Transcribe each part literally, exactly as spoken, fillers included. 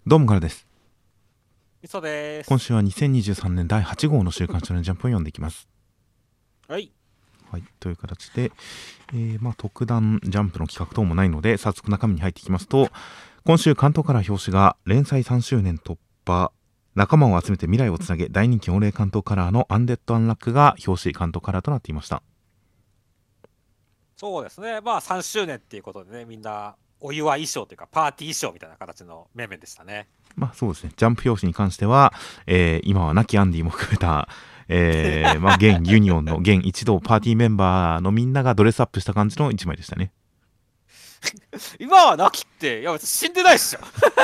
どうもからです。 みそです。 今週はにせんにじゅうさんねんだいはち号の週刊少年ジャンプを読んでいきます。 はい。 はい、という形で、えーまあ、特段ジャンプの企画等もないので早速中身に入っていきますと、今週関東から表紙が連載さんしゅうねん突破、仲間を集めて未来をつなげ、大人気御礼関東カラーのアンデッドアンラックが表紙関東カラーとなっていました。 そうですね。まあさんしゅうねんっていうことでね、みんなお祝い衣装というかパーティー衣装みたいな形の面々でしたね。 まあそうですね、ジャンプ表紙に関しては、えー今は亡きアンディも含めた、えーまあ、現ユニオンの現一同パーティーメンバーのみんながドレスアップした感じのいちまいでしたね。 今は亡きって、いや別に死んでないっしょ。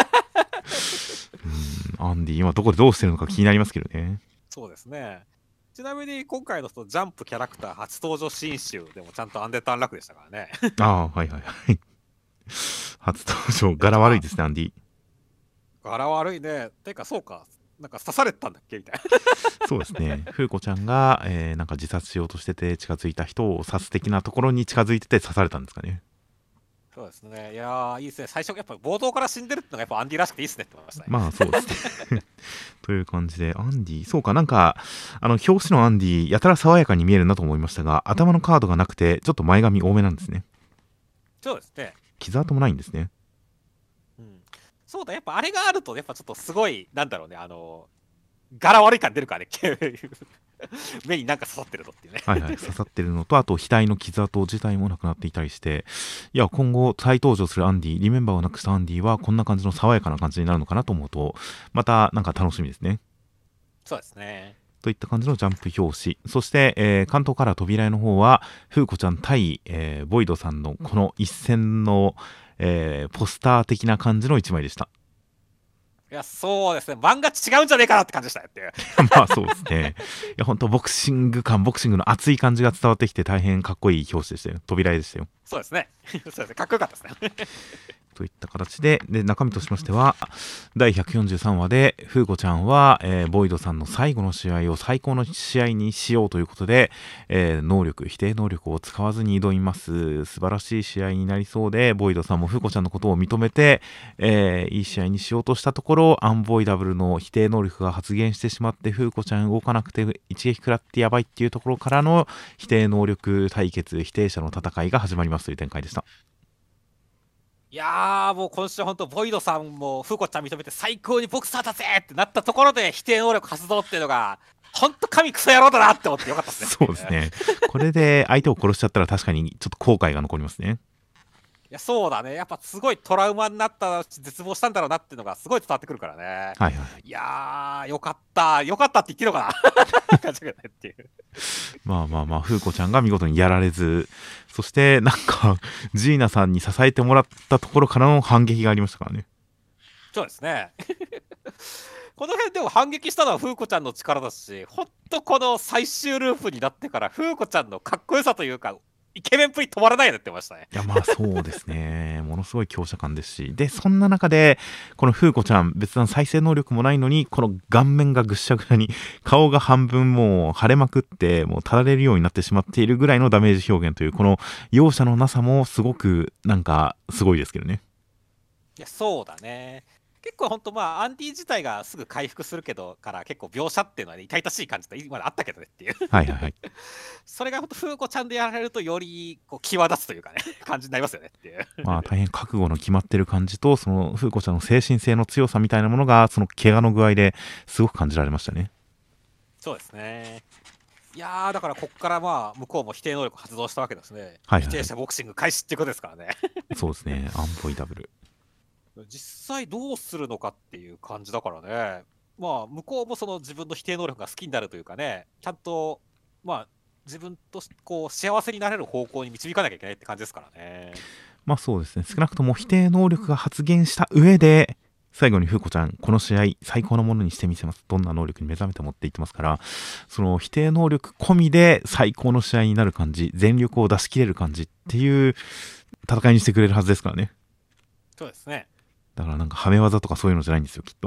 うん、アンディ今どこでどうしてるのか気になりますけどね。 そうですね。ちなみに今回のそのジャンプキャラクター初登場新集でもちゃんとアンデッドアンラックでしたからね。 ああ、はいはいはい。初登場、柄悪いですね、アンディ。 柄悪いね。てかそうか。なんか刺されてたんだっけみたいな。 そうですね。フーコちゃんが、えーなんか自殺しようとしてて近づいた人を刺す的なところに近づいてて刺されたんですかね。 そうですね。いやー、いいですね。最初、やっぱ冒頭から死んでるってのがやっぱアンディらしくていいっすねって思いましたね。 まあそうですね。という感じで、アンディ、そうか、なんか、あの、表紙のアンディ、やたら爽やかに見えるなと思いましたが、頭のカードがなくて、ちょっと前髪多めなんですね。 そうですね。 傷跡もないんですね。 うん。そうだ、やっぱあれがあると、やっぱちょっとすごい、なんだろうね、あの、柄悪い感出るからね、目になんか刺さってるとっていうね。 はいはい、刺さってるのと、あと額の傷跡自体もなくなっていたりして、いや、今後再登場するアンディ、リメンバーをなくしたアンディはこんな感じの爽やかな感じになるのかなと思うと、またなんか楽しみですね。 そうですね。 といった感じのジャンプ表紙。そして、えー関東から扉絵の方は、フーコちゃん対、えーボイドさんのこの一戦の、えーポスター的な感じの一枚でした。 いや、そうですね、漫画違うんじゃねえかなって感じでしたよっていう。 まあそうですね。いや、本当ボクシング感、ボクシングの熱い感じが伝わってきて大変かっこいい表紙でしたよ。扉絵でしたよ。 そうですね。そうですね、かっこよかったですね。 といった形で、で、中身としましては、だいひゃくよんじゅうさんわで、フーコちゃんは、えーボイドさんの最後の試合を最高の試合にしようということで、えー能力、否定能力を使わずに挑みます。素晴らしい試合になりそうで、ボイドさんもフーコちゃんのことを認めて、えーいい試合にしようとしたところ、アンボイダブルの否定能力が発現してしまって、フーコちゃん動かなくて一撃食らってやばいっていうところからの否定能力対決、否定者の戦いが始まりますという展開でした。 いやー、もう今週本当ボイドさんもフーコちゃん認めて最高にボクサーだぜってなったところで否定能力発動っていうのが、本当神クソ野郎だなって思ってよかったですね。 そうですね。これで相手を殺しちゃったら確かにちょっと後悔が残りますね。 いや、そうだね。やっぱすごいトラウマになったし、絶望したんだろうなっていうのがすごい伝わってくるからね。 はいはいはい。 いやー、よかった。よかったって言っていいのかな感じがねっていう。 まあまあまあ、フーコちゃんが見事にやられず、そしてなんか、ジーナさんに支えてもらったところからの反撃がありましたからね。 そうですね。この辺でも反撃したのはフーコちゃんの力だし、ほんとこの最終ループになってからフーコちゃんのかっこよさというか、イケメンっぷり止まらないよねって言ってましたね。 いやまあそうですね。ものすごい強者感ですし。で、そんな中で、このフーコちゃん、別段再生能力もないのに、この顔面がぐっしゃぐしゃに、顔が半分もう腫れまくって、もうたられるようになってしまっているぐらいのダメージ表現という、この容赦のなさもすごく、なんか、すごいですけどね。 いや、そうだね。結構ほんとまあ、アンディ自体がすぐ回復するけど、から結構描写っていうのは、ね、痛々しい感じと今まであったけどねっていう。 はいはいはい。 それがほんと、風子ちゃんでやられると、よりこう際立つというかね、感じになりますよねっていう。 まあ大変覚悟の決まってる感じと、その風子ちゃんの精神性の強さみたいなものが、その怪我の具合ですごく感じられましたね。 そうですね。いやー、だからこっからまあ、向こうも否定能力発動したわけですね。否定はいはいはい。 者ボクシング開始っていうことですからね。 そうですね。アンボイダブル。 実際どうするのかっていう感じだからね。まあ、向こうもその自分の否定能力が好きになるというかね、ちゃんと、まあ、自分とこう幸せになれる方向に導かなきゃいけないって感じですからね。 まあそうですね。少なくとも否定能力が発現した上で、最後に風子ちゃん、この試合最高のものにしてみせます。どんな能力に目覚めてもって言ってますから、その否定能力込みで最高の試合になる感じ、全力を出し切れる感じっていう戦いにしてくれるはずですからね。 そうですね。 だからなんかはめ技とかそういうのじゃないんですよ、きっと。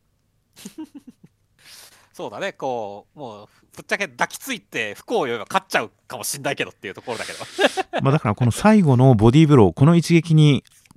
そうだね、こう、もう、ぶっちゃけ抱きついて不幸を言えば勝っちゃうかもしんないけどっていうところだけど。 まあだからこの最後のボディーブロー、この一撃に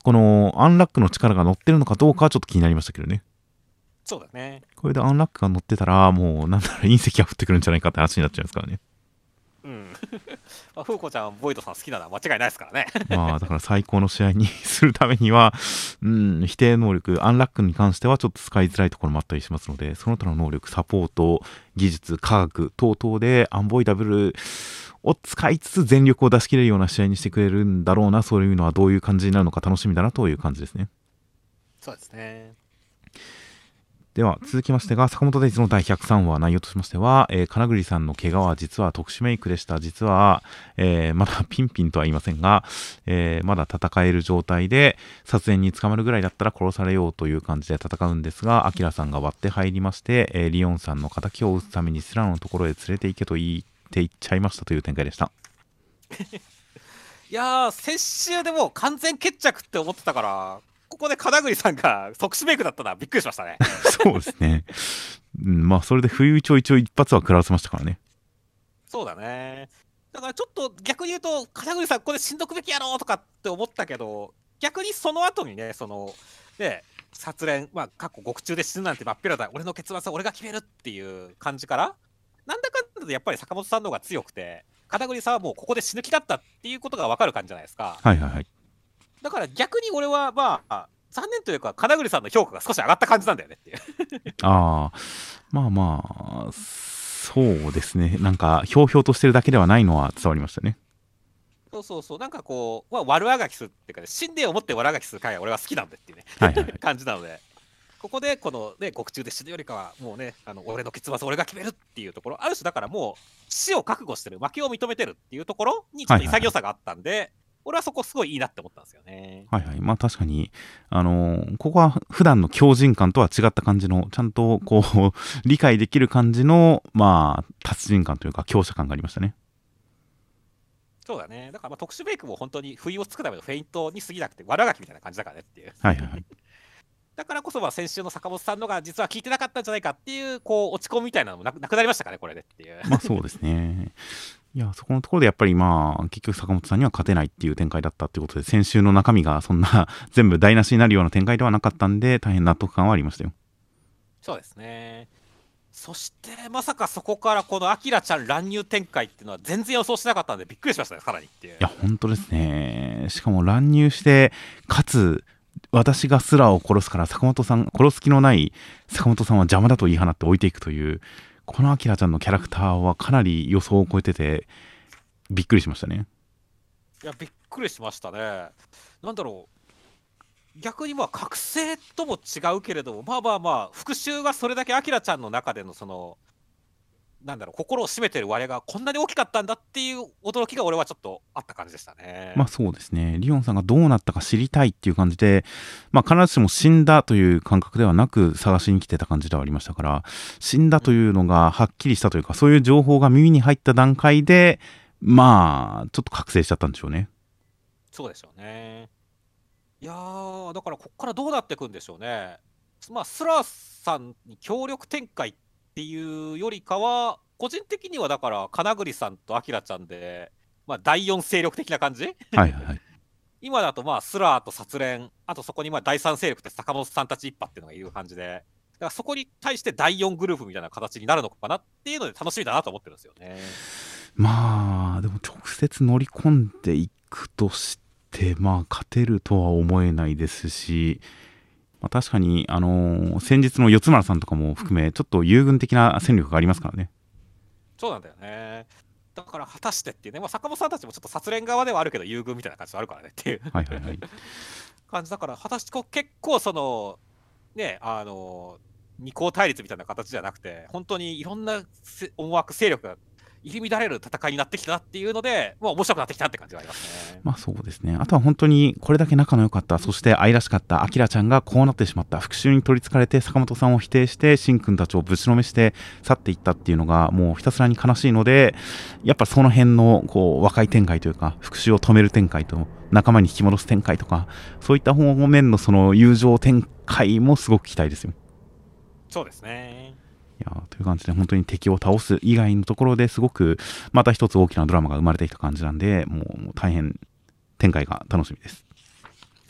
このアンラックの力が乗ってるのかどうかはちょっと気になりましたけどね。 そうだね。 これでアンラックが乗ってたら、もうなんだろう、隕石が降ってくるんじゃないかって話になっちゃいますからね。 うん。まあ、風子ちゃん、ボイドさん好きなのは間違いないですからね。 まあだから最高の試合にするためには、うん、否定能力、アンラックに関してはちょっと使いづらいところもあったりしますので、その他の能力、サポート、技術、科学等々でアンボイダブルを使いつつ全力を出し切れるような試合にしてくれるんだろうな、そういうのはどういう感じになるのか楽しみだなという感じですね。 そうですね。 では続きましてが坂本デイズのだいひゃくさんわ、内容としましては、えー、金栗さんの怪我は実は特殊メイクでした。実は、えー、まだピンピンとは言いませんが、えー、まだ戦える状態で殺人に捕まるぐらいだったら殺されようという感じで戦うんですが、アキラさんが割って入りまして、えー、リオンさんの敵を討つためにスラのところへ連れて行けと言って言っちゃいましたという展開でした。 いやー、先週でもう完全決着って思ってたから、ここで金栗さんが特殊メイクだったのはびっくりしましたね。 そうですね。うん、まあそれで不意打ちを一応一発は食らわせましたからね。 そうだね。だからちょっと逆に言うと、金栗さんここで死んどくべきやろうとかって思ったけど、逆にその後にね、その、ね、殺練、まあ、過去獄中で死ぬなんて真っ平だ、俺の結末は俺が決めるっていう感じから、なんだかんだでやっぱり坂本さんの方が強くて、金栗さんはもうここで死ぬ気だったっていうことが分かる感じじゃないですか。 はいはいはい。 だから逆に俺はまあ、残念というか、金栗さんの評価が少し上がった感じなんだよねっていう。 ああ、まあまあ、そうですね。なんか、ひょうひょうとしてるだけではないのは伝わりましたね。 そうそうそう、なんかこう、まあ、悪あがきするっていうかね、信念を持って悪あがきする回が俺は好きなんだっていうね、 はいはいはい、 感じなので、ここでこのね、獄中で死ぬよりかは、もうね、あの俺の結末を俺が決めるっていうところ、ある種だからもう、死を覚悟してる、負けを認めてるっていうところにちょっと潔さがあったんで、はいはいはい、俺はそこすごいいいなって思ったんですよね。 はいはい。まあ確かに、あのー、ここは普段の強靭感とは違った感じの、ちゃんとこう、理解できる感じの、まあ、達人感というか、強者感がありましたね。 そうだね。だからまあ特殊メイクも本当に不意をつくためのフェイントに過ぎなくて、悪あがきみたいな感じだからねっていう。 はいはいはい。 だからこそ、先週の坂本さんのが実は聞いてなかったんじゃないかっていう、こう、落ち込みみたいなのもなくなくなりましたかね、これでっていう。 まあそうですね。いや、そこのところでやっぱりまあ、結局坂本さんには勝てないっていう展開だったっていうことで、先週の中身がそんな全部台無しになるような展開ではなかったんで、大変納得感はありましたよ。 そうですね。そしてまさかそこからこのアキラちゃん乱入展開っていうのは全然予想しなかったんでびっくりしましたね、さらにっていう。 いや本当ですね。しかも乱入してかつ私がスラを殺すから坂本さん殺す気のない坂本さんは邪魔だと言い放って置いていくという、このアキラちゃんのキャラクターはかなり予想を超えててびっくりしましたね。 いやびっくりしましたね。なんだろう、逆にまあ覚醒とも違うけれども、まあまあまあ復讐がそれだけアキラちゃんの中でのそのなんだろう、心を占めてる割合がこんなに大きかったんだっていう驚きが俺はちょっとあった感じでしたね。 まあそうですね。リオンさんがどうなったか知りたいっていう感じで、まあ必ずしも死んだという感覚ではなく探しに来てた感じではありましたから、死んだというのがはっきりしたというか、うん、そういう情報が耳に入った段階で、まあちょっと覚醒しちゃったんでしょうね。 そうでしょうね。いやー、だからこっからどうなっていくんでしょうね。まあスラーさんに協力展開っていうよりかは、個人的にはだから金栗さんとアキラちゃんで、まあ、だいよん勢力的な感じ。 はいはいはい。 今だとまあスラーと殺練、あとそこにまあだいさん勢力って坂本さんたち一派っていうのがいる感じで、だからそこに対してだいよんグループみたいな形になるのかなっていうので楽しみだなと思ってるんですよね。 まあでも直接乗り込んでいくとしてまあ勝てるとは思えないですし、まあ、確かにあのー、先日の四つ丸さんとかも含めちょっと優軍的な戦力がありますからね。 そうなんだよね。だから果たしてっていうね、まあ、坂本さんたちもちょっと殺練側ではあるけど優遇みたいな感じはあるからねっていうはいはい、はい、 感じだから、果たしてこう結構そのね、あの二項対立みたいな形じゃなくて、本当にいろんな思惑勢力が入り乱れる戦いになってきたなっていうので、もう面白くなってきたって感じがありますね。 まあそうですね。あとは本当にこれだけ仲の良かった、そして愛らしかったアキラちゃんがこうなってしまった、復讐に取りつかれて坂本さんを否定してしんくんたちをぶちのめして去っていったっていうのがもうひたすらに悲しいので、やっぱその辺のこう和解展開というか復讐を止める展開と仲間に引き戻す展開とか、そういった方面のその友情展開もすごく期待ですよ。 そうですね。 いやという感じで本当に敵を倒す以外のところですごくまた一つ大きなドラマが生まれてきた感じなんで、もう大変展開が楽しみです。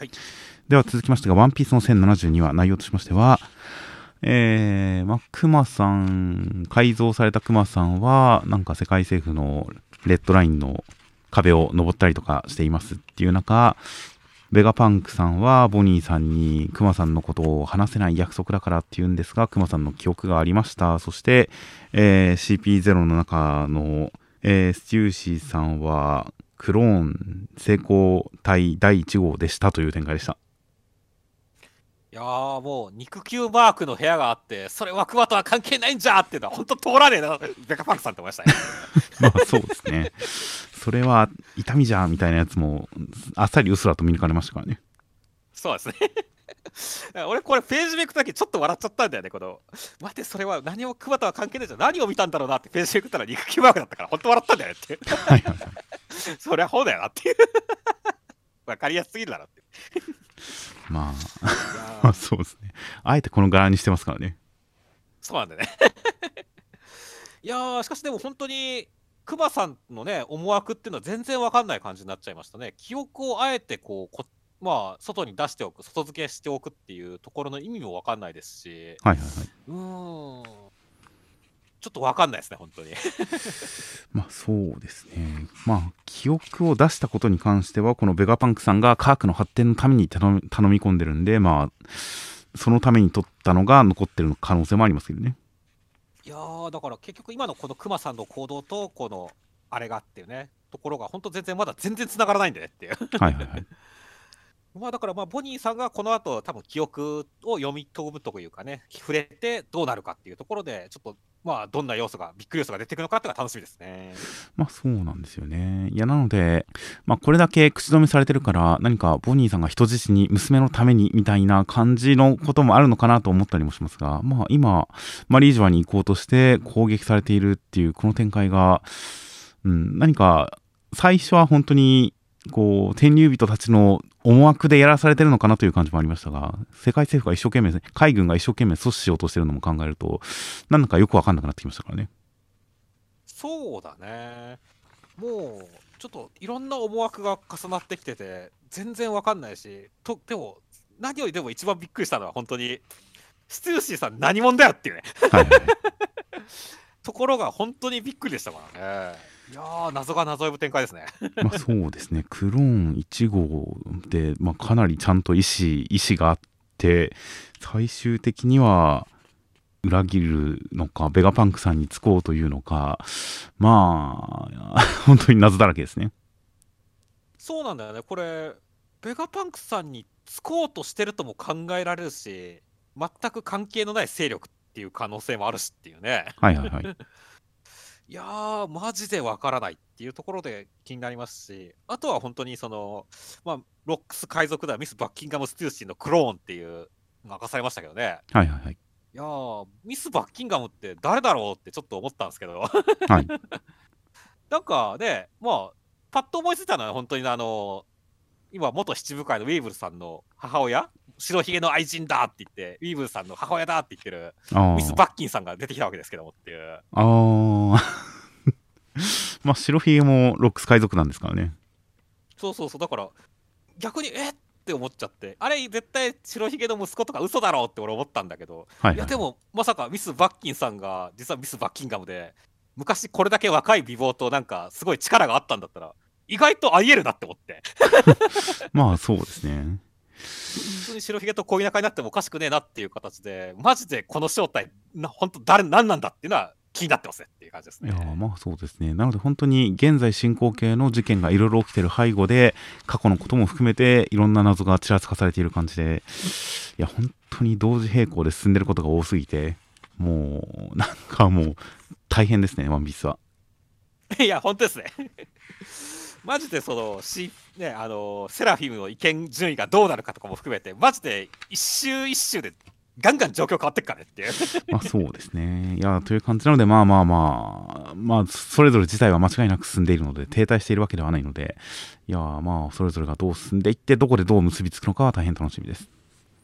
はい、 では続きましてがワンピースのせんななじゅうにわ、内容としましては、えー、まあ、クマさん、改造されたクマさんはなんか世界政府のレッドラインの壁を登ったりとかしていますっていう中、ベガパンクさんはボニーさんにクマさんのことを話せない約束だからって言うんですが、クマさんの記憶がありました。そして、えー、シーピーゼロ の中の、えー、ステューシーさんはクローン成功体だいいち号でしたという展開でした。 いやーもう肉球マークの部屋があって、それはクマとは関係ないんじゃーっていうのは本当通らねえな、ベカパンクさんって思いましたね。 まあそうですね。それは痛みじゃんみたいなやつもあっさりうすらと見抜かれましたからね。 そうですね。俺これページめくった時ちょっと笑っちゃったんだよね。この待って、それは何もクマとは関係ないじゃん、何を見たんだろうなってページめくったら肉球マークだったから本当笑ったんだよねってはいはいはい。 そりゃそうだよなっていう分かりやすすぎるだろって。 まあまあそうですね。あえてこの柄にしてますからね。 そうなんだね。いやーしかしでも本当にクマさんのね思惑っていうのは全然わかんない感じになっちゃいましたね。記憶をあえてこうこまあ外に出しておく、外付けしておくっていうところの意味もわかんないですし、 はいはいはい。 うーんちょっとわかんないですね本当に。 まあそうですね。まあ記憶を出したことに関してはこのベガパンクさんが科学の発展のために頼み、頼み込んでるんで、まあそのために取ったのが残ってる可能性もありますけどね。 いやーだから結局今のこのクマさんの行動とこのあれがっていうねところが本当全然まだ全然繋がらないんだよねっていう。 はいはいはい。 まあだからまあボニーさんがこの後多分記憶を読み飛ぶというかね、触れてどうなるかっていうところでちょっとまあどんな要素がビッグ要素が出てくるのかっていうのが楽しみですね。 まあそうなんですよね。いやなので、まあこれだけ口止めされてるから何かボニーさんが人質に娘のためにみたいな感じのこともあるのかなと思ったりもしますが、まあ今マリージョアに行こうとして攻撃されているっていうこの展開が、うん、何か最初は本当にこう天竜人たちの思惑でやらされてるのかなという感じもありましたが、世界政府が一生懸命海軍が一生懸命阻止しようとしてるのも考えるとなんだかよく分かんなくなってきましたからね。 そうだね。もうちょっといろんな思惑が重なってきてて全然わかんないし、とでも何よりでも一番びっくりしたのは本当にステューシーさん何者だよっていうねはいはいところが本当にびっくりでしたからね。いやー謎が謎呼ぶ展開ですね。 まあそうですね。クローンいち号で、まあ、かなりちゃんと意思意思があって最終的には裏切るのかベガパンクさんにつこうというのか、まあ本当に謎だらけですね。 そうなんだよね。これベガパンクさんにつこうとしてるとも考えられるし、全く関係のない勢力っていう可能性もあるしっていうね。 はいはいはい。 いやーマジでわからないっていうところで気になりますし、あとは本当にそのまあロックス海賊団ミス・バッキンガム・ステューシーのクローンっていうのが明かされましたけどね。 はいはいはい。 いやーミス・バッキンガムって誰だろうってちょっと思ったんですけどはい。 なんかね、まあパッと思いついたのは本当にあの今元七部会のウィーブルさんの母親、白ひげの愛人だって言ってウィーブルさんの母親だって言ってるあミス・バッキンさんが出てきたわけですけどもっていう。 あ。ああ。まあ白ひげもロックス海賊なんですからね。 そうそうそう、だから逆にえって思っちゃって、あれ絶対白ひげの息子とか嘘だろうって俺思ったんだけど、 はいはいはい。 いやでもまさかミス・バッキンさんが実はミス・バッキンガムで昔これだけ若い美貌となんかすごい力があったんだったら意外とありえるなって思ってまあそうですね。 普通に白ひげと恋仲になってもおかしくねえなっていう形で、マジでこの正体な本当誰何なんだっていうのは気になってますねっていう感じですいやね。 まあそうですね。なので本当に現在進行形の事件がいろいろ起きてる背後で過去のことも含めていろんな謎がちらつかされている感じで、いや本当に同時並行で進んでることが多すぎて、もうなんかもう大変ですね、ワンピースは。 いや本当ですねマジでそのし、ね、あのセラフィムの意見順位がどうなるかとかも含めてマジで一周一周でガンガン状況変わってっからねっていうまあそうですね。いやという感じなので、まあまあまあまあそれぞれ自体は間違いなく進んでいるので停滞しているわけではないので、いやまあそれぞれがどう進んでいってどこでどう結びつくのかは大変楽しみです。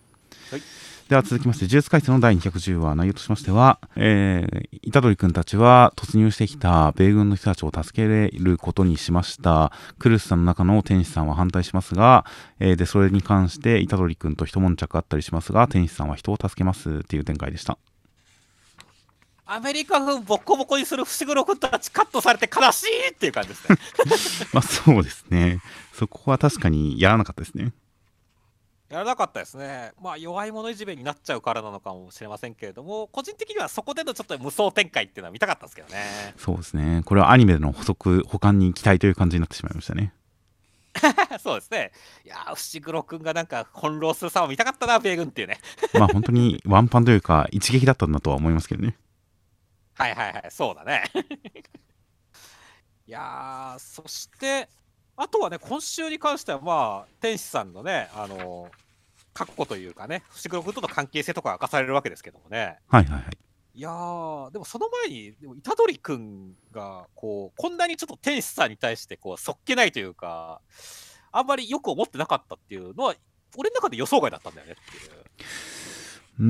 はい。 では続きまして、呪術廻戦のだいにひゃくじゅうわ、内容としましては、えー、虎杖君たちは突入してきた米軍の人たちを助けることにしました。クルスさんの中の天使さんは反対しますが、えー、でそれに関して虎杖君と一悶着あったりしますが、天使さんは人を助けますっていう展開でした。 アメリカ軍ボッコボコにする伏黒君たちカットされて悲しいっていう感じですね。 まあそうですね。そこは確かにやらなかったですね。 やらなかったですね。まあ弱い者いじめになっちゃうからなのかもしれませんけれども、個人的にはそこでのちょっと無双展開っていうのは見たかったんですけどね。 そうですね。これはアニメでの補足、補完に期待という感じになってしまいましたね。 そうですね。いやー、伏黒君がなんか翻弄する様を見たかったな、米軍っていうね。 まあ本当にワンパンというか一撃だったんだとは思いますけどね。 はいはいはい、そうだね。いやー、そして、あとはね、今週に関しては、まあ、天使さんのね、あの、過去というかね、伏黒君との関係性とか明かされるわけですけどもね。 はいはいはい。 いやー、でもその前に、でも虎杖君が、こう、こんなにちょっと天使さんに対して、こう、そっけないというか、あんまりよく思ってなかったっていうのは、俺の中で予想外だったんだよねっていう。 うん、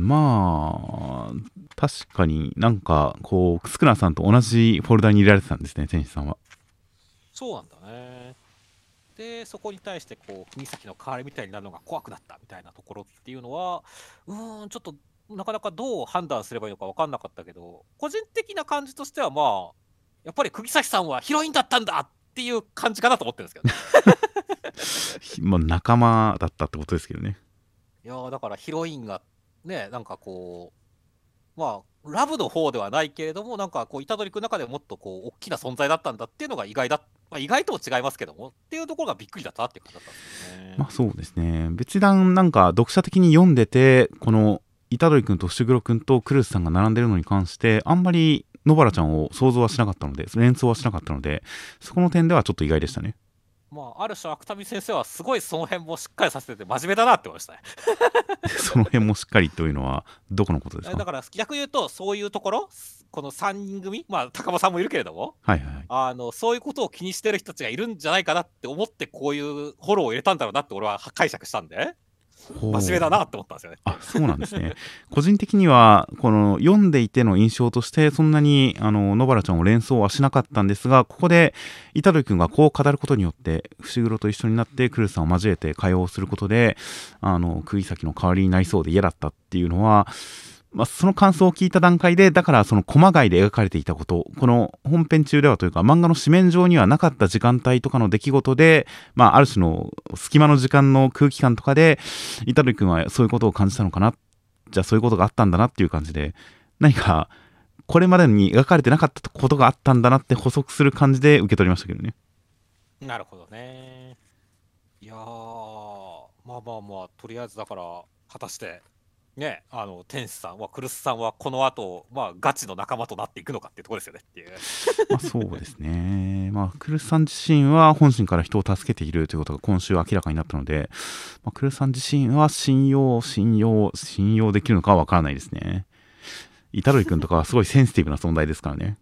まあ、確かになんか、こう、スクナさんと同じフォルダに入れられてたんですね、天使さんは。 そうなんだね。で、そこに対して、こう、国崎の代わりみたいになるのが怖くなったみたいなところっていうのは、うーん、ちょっと、なかなかどう判断すればいいのか分かんなかったけど、個人的な感じとしては、まあ、やっぱり釘崎さんはヒロインだったんだっていう感じかなと思ってるんですけどね。 まあ、仲間だったってことですけどね。 いやーだからヒロインがね、なんかこう、まあ、ラブの方ではないけれども、なんかこう、虎杖君の中でもっとこう、大きな存在だったんだっていうのが意外だ、まあ、意外とも違いますけども、っていうところがびっくりだったっていう感じだったんですよね。 まあそうですね。別段なんか読者的に読んでて、この虎杖君と伏黒君とクルスさんが並んでるのに関して、あんまり野原ちゃんを想像はしなかったので、連想はしなかったので、そこの点ではちょっと意外でしたね。 まあ、ある種、芥見先生はすごいその辺もしっかりさせてて真面目だなって思いましたね。 その辺もしっかりというのは、どこのことですか？ だから逆に言うと、そういうところ、このさんにん組、まあ、高間さんもいるけれども、 はいはいはい。 あのそういうことを気にしてる人たちがいるんじゃないかなって思って、こういうフォローを入れたんだろうなって俺は解釈したんで、真面目だなって思ったんですよね。 あ、そうなんですね。個人的にはこの読んでいての印象としてそんなにあの野原ちゃんを連想はしなかったんですが、ここで虎杖君がこう語ることによって伏黒と一緒になってクルスさんを交えて会話をすることで、あの釘崎の代わりになりそうで嫌だったっていうのは、まあ、その感想を聞いた段階で、だからそのコマ外で描かれていたこと、この本編中ではというか漫画の紙面上にはなかった時間帯とかの出来事で、まあ、ある種の隙間の時間の空気感とかで虎杖君はそういうことを感じたのかな、じゃあそういうことがあったんだなっていう感じで、何かこれまでに描かれてなかったことがあったんだなって補足する感じで受け取りましたけどね。 なるほどね。いやー、まあまあまあ、とりあえずだから、果たして、ね、あの天使さんは、クルスさんはこの後、まあガチの仲間となっていくのかっていうところですよねっていう。 まあそうですね。まあクルスさん自身は本心から人を助けているということが今週明らかになったので、まあ、クルスさん自身は信用信用信用できるのかはわからないですね。虎杖君とかはすごいセンシティブな存在ですからね。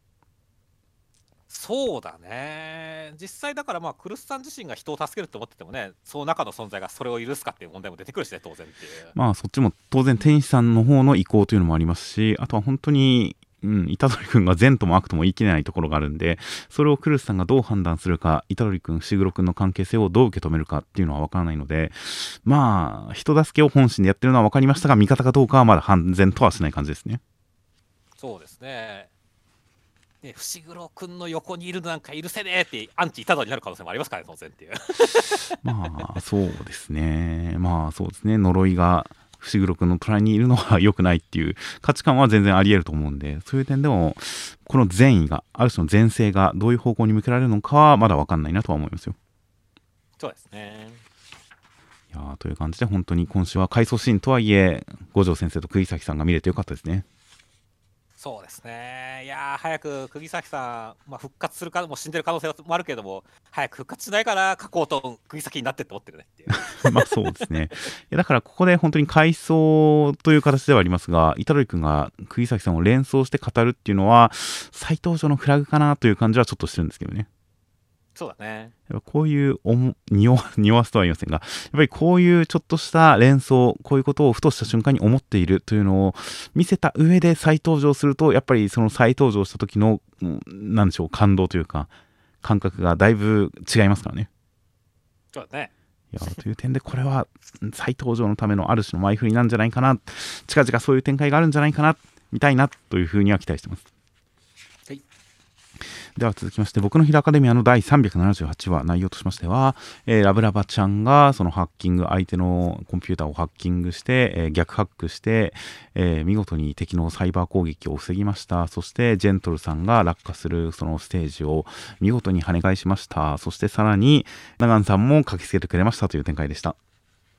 そうだね。実際だからまあ、クルスさん自身が人を助けると思っててもね、その中の存在がそれを許すかっていう問題も出てくるしね、当然っていう。 まあそっちも当然天使さんの方の意向というのもありますし、あとは本当に、うん、虎杖君が善とも悪とも言い切れないところがあるんで、それをクルスさんがどう判断するか、虎杖君、伏黒君の関係性をどう受け止めるかっていうのは分からないので、まあ人助けを本心でやってるのは分かりましたが、味方かどうかはまだ判然とはしない感じですね。 そうですね。で、伏黒君の横にいるのなんか許せねえってアンチ虎杖になる可能性もありますからね、当然っていう。 まあそうですね。まあそうですね。呪いが伏黒君の隣にいるのは良くないっていう価値観は全然あり得ると思うんで、そういう点でもこの善意が、ある種の善性がどういう方向に向けられるのかはまだ分かんないなとは思いますよ。 そうですね。 いやー、という感じで本当に今週は回想シーンとはいえ五条先生と釘崎さんが見れてよかったですね。 そうですね。いやー、早く釘崎さん、まあ、復活するかも死んでる可能性もあるけれども、早く復活しないから書こうと釘崎になってって思ってるねっていう。 まあそうですね。いやだからここで本当に回想という形ではありますが、虎杖君が釘崎さんを連想して語るっていうのは再登場のフラグかなという感じはちょっとしてるんですけどね。 そうだね。 やっぱこういうおも匂わ匂わすとは言いませんが、やっぱりこういうちょっとした連想、こういうことをふとした瞬間に思っているというのを見せた上で再登場すると、やっぱりその再登場した時の、うん、なんでしょう、感動というか感覚がだいぶ違いますからね。 そうだね。 いやという点でこれは再登場のためのある種の前振りなんじゃないかな、近々そういう展開があるんじゃないかな、見たいなというふうには期待してます。 はい。 では続きまして、僕のヒルアカデミアのだいさんびゃくななじゅうはちわ、内容としましては、えー、ラブラバちゃんがそのハッキング、相手のコンピューターをハッキングして、えー、逆ハックして、えー、見事に敵のサイバー攻撃を防ぎました。そしてジェントルさんが落下するそのステージを見事に跳ね返しました。そしてさらにナガンさんも駆けつけてくれましたという展開でした。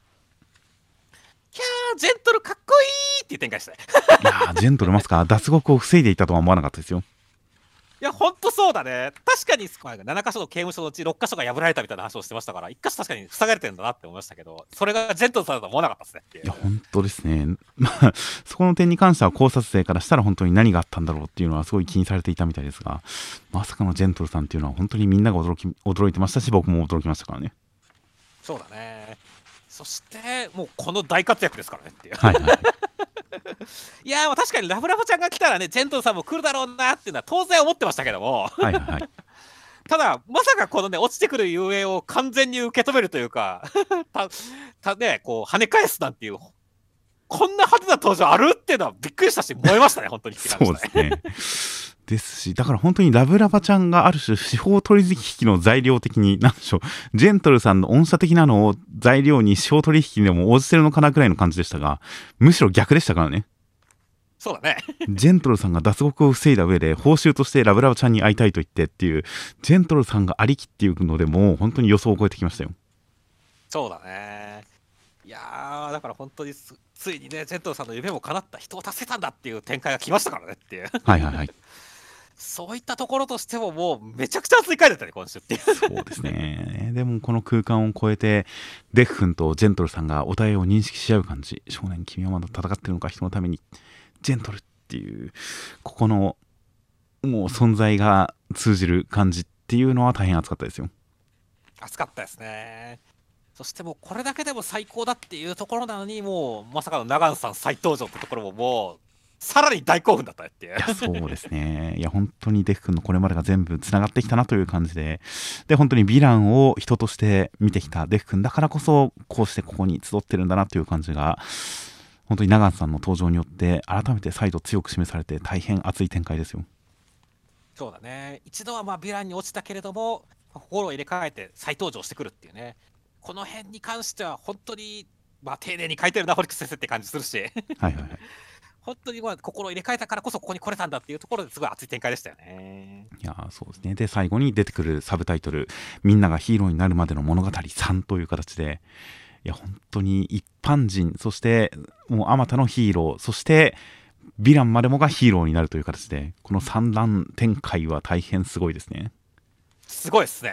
キャージェントルかっこいいっていう展開したね。 いやー、ジェントルまさか脱獄を防いでいたとは思わなかったですよ。 いや、ほんとそうだね。確かにななか所の刑務所のうちろっか所が破られたみたいな話をしてましたから、いっか所確かに塞がれてるんだなって思いましたけど、それがジェントルさんだと思わなかったですねっていう。 いや、本当ですね。まあ、そこの点に関しては考察生からしたら本当に何があったんだろうっていうのはすごい気にされていたみたいですが、まさかのジェントルさんっていうのは本当にみんなが驚き驚いてましたし、僕も驚きましたからね。 そうだね。そしてもうこの大活躍ですからねっていう。 はいはい。 いやー、確かにラブラブちゃんが来たらね、ジェントルさんも来るだろうなっていうのは当然思ってましたけども、 はいはいはい。 ただ、まさかこのね、落ちてくる遊泳を完全に受け止めるというか、たたね、こう跳ね返すなんていう、こんな派手な登場あるっていうのはびっくりしたし、燃えましたね、本当に。 そうですね。ですし、だから本当にラブラバちゃんがある種司法取引の材料的に、なんでしょう、ジェントルさんの恩赦的なのを材料に司法取引でも応じてるのかなくらいの感じでしたが、むしろ逆でしたからね。 そうだね。 ジェントルさんが脱獄を防いだ上で報酬としてラブラバちゃんに会いたいと言ってっていう、ジェントルさんがありきっていうのでもう本当に予想を超えてきましたよ。 そうだね。いやー、だから本当についにね、ジェントルさんの夢も叶った、人を助けたんだっていう展開が来ましたからねっていう。 はいはいはい。 そういったところとしてももうめちゃくちゃ熱い回だったね、今週っていう。 そうですね。でもこの空間を超えて、デフ君とジェントルさんがお互いを認識し合う感じ。少年、君はまだ戦ってるのか、人のために。ジェントルっていう、ここの、もう存在が通じる感じっていうのは大変熱かったですよ。 熱かったですね。そしてもうこれだけでも最高だっていうところなのに、もうまさかのナガンさん再登場ってところももう、さらに大興奮だったねっていう。 いや、そうですね。いや、本当にデフ君のこれまでが全部つながってきたなという感じで、で、本当にヴィランを人として見てきたデフ君だからこそ、こうしてここに集ってるんだなという感じが、本当にナガンさんの登場によって改めて再度強く示されて大変熱い展開ですよ。 そうだね。一度はまあヴィランに落ちたけれども、心を入れ替えて再登場してくるっていうね。この辺に関しては本当に、まあ、丁寧に書いてるな、堀口先生って感じするし。 はいはいはい。 本当にまあ心を入れ替えたからこそここに来れたんだっていうところですごい熱い展開でしたよね。 いやー、そうですね。で、最後に出てくるサブタイトル、みんながヒーローになるまでの物語さんという形で、いや、本当に一般人、そしてもうあまたのヒーロー、そしてヴィランまでもがヒーローになるという形で、この三段展開は大変すごいですね。 すごいですね。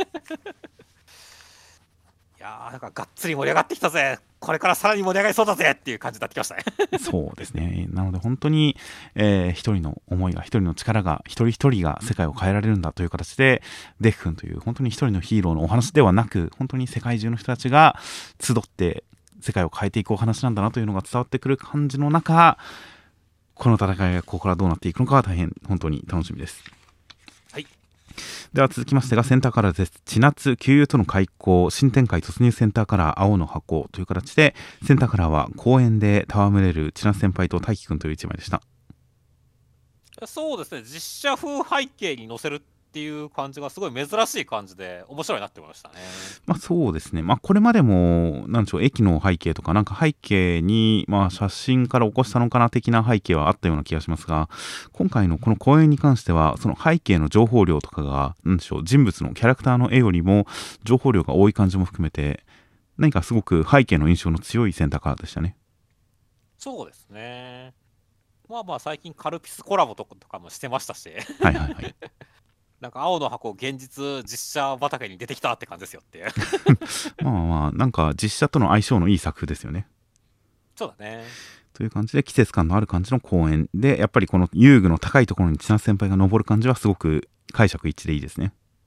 いやー、なんかがっつり盛り上がってきたぜ、これからさらに盛り上がりそうだぜっていう感じになってきましたね。 そうですね。なので本当に、えー、一人の思いが、一人の力が、一人一人が世界を変えられるんだという形で、デフ君という本当に一人のヒーローのお話ではなく、本当に世界中の人たちが集って世界を変えていくお話なんだなというのが伝わってくる感じの中、この戦いがここからどうなっていくのかは大変本当に楽しみです。 はい。 では続きましてがセンターカラーです。千夏旧友との開口、新展開突入センターカラー青の箱という形で、センターカラーは公園で戯れる千夏先輩と大輝くんという一枚でした。 そうですね、実写風背景に載せるっていう感じがすごい珍しい感じで面白いなって思いましたね。 まあそうですね。まあこれまでもなんでしょう、駅の背景とかなんか背景にまあ写真から起こしたのかな的な背景はあったような気がしますが、今回のこの公演に関してはその背景の情報量とかがなんでしょう、人物のキャラクターの絵よりも情報量が多い感じも含めて、何かすごく背景の印象の強いセンターカラーでしたね。 そうですね。まあまあ最近カルピスコラボとかもしてましたし。 はいはいはい。 なんか青の箱現実実写畑に出てきたって感じですよっていう。 まあまあなんか実写との相性のいい作風ですよね。 そうだね。 という感じで季節感のある感じの公演で、やっぱりこの遊具の高いところに千夏先輩が登る感じはすごく解釈一致でいいですね。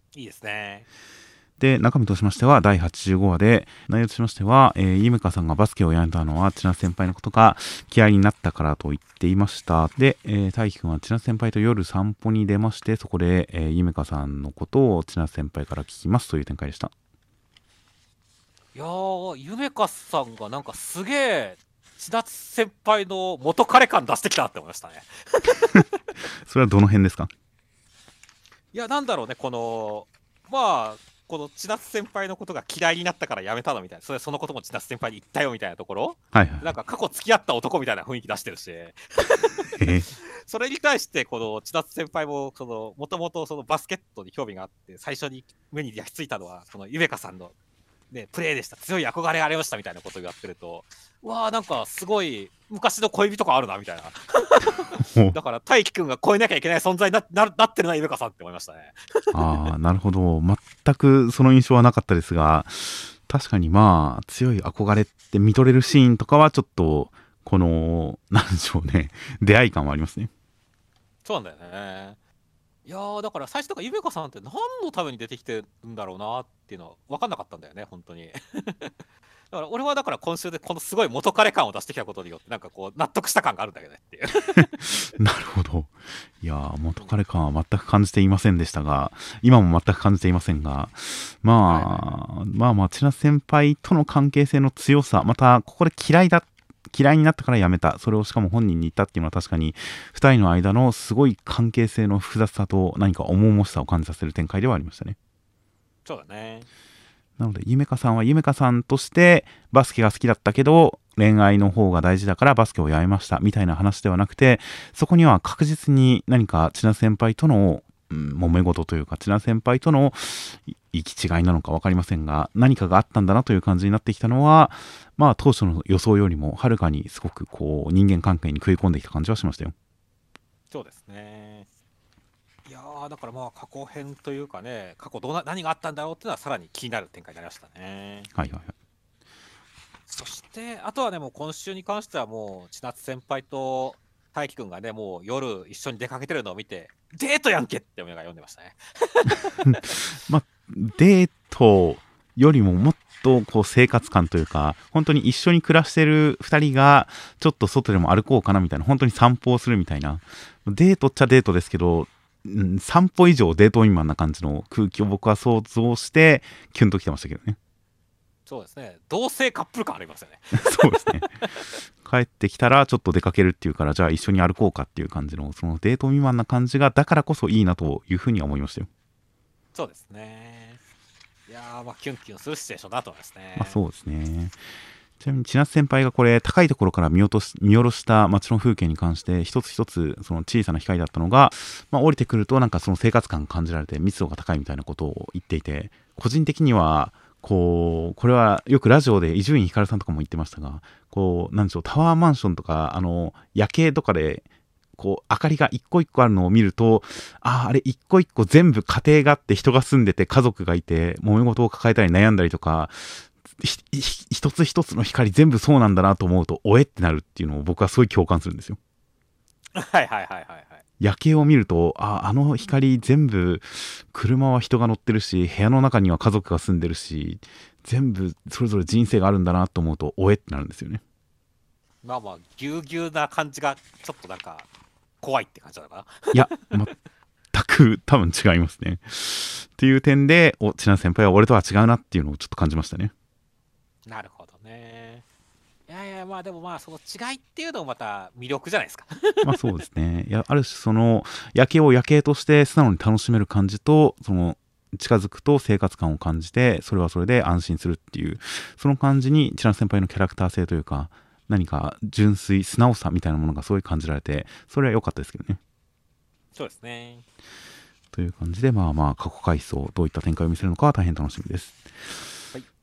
いいですね。 で、中身としましてはだいはちじゅうごわで、内容としましては、えー、ゆめかさんがバスケをやめたのは千夏先輩のことが嫌いになったからと言っていました。で、えー、大輝くんは千夏先輩と夜散歩に出まして、そこで、えー、ゆめかさんのことを千夏先輩から聞きますという展開でした。 いやー、ゆめかさんがなんかすげえ千夏先輩の元彼感出してきたって思いましたね。 それはどの辺ですか？ いや、なんだろうね、この、まあ、この千夏先輩のことが嫌いになったからやめたのみたいな、それそのことも千夏先輩に言ったよみたいなところ、 はいはい。 なんか過去付き合った男みたいな雰囲気出してるし、 えー、 それに対して、この千夏先輩も、もともとバスケットに興味があって、最初に目に焼き付いたのは、このゆめかさんの、ね、プレーでした、強い憧れがありましたみたいなことをやってると、うわー、なんかすごい昔の恋人感あるなみたいな。だから大輝くんが超えなきゃいけない存在に な, な, なってるな、ゆめかさんって思いましたね。 ああ、なるほど。全くその印象はなかったですが、確かにまあ、強い憧れって見とれるシーンとかはちょっと、この、なんでしょうね、出会い感はありますね。 そうなんだよね。いやー、だから最初とかゆめかさんって何のために出てきてるんだろうなっていうのは分かんなかったんだよね、本当に。だから俺はだから今週でこのすごい元彼感を出してきたことによってなんかこう納得した感があるんだけどねっていう。 なるほど。いやー、元彼感は全く感じていませんでしたが、今も全く感じていませんが、まあ、はいはい、まあまあ、千奈先輩との関係性の強さ、また、ここで嫌いだ、嫌いになったからやめた、それをしかも本人に言ったっていうのは確かに、ふたりの間のすごい関係性の複雑さと何か重々しさを感じさせる展開ではありましたね。 そうだね。 なので、ゆめかさんはゆめかさんとしてバスケが好きだったけど、恋愛の方が大事だからバスケをやめましたみたいな話ではなくて、そこには確実に何か千奈先輩との、うん、揉め事というか、千奈先輩との行き違いなのか分かりませんが、何かがあったんだなという感じになってきたのは、まあ当初の予想よりもはるかにすごくこう人間関係に食い込んできた感じはしましたよ。 そうですね。いやー、だからまあ過去編というかね、過去どうな何があったんだろうっていうのはさらに気になる展開になりましたね。 はいはいはい。 そしてあとはね、もう今週に関してはもう千夏先輩と大輝くんがね、もう夜一緒に出かけてるのを見て、デートやんけって思いながら読んでましたね。 まあデートよりももっとこう生活感というか、本当に一緒に暮らしてるふたりがちょっと外でも歩こうかなみたいな、本当に散歩をするみたいな、デートっちゃデートですけど、うん、散歩以上デート未満な感じの空気を僕は想像してキュンときてましたけどね。 そうですね、同性カップル感ありますよね。 そうですね。帰ってきたらちょっと出かけるっていうから、じゃあ一緒に歩こうかっていう感じの、そのデート未満な感じがだからこそいいなというふうには思いましたよ。 そうですね。いやー、まあキュンキュンするシチュエーションだと思いますね。 まあそうですね。ちなみに千夏先輩がこれ高いところから見落とし見下ろした街の風景に関して一つ一つその小さな光だったのが、まあ、降りてくるとなんかその生活感感じられて密度が高いみたいなことを言っていて、個人的にはこうこれはよくラジオで伊集院光さんとかも言ってましたが、こうなんでしょう、タワーマンションとかあの夜景とかでこう明かりが一個一個あるのを見ると、あああれ一個一個全部家庭があって人が住んでて家族がいて揉め事を抱えたり悩んだりとか、一つ一つの光全部そうなんだなと思うとおえってなるっていうのを僕はすごい共感するんですよ。 はいはいはいはいはい。 夜景を見ると、ああの光全部車は人が乗ってるし、部屋の中には家族が住んでるし、全部それぞれ人生があるんだなと思うとおえってなるんですよね。 まあまあぎゅうぎゅうな感じがちょっとなんか怖いって感じなのかな。 いや全く多分違いますね。っていう点で、お千奈先輩は俺とは違うなっていうのをちょっと感じましたね。 なるほどね。いやいや、まあでもまあその違いっていうのもまた魅力じゃないですか。 まあそうですね。いや、ある種その夜景を夜景として素直に楽しめる感じと、その近づくと生活感を感じて、それはそれで安心するっていう、その感じに千奈先輩のキャラクター性というか、何か純粋素直さみたいなものがすごい感じられて、それは良かったですけどね。 そうですね。 という感じで、まあまあ過去回想どういった展開を見せるのかは大変楽しみです。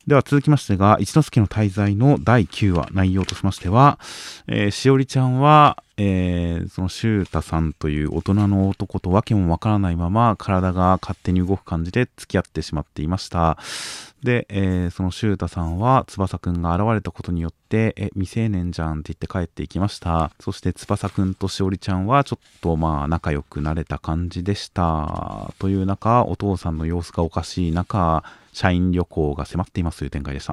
では続きましてが、一之輔の滞在のだいきゅうわ、内容としましては、えー、しおりちゃんは、えー、そのシュータさんという大人の男とわけもわからないまま、体が勝手に動く感じで付き合ってしまっていました。で、えー、そのシュータさんは翼くんが現れたことによって、え、未成年じゃんって言って帰っていきました。そして翼くんとしおりちゃんはちょっとまあ仲良くなれた感じでした。という中、お父さんの様子がおかしい中、社員旅行が迫っていますという展開でした。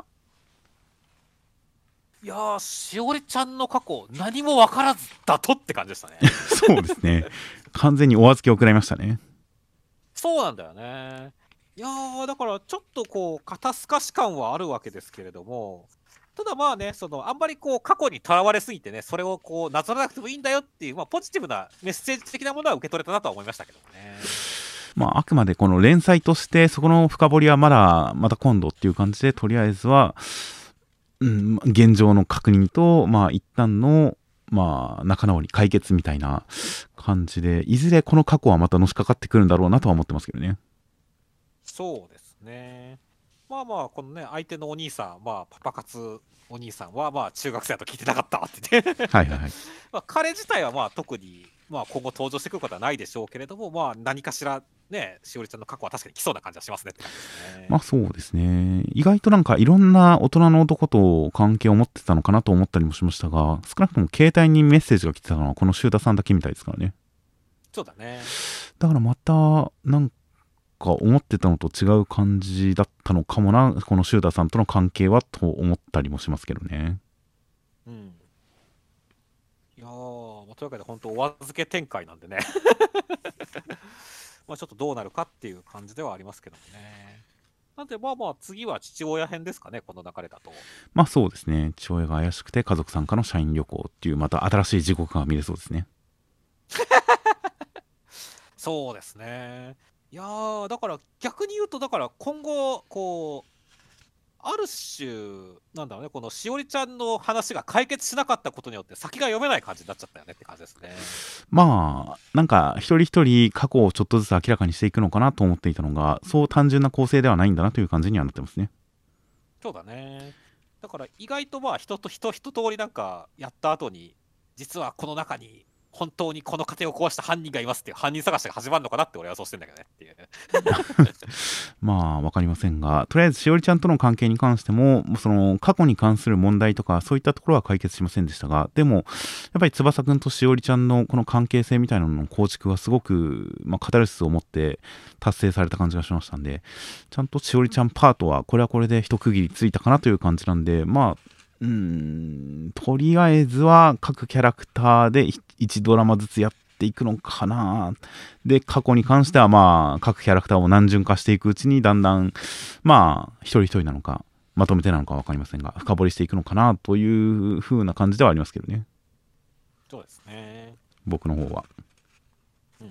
いやー、しおりちゃんの過去、何も分からずだとって感じでしたね。 そうですね。完全にお預けを食らいましたね。 そうなんだよね。いやー、だからちょっとこう、肩透かし感はあるわけですけれども、ただまあね、そのあんまりこう過去にとらわれすぎてね、それをこうなぞらなくてもいいんだよっていう、まあ、ポジティブなメッセージ的なものは受け取れたなとは思いましたけどもね。 まあ、あくまでこの連載として、そこの深掘りはまだ、また今度っていう感じで、とりあえずは、うん、現状の確認と、まあ、一旦の、まあ、仲直り、解決みたいな感じで、いずれこの過去はまたのしかかってくるんだろうなとは思ってますけどね。 そうですね。まあまあ、このね、相手のお兄さん、まあ、パパ活お兄さんは、まあ、中学生だと聞いてなかったってね。 はいはいはい。 まあ、彼自体は、まあ、特に、まあ、今後登場してくることはないでしょうけれども、まあ、何かしら、ね、しおりちゃんの過去は確かに来そうな感じはしますねって感じですね。 まあそうですね。意外となんかいろんな大人の男と関係を持ってたのかなと思ったりもしましたが、少なくとも携帯にメッセージが来てたのはこのシュータさんだけみたいですからね。 そうだね。 だからまた、なんか思ってたのと違う感じだったのかもな、このシュータさんとの関係はと思ったりもしますけどね。 うん。いやー、まあというわけで本当お預け展開なんでね。まあちょっとどうなるかっていう感じではありますけどもね。なんでまあまあ次は父親編ですかね、この流れだと。 まあそうですね。父親が怪しくて家族参加の社員旅行っていうまた新しい地獄が見れそうですね。 そうですね。いやー、だから逆に言うと、だから今後、こう、ある種、なんだろうね、このしおりちゃんの話が解決しなかったことによって先が読めない感じになっちゃったよねって感じですね。 まあ、なんか一人一人過去をちょっとずつ明らかにしていくのかなと思っていたのが、そう単純な構成ではないんだなという感じにはなってますね。 そうだね。だから意外とまあ人と人一通りなんかやった後に、実はこの中に本当にこの家庭を壊した犯人がいますっていう犯人探しが始まるのかなって俺はそうしてんだけどねっていう。 まあ、わかりませんが、とりあえずしおりちゃんとの関係に関しても、その過去に関する問題とか、そういったところは解決しませんでしたが、でも、やっぱり翼くんとしおりちゃんのこの関係性みたいなのの構築がすごく、まあ、カタルシスを持って達成された感じがしましたんで、ちゃんとしおりちゃんパートは、これはこれで一区切りついたかなという感じなんで、まあ、うーん、とりあえずは各キャラクターでいちドラマずつやっていくのかな。で、過去に関してはまあ、各キャラクターを何順化していくうちに、だんだん、まあ、一人一人なのか、まとめてなのかわかりませんが、深掘りしていくのかなという風な感じではありますけどね。 そうですね。 僕の方は。 うん、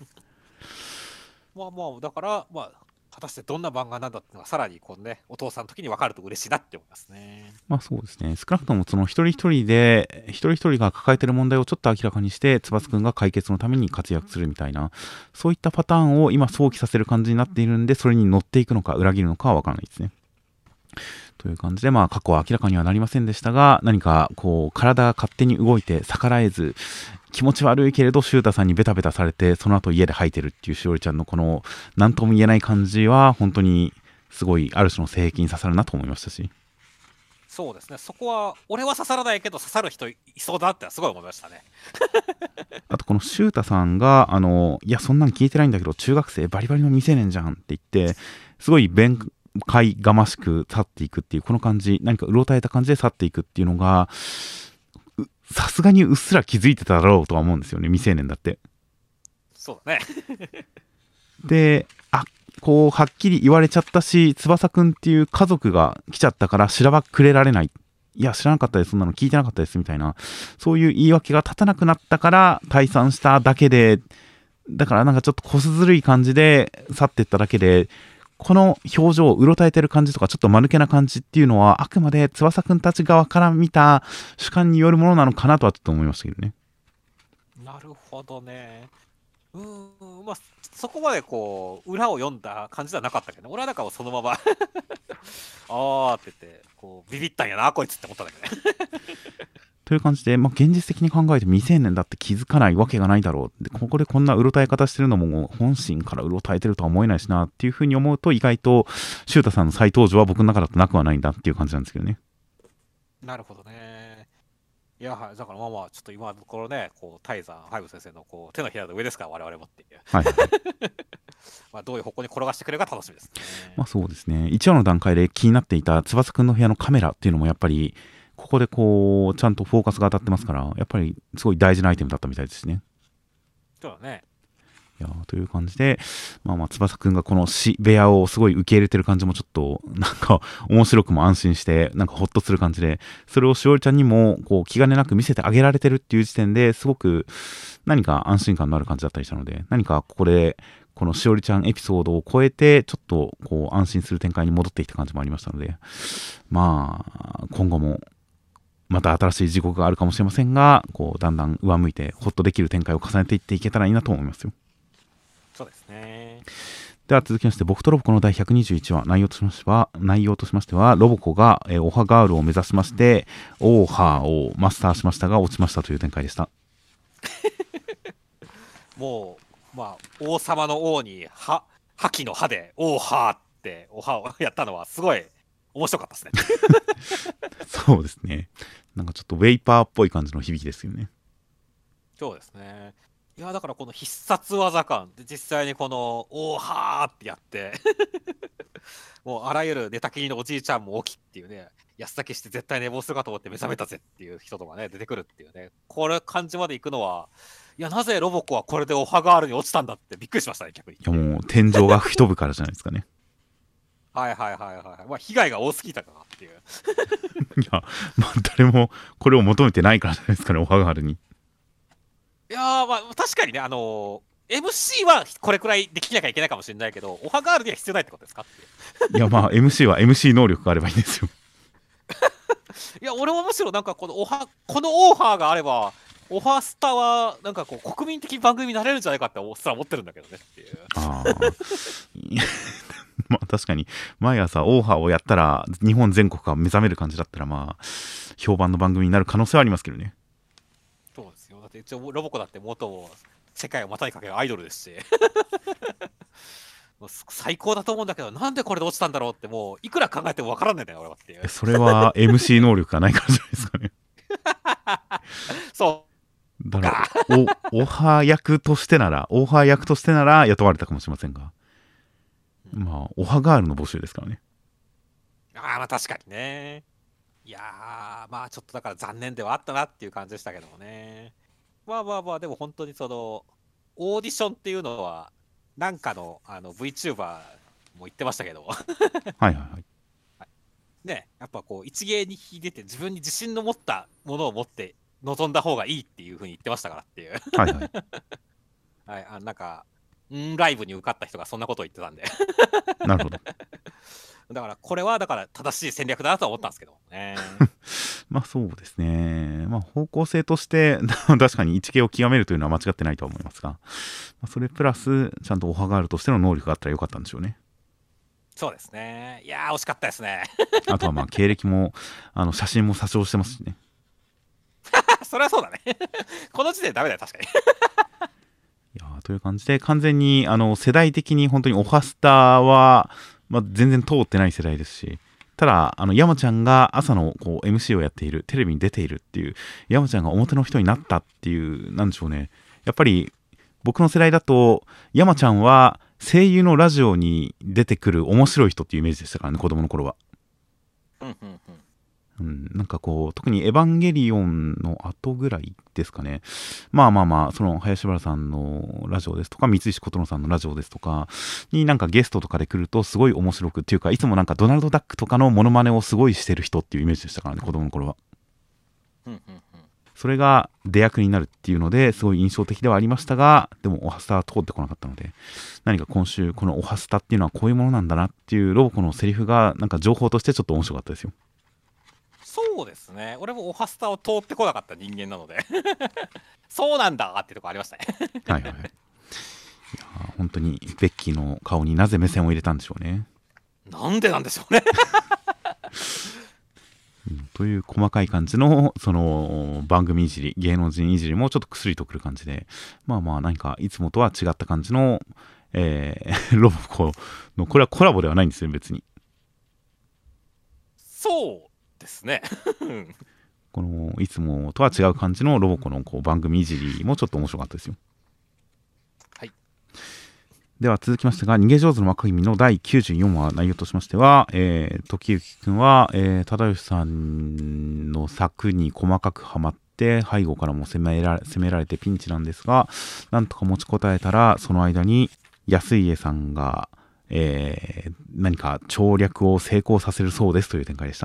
まあまあ、だから、まあ、果たしてどんな漫画なんだっていうのがさらにこうね、お父さんの時に分かると嬉しいなって思いますね。 まあそうですね。少なくともその一人一人で、一人一人が抱えてる問題をちょっと明らかにして、翼くんが解決のために活躍するみたいな、そういったパターンを今想起させる感じになっているんで、それに乗っていくのか裏切るのかは分からないですね。という感じで、まあ過去は明らかにはなりませんでしたが、何かこう体が勝手に動いて逆らえず、気持ち悪いけれどシュータさんにベタベタされて、その後家で吐いてるっていうしおりちゃんのこの何とも言えない感じは本当にすごいある種の性癖に刺さるなと思いましたし。 そうですね、そこは俺は刺さらないけど刺さる人いそうだってすごい思いましたね。 あとこのシュータさんがあのいやそんなん聞いてないんだけど中学生バリバリの未成年じゃんって言ってすごい弁解がましく去っていくっていうこの感じ、何かうろたえた感じで去っていくっていうのがさすがにうっすら気づいてただろうとは思うんですよね、未成年だって。 そうだね。 で、あ、こうはっきり言われちゃったし、翼くんっていう家族が来ちゃったからしらばっくれられない、いや知らなかったです、そんなの聞いてなかったですみたいな、そういう言い訳が立たなくなったから退散しただけで、だからなんかちょっとこすずるい感じで去っていっただけで、この表情、うろたえてる感じとかちょっと間抜けな感じっていうのはあくまで翼くんたち側から見た主観によるものなのかなとはちょっと思いましたけどね。 なるほどね。うーん、まあそこまでこう裏を読んだ感じではなかったけど、俺はなんかそのままあーって言って、こうビビったんやなこいつって思ったんだけどね。 という感じで、まあ、現実的に考えて未成年だって気づかないわけがないだろう。でここでこんなうろたえ方してるのももう本心からうろたえてるとは思えないしなっていうふうに思うと、意外とシュータさんの再登場は僕の中だとなくはないんだっていう感じなんですけどね。 なるほどね。いや、はい、だからまあまあ、ちょっと今のところね、こう、泰山ファイブ先生のこう手のひらの上ですから、我々もっていう。 はい、はい。 まあどういう方向に転がしてくれるか楽しみですね。 まあそうですね。いちわの段階で気になっていた翼くんの部屋のカメラっていうのもやっぱり、ここでこう、ちゃんとフォーカスが当たってますから、やっぱりすごい大事なアイテムだったみたいですね。 そうだね。 いやという感じで、まあまあ翼くんがこの死部屋をすごい受け入れてる感じもちょっとなんか面白くも安心してなんかホッとする感じで、それをしおりちゃんにもこう気兼ねなく見せてあげられてるっていう時点ですごく何か安心感のある感じだったりしたので、何かここでこのしおりちゃんエピソードを超えてちょっとこう安心する展開に戻ってきた感じもありましたので、まあ今後もまた新しい時刻があるかもしれませんが、こうだんだん上向いてホッとできる展開を重ねていっていけたらいいなと思いますよ。 そうですね。 では続きまして、僕とロボコの第ひゃくにじゅういちわ、内容としましては、内容としましてはロボコが、えー、オハガールを目指しまして、オーハーをマスターしましたが落ちましたという展開でした。 もう、まあ、王様の王に、は、覇気の歯で、オーハーって、オハをやったのは、すごい面白かったですね。 そうですね。なんかちょっとウェイパーっぽい感じの響きですよね。 そうですね。いや、だからこの必殺技感で、実際にこの、オーハーってやって、もうあらゆる寝たきりのおじいちゃんも起きっていうね、安酒して絶対寝坊するかと思って目覚めたぜっていう人とかね、出てくるっていうね、これ感じまで行くのは、いや、なぜロボコはこれでオハガールに落ちたんだってびっくりしましたね、逆に。 いやもう天井が吹き飛ぶからじゃないですかね。 はいはいはいはい。まあ、被害が多すぎたかなっていう。 いや、まあ誰もこれを求めてないからじゃないですかね、オハガールに。 いやー、まあ、確かにね、あのー、エムシー はこれくらいできなきゃいけないかもしれないけど、オハガールには必要ないってことですかっていう。 いやまあ エムシー は エムシー 能力があればいいんですよ。 いや、俺もむしろなんかこのオハ、このオーハーがあれば、オハスタはなんかこう国民的番組になれるんじゃないかってすら思ってるんだけどねっていう。 ああ。まあ確かに毎朝オーハーをやったら日本全国が目覚める感じだったらまあ評判の番組になる可能性はありますけどね。 そうですよ。だって一応ロボコだって元世界を股にかけるアイドルですし。もう最高だと思うんだけど、なんでこれで落ちたんだろうってもういくら考えてもわからないんだよ俺はっていう。 それは エムシー 能力がないからじゃないですかね。 そう。 だからおオハー役としてならオーハー役としてなら雇われたかもしれませんが、まあオハガールの募集ですからね。 ああまあ確かにね。いやーまあちょっとだから残念ではあったなっていう感じでしたけどもね。まあまあまあでも本当にそのオーディションっていうのはなんかのあの VTuber も言ってましたけどはいはいはい。 ね、やっぱこう一芸に秀でて自分に自信の持ったものを持って臨んだ方がいいっていうふうに言ってましたからっていうはいはい。 はい、あなんかんライブに受かった人がそんなことを言ってたんでなるほど。 だからこれはだから正しい戦略だなとは思ったんですけどね。 まあそうですね。まあ方向性として確かに一芸を極めるというのは間違ってないとは思いますが、まあ、それプラスちゃんとオハガールとしての能力があったらよかったんでしょうね。 そうですね。いやー惜しかったですね。 あとはまあ経歴もあの写真も詐称してますしね。 それはそうだね。この時点でダメだよ確かに。 いやという感じで完全にあの世代的に本当にオハスタは、まあ、全然通ってない世代ですし、ただあの山ちゃんが朝のこう エムシー をやっている、テレビに出ているっていう、山ちゃんが表の人になったっていう、なんでしょうね、やっぱり僕の世代だと山ちゃんは声優のラジオに出てくる面白い人っていうイメージでしたからね、子供の頃は。 うんうんうんうん、なんかこう特に「エヴァンゲリオン」の後ぐらいですかね。まあまあまあその林原さんのラジオですとか三石琴乃さんのラジオですとかになんかゲストとかで来るとすごい面白くっていうか、いつもなんかドナルド・ダックとかのモノマネをすごいしてる人っていうイメージでしたからね、子供の頃は。 うんうんうん、 それが出役になるっていうのですごい印象的ではありましたが、でもオハスタは通ってこなかったので、何か今週このオハスタっていうのはこういうものなんだなっていうロボコのセリフがなんか情報としてちょっと面白かったですよ。 そうですね。俺もオハスタを通ってこなかった人間なのでそうなんだってとこありましたねはいはいはい。いや本当にベッキーの顔になぜ目線を入れたんでしょうね。 なんでなんでしょうねという細かい感じのその番組いじり、芸能人いじりもちょっと薬とくる感じで、まあまあ何かいつもとは違った感じの、えー、ロボコの、これはコラボではないんですよ別に。 そうですね。 このいつもとは違う感じのロボコのこう番組いじりもちょっと面白かったですよ。 はい。 では続きましてが、逃げ上手の若君のだいきゅうじゅうよんわ内容としましては、えー、時行くんは、えー、忠義さんの策に細かくはまって背後からも攻められ、攻められてピンチなんですが、なんとか持ちこたえたらその間に安家さんが、えー、何か調略を成功させるそうですという展開でした。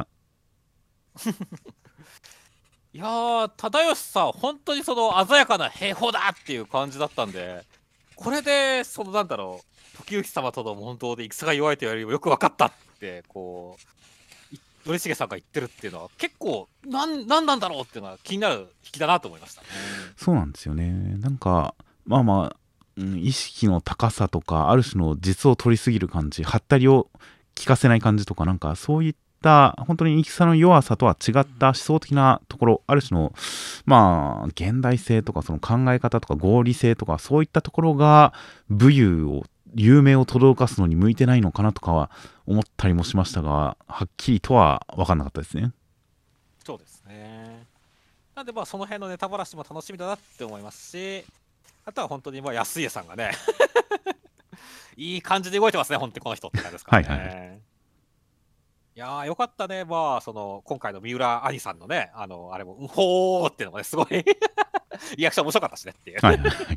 いやー、忠義さん本当にその鮮やかな兵法だっていう感じだったんで、これでそのなんだろう、時行様との問答で戦が弱いというよりもよく分かったってこう頼重さんが言ってるっていうのは結構なんなんなんだろうっていうのは気になる引きだなと思いました、ね、 そうなんですよね。なんかまあまあ、うん、意識の高さとかある種の実を取りすぎる感じ、はったりを聞かせない感じとか、なんかそういった本当に戦の弱さとは違った思想的なところ、ある種のまあ現代性とかその考え方とか合理性とか、そういったところが武勇を有名を轟かすのに向いてないのかなとかは思ったりもしましたが、はっきりとは分かんなかったですね。 そうですね。なんでまあその辺のネタばらしも楽しみだなって思いますし、あとは本当にまあ安家さんがねいい感じで動いてますね、本当にこの人って感じですからね。はいはい、いやーよかったね。まあその今回の三浦兄さんのね、あのあれもうほーっていうのがねすごいリアクション面白かったしねっていうはいはい、はい、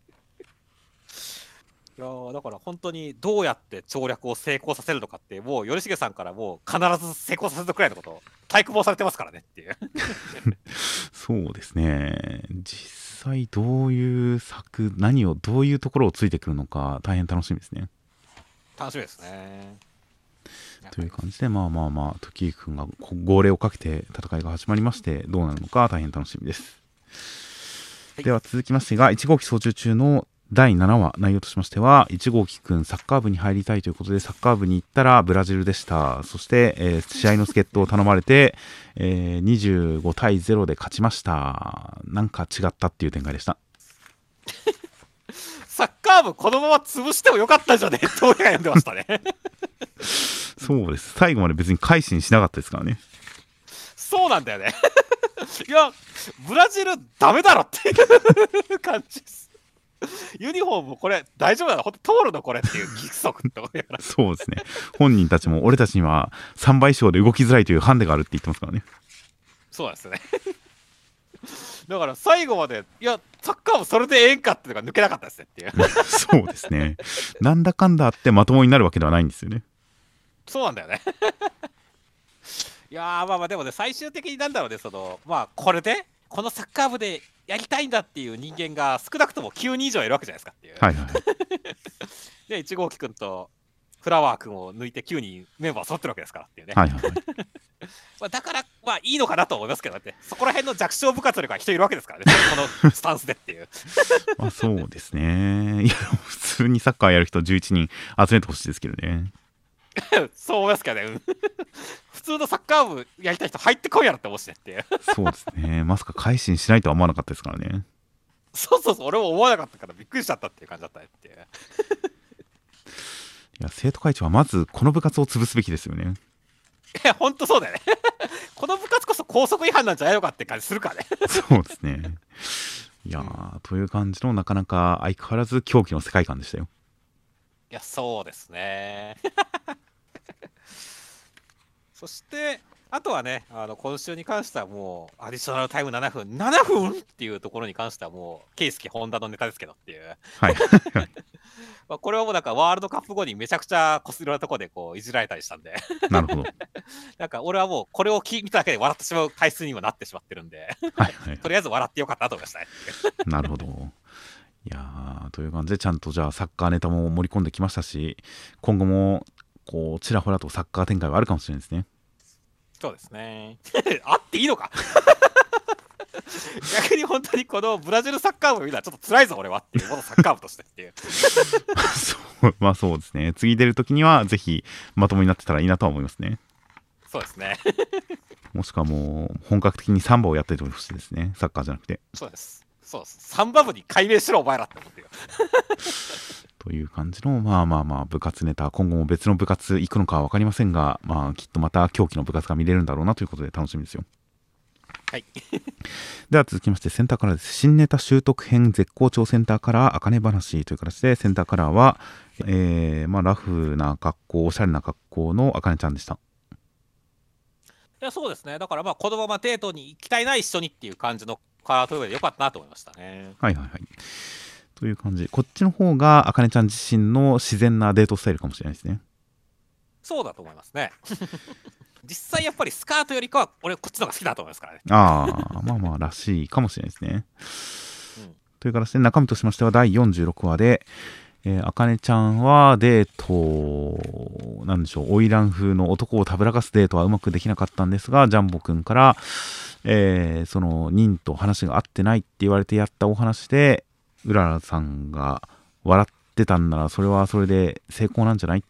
いやだから本当にどうやって調略を成功させるのかって、もう頼重さんからもう必ず成功させるくらいのことを体育棒されてますからねっていうそうですね。実際どういう策、何をどういうところをついてくるのか大変楽しみですね。 楽しみですね。 という感じで、まあまあまあ時行くんが号令をかけて戦いが始まりまして、どうなるのか大変楽しみです。はい、では続きましてが、いち号機操縦中のだいななわ内容としましては、いち号機くんサッカー部に入りたいということでサッカー部に行ったらブラジルでした。そして、えー、試合の助っ人を頼まれて、えー、にじゅうごたいゼロで勝ちました。なんか違ったっていう展開でしたサッカー部このまま潰してもよかったじゃねえと俺が読んでましたねそうです。最後まで別に改心しなかったですからね。 そうなんだよねいやブラジルダメだろっていう感じです。ユニフォームこれ大丈夫なの、ほんと通るのこれっていう義足って思いながらそうですね。本人たちも俺たちにはさんばい以上で動きづらいというハンデがあるって言ってますからね。 そうなんですねだから最後までいやサッカーもそれでええんかっていうのが抜けなかったですねっていうそうですね。なんだかんだあってまともになるわけではないんですよね。 そうなんだよねいやーまあまあでもね、最終的になんだろうね、そのまあこれでこのサッカー部でやりたいんだっていう人間が少なくともきゅうにん以上いるわけじゃないですかっていう。 はいはい。 でいち号機くんとフラワーくんを抜いてきゅうにんメンバー揃ってるわけですからっていうね。 はいはい、 まあだからまあいいのかなと思いますけどね。そこら辺の弱小部活とか人いるわけですからね。このスタンスでっていう。 まあそうですね。いや普通にサッカーやる人じゅういちにん集めてほしいですけどね。 そう思いますけどね、うん、普通のサッカー部やりたい人入ってこいやろって思うしねっていうそうですね。まさか改心しないとは思わなかったですからね。 そうそうそう、俺も思わなかったからびっくりしちゃったっていう感じだったねっていういや生徒会長はまずこの部活を潰すべきですよね。 いやほんとそうだよねこの部活こそ校則違反なんじゃないのかって感じするからねそうですね。いやー、うん、という感じのなかなか相変わらず狂気の世界観でしたよ。 いやそうですねそしてあとはね、あの今週に関してはもうアディショナルタイムななふんななふんっていうところに関してはもうケイスケホンダのネタですけどっていうはいまあこれはもうなんかワールドカップ後にめちゃくちゃこすいろんなところでこういじられたりしたんでなるほどなんか俺はもうこれを聞いただけで笑ってしまう体質にもなってしまってるんではい、はい、とりあえず笑ってよかったと思いましたねなるほど。いやーという感じでちゃんとじゃあサッカーネタも盛り込んできましたし、今後もこうちらほらとサッカー展開はあるかもしれないですね。 そうですねあっていいのか逆に本当にこのブラジルサッカー部見たらちょっと辛いぞ俺はっていう、元サッカー部としてっていうそうまあそうですね。次出るときにはぜひまともになってたらいいなとは思いますね。 そうですね。 もしくはもう本格的にサンバをやっててほしいですね、サッカーじゃなくて。 そうです。そうです。サンバ部に改名しろお前らって思ってるよ。 という感じのまあまあまあ部活ネタ、今後も別の部活行くのかは分かりませんが、まあきっとまた狂気の部活が見れるんだろうなということで楽しみですよ。 はい。 では続きましてセンターカラーです。新ネタ習得編絶好調センターカラーあかね話という形で、センターカラーは、えーまあ、ラフな格好、おしゃれな格好のあかねちゃんでした。 いやそうですね。だからまあこのままデートに行きたいな一緒にっていう感じのカラーということでよかったなと思いましたね。 はいはいはい。という感じ。こっちの方があかねちゃん自身の自然なデートスタイルかもしれないですね。 そうだと思いますね。実際やっぱりスカートよりかは俺こっちの方が好きだと思いますからね。 ああ、まあまあらしいかもしれないですね。 うん、 という形で中身としましてはだいよんじゅうろくわで、あかねちゃんはデート、なんでしょう、花魁風の男をたぶらかすデートはうまくできなかったんですが、ジャンボくんから、えー、その、ニンと話が合ってないって言われてやったお話で、うららさんが笑ってたんなら、それはそれで成功なんじゃないって、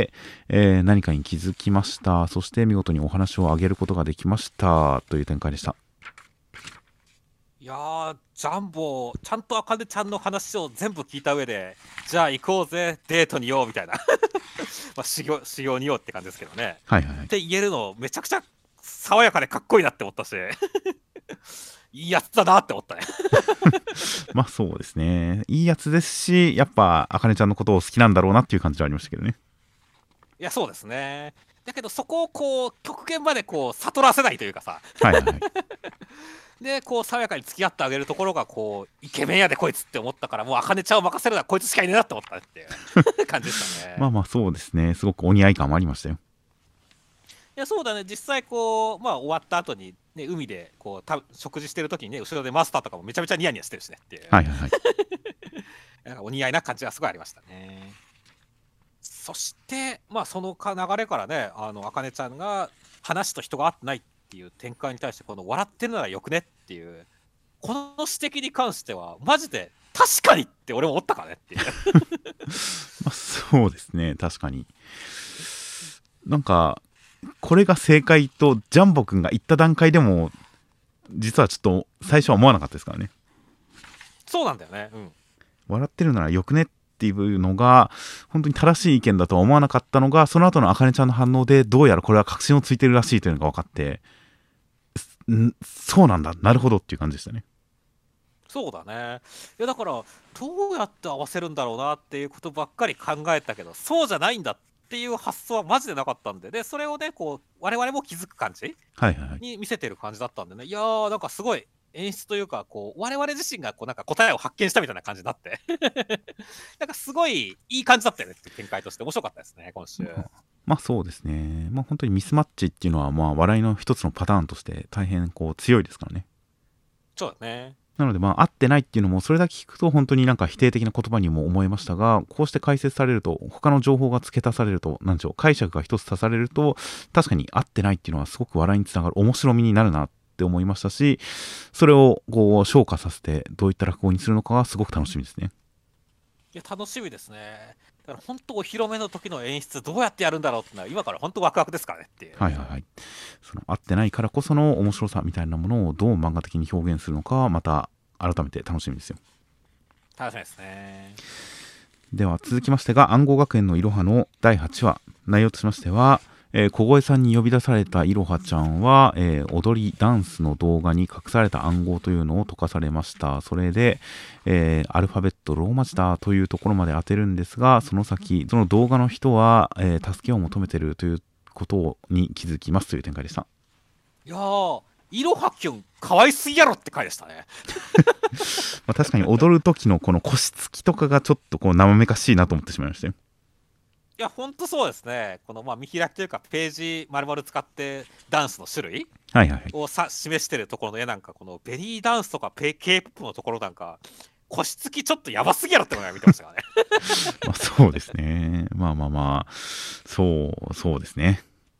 えー、何かに気づきました。そして見事にお話を上げることができましたという展開でした。 いやー、ジャンボ、ちゃんとあかねちゃんの話を全部聞いた上で、じゃあ行こうぜ、デートにようみたいな、まあ修行、修行にようって感じですけどね。 はいはいはい。 って言えるの、めちゃくちゃ爽やかでかっこいいなって思ったし、いいやつだなって思ったね。 まあそうですね。いいやつですし、やっぱ、あかねちゃんのことを好きなんだろうなっていう感じはありましたけどね。 いや、そうですね。だけど、そこをこう、極限までこう、悟らせないというかさ、 はいはいはい。 で、こう、爽やかに付き合ってあげるところが、こう、イケメンやでこいつって思ったから、もう、あかねちゃんを任せるのはこいつしかいねえなって思ったっていう感じでしたね。 まあまあそうですね。すごくお似合い感もありましたよ。 いや、そうだね、実際、こう、まあ、終わった後に、ね、海で、こう、た食事してる時にね、後ろでマスターとかもめちゃめちゃニヤニヤしてるしねっていう、 はいはいはい。 なんかお似合いな感じがすごいありましたね。そして、まあ、そのか流れからね、あの、あかねちゃんが、話と人が合ってないっていう展開に対して、この、笑ってるならよくねっていう、この指摘に関しては、マジで、確かにって俺も思ったからねっていう。 まあそうですね。確かに。なんか、これが正解とジャンボくんが言った段階でも、実はちょっと最初は思わなかったですからね。 そうなんだよね。うん。 笑ってるならよくねっていうのが、本当に正しい意見だとは思わなかったのが、その後のあかねちゃんの反応で、どうやらこれは確信をついてるらしいというのが分かって、んそうなんだ、なるほどっていう感じでしたね。 そうだね。いやだから、どうやって合わせるんだろうなっていうことばっかり考えたけど、そうじゃないんだっていう発想はマジでなかったんで、で、それをね、こう、我々も気づく感じはいはいはい。 に見せてる感じだったんでね、いやー、なんかすごい演出というか、こう、我々自身がこう、なんか答えを発見したみたいな感じになって、なんかすごいいい感じだったよねっていう展開として面白かったですね、今週。 まあそうですね。まあ本当にミスマッチっていうのは、まあ笑いの一つのパターンとして大変こう強いですからね。 そうだね。 なのでまあ合ってないっていうのもそれだけ聞くと本当になんか否定的な言葉にも思えましたが、こうして解説されると他の情報が付け足されると、なんでしょう、解釈が一つ足されると確かに合ってないっていうのはすごく笑いにつながる面白みになるなって思いましたし、それをこう昇華させてどういった落語にするのかがすごく楽しみですね。 いや、楽しみですね。だから本当お披露目の時の演出どうやってやるんだろうってのは今から本当ワクワクですからねっていう。 はいはいはい。その合ってないからこその面白さみたいなものをどう漫画的に表現するのかはまた改めて楽しみですよ。 楽しみですね。 では続きましてが暗号学園のいろはのだいはちわ、内容としましては、えー、小越さんに呼び出されたいろはちゃんは、えー、踊りダンスの動画に隠された暗号というのを解かされました。それで、えー、アルファベットローマ字だというところまで当てるんですが、その先その動画の人は、えー、助けを求めているということに気づきますという展開でした。 いやー、いろはきゅん可愛すぎやろって回でしたね。 まあ確かに踊る時のこの腰つきとかがちょっとこう生めかしいなと思ってしまいましたよ。 いや、ほんとそうですね。このまあ見開きというか、ページ丸々使ってダンスの種類はいはいはい。 をさ示してるところの絵なんか、このベリーダンスとか K-ポップのところなんか、腰つきちょっとやばすぎやろって思いながら見てましたからね。 まあそうですね。まあまあまあ、そうそうですね。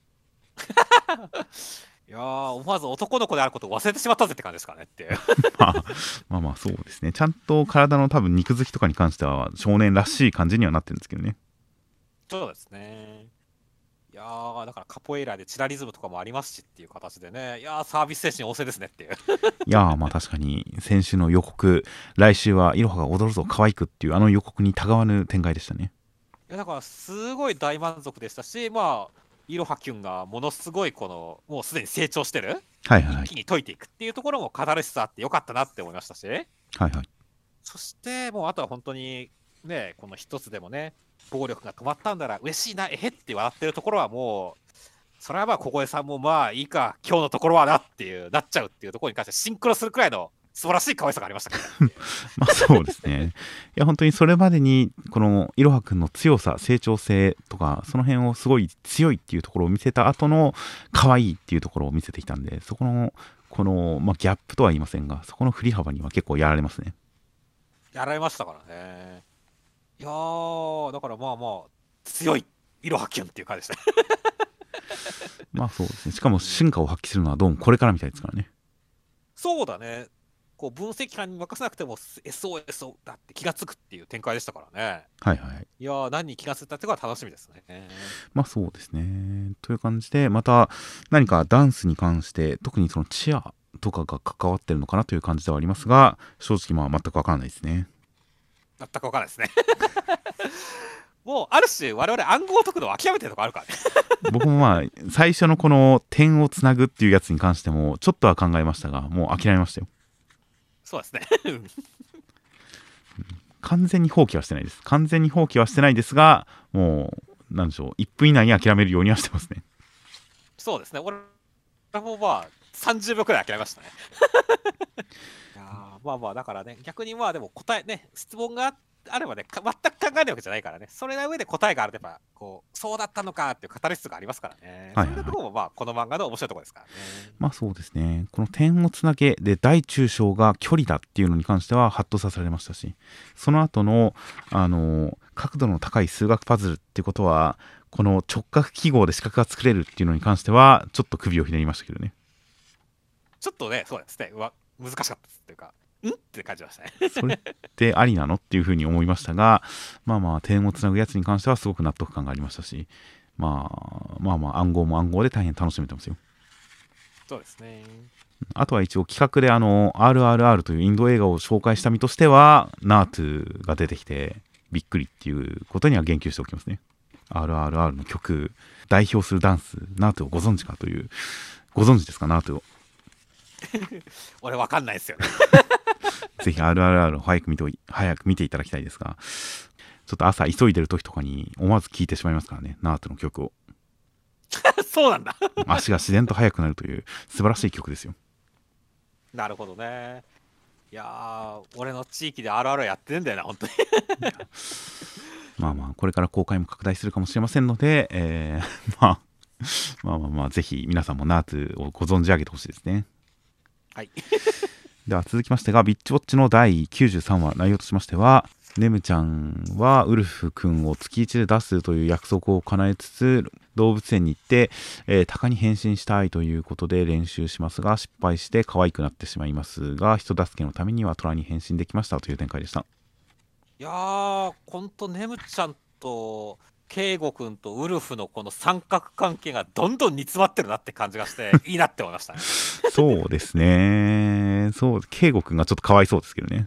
いやー、思わず男の子であることを忘れてしまったぜって感じですからねっていう。 まあ、まあまあそうですね。ちゃんと体の多分肉付きとかに関しては少年らしい感じにはなってるんですけどね。 そうですね。いややーだからカポエイラでチラリズムとかもありますしっていう形でね、いやーサービス精神旺盛ですねっていう。 いやーまあ確かに先週の予告、来週はいろはが踊るぞ可愛くっていうあの予告にたがわぬ展開でしたね。 いやだからすごい大満足でしたし、まあイロハキュンがものすごいこのもうすでに成長してる、 はいはいはい一気に解いていくっていうところもカタルシスあってよかったなって思いましたし、 はいはい。 そしてもうあとは本当にね、この一つでもね暴力が止まったんだら嬉しいな、えへって笑ってるところはもうそれはまあ小声さんもまあいいか今日のところはなっていうなっちゃうっていうところに関してシンクロするくらいの素晴らしい可愛さがありましたから、ね、 まあそうですね。いや本当にそれまでにこのいろはくんの強さ、成長性とかその辺をすごい強いっていうところを見せた後の可愛いっていうところを見せてきたんで、そこのこの、まあ、ギャップとは言いませんが、そこの振り幅には結構やられますね。 やられましたからね。いやーだからまあまあ強いイロハキュンっていう感じでした。 まあそうですね。しかも進化を発揮するのはどうもこれからみたいですからね。 そうだね。こう分析官に任せなくても エスオーエス だって気がつくっていう展開でしたからね。 はいはい。 いやー何に気がついたっていうのが楽しみですね。 まあそうですね。という感じで、また何かダンスに関して、特にそのチアとかが関わってるのかなという感じではありますが、正直まあ全くわからないですね。 全く分からないですね。もうある種我々暗号を解くのを諦めてるとこあるからね。 僕もまあ最初のこの点をつなぐっていうやつに関してもちょっとは考えましたが、もう諦めましたよ。 そうですね。 完全に放棄はしてないです。完全に放棄はしてないですが、もうなんでしょう、いっぷん以内に諦めるようにはしてますね。 そうですね。俺もまあさんじゅうびょうくらい諦めましたね。いやーまあまあだからね、逆にまあでも答えね、質問があればね、全く考えないわけじゃないからね、それの上で答えがあればこうそうだったのかっていうカタルシスがありますからね。 はいはいはい、 そういうところもまあこの漫画の面白いところですからね。 まあそうですね。この点をつなげで大中小が距離だっていうのに関してはハッとさせられましたし、その後のあの角度の高い数学パズルっていうことは、この直角記号で四角が作れるっていうのに関してはちょっと首をひねりましたけどね。 ちょっとね、そうですね、うわ難しかったですっていうか、んって感じましたね。 それってありなのっていうふうに思いましたが、まあまあ点をつなぐやつに関してはすごく納得感がありましたし、まあまあまあ暗号も暗号で大変楽しめてますよ。 そうですね。 あとは一応企画であの アールアールアール というインド映画を紹介した身としては、ナートゥが出てきてびっくりっていうことには言及しておきますね。アールアールアール の曲、代表するダンス、ナートゥをご存知かという、ご存知ですか、ナートゥを。 俺わかんないですよね。 ぜひ アールアールアール を早く見て早く見ていただきたいですが、ちょっと朝急いでる時とかに思わず聴いてしまいますからね、ナートゥの曲を。 そうなんだ。 足が自然と速くなるという素晴らしい曲ですよ。 なるほどね。いやー、俺の地域で アールアール やってんだよな、本当に。 まあまあ、これから公開も拡大するかもしれませんので、えー、まあ、まあまあまあ、ぜひ皆さんもナートゥをご存じ上げてほしいですね。 はい。 では続きましてが、ビッチウォッチのだいきゅうじゅうさんわ、内容としましては、ネムちゃんはウルフ君を月いちで出すという約束を叶えつつ、動物園に行って、えー、鷹に変身したいということで練習しますが、失敗して可愛くなってしまいますが、人助けのためには虎に変身できましたという展開でした。 いやー、ほんとネムちゃんとケイゴくんとウルフのこの三角関係がどんどん煮詰まってるなって感じがしていいなって思いましたね。 そうですね。そう、ケイゴくんがちょっとかわいそうですけどね。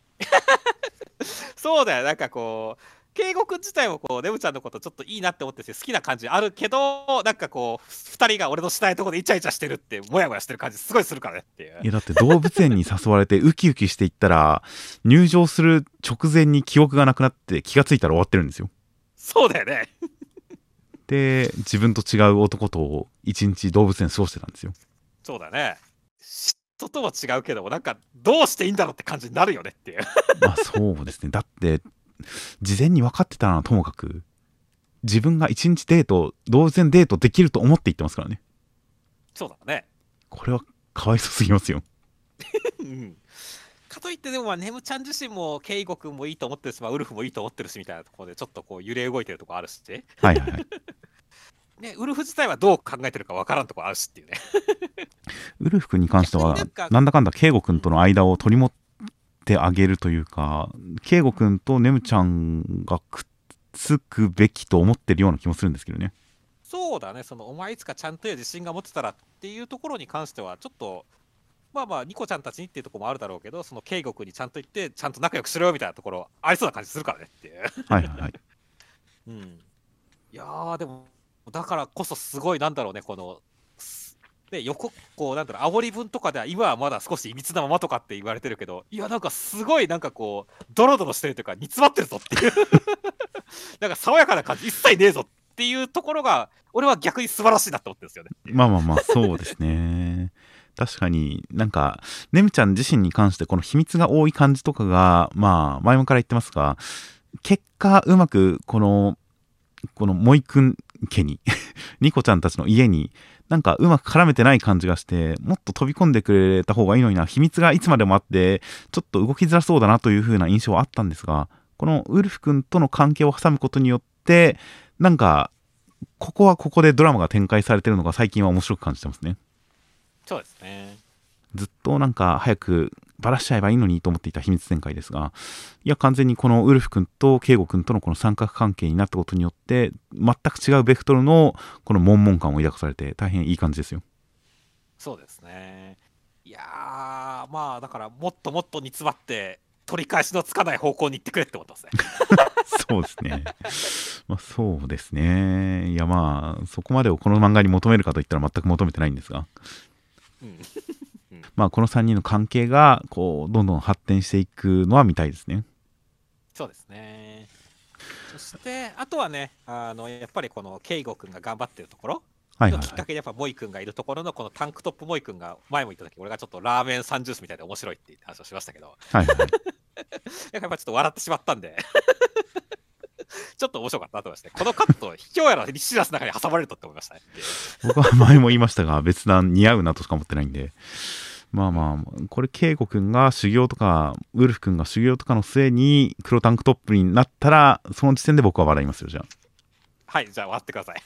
そうだよ、なんかこうケイゴくん自体もこうネムちゃんのことちょっといいなって思ってて好きな感じあるけど、なんかこうふたりが俺のしないところでイチャイチャしてるってモヤモヤしてる感じすごいするからねっていう。 いやだって動物園に誘われてウキウキしていったら、入場する直前に記憶がなくなって気がついたら終わってるんですよ。 そうだよね。 で、自分と違う男と一日動物園過ごしてたんですよ。 そうだね。嫉妬とは違うけども、なんかどうしていいんだろうって感じになるよねっていう。 まあそうですね。だって事前に分かってたのはともかく、自分が一日デート、動物園デートできると思って言ってますからね。 そうだね。 これはかわいそうすぎますよ。 うん、かといってでもまあネムちゃん自身もケイゴくんもいいと思ってるし、まあ、ウルフもいいと思ってるしみたいなところでちょっとこう揺れ動いてるところあるし、 はいはいはい。 ね、ウルフ自体はどう考えてるかわからんところあるしっていうね。 ウルフ君に関してはなんかなんだかんだケイゴ君との間を取り持ってあげるというか、ケイゴ君とネムちゃんがくっつくべきと思ってるような気もするんですけどね。 そうだね、そのお前いつかちゃんとや自信が持ってたらっていうところに関しては、ちょっと、まあまあ、ニコちゃんたちにっていうところもあるだろうけど、その圭吾君にちゃんと言って、ちゃんと仲良くしろよみたいなところ、ありそうな感じするからねっていう。 はいはいはい。 うん。いやー、でも、だからこそすごい、なんだろうね、この、すで、横、こう、なんだろう、煽り文とかでは、今はまだ少しいびつなままとかって言われてるけど、いや、なんかすごい、なんかこう、ドロドロしてるというか、煮詰まってるぞっていう、なんか爽やかな感じ一切ねえぞっていうところが、俺は逆に素晴らしいなって思ってるんですよね。 まあまあまあ、そうですね。確かになんか、ねむちゃん自身に関してこの秘密が多い感じとかが、まあ、前もから言ってますが、結果、うまく、この、このモイくん家に、ニコちゃんたちの家に、なんかうまく絡めてない感じがして、もっと飛び込んでくれた方がいいのにな、秘密がいつまでもあって、ちょっと動きづらそうだなという風な印象はあったんですが、このウルフ君との関係を挟むことによって、なんか、ここはここでドラマが展開されてるのが最近は面白く感じてますね。 そうですね。 ずっとなんか早くバラしちゃえばいいのにと思っていた秘密展開ですが、いや完全にこのウルフ君とケイゴ君とのこの三角関係になったことによって全く違うベクトルのこの悶々感を抱かされて大変いい感じですよ。 そうですね。いやー、まあだからもっともっと煮詰まって取り返しのつかない方向に行ってくれって思ってますね。 そうですね。まあそうですね。いやまあそこまでをこの漫画に求めるかといったら全く求めてないんですが、 うんうん、 まあこのさんにんの関係がこうどんどん発展していくのは見たいですね。 そうですね。そしてあとはね、あのやっぱりこのケイゴ君が頑張ってるところはいはいはい。 のきっかけでやっぱモイ君がいるところのこのタンクトップモイ君が前も言った時俺がちょっとラーメンサンジュースみたいで面白いって話をしましたけど、 はいはいはい。 やっぱちょっと笑ってしまったんでちょっと面白かったなと思いましたね。このカット、卑怯やら西シラスの中に挟まれるとって思いましたね。 僕は前も言いましたが別段似合うなとしか思ってないんで、まあまあこれケイゴくんが修行とかウルフくんが修行とかの末に黒タンクトップになったらその時点で僕は笑いますよ。じゃあはい、じゃあ笑ってください。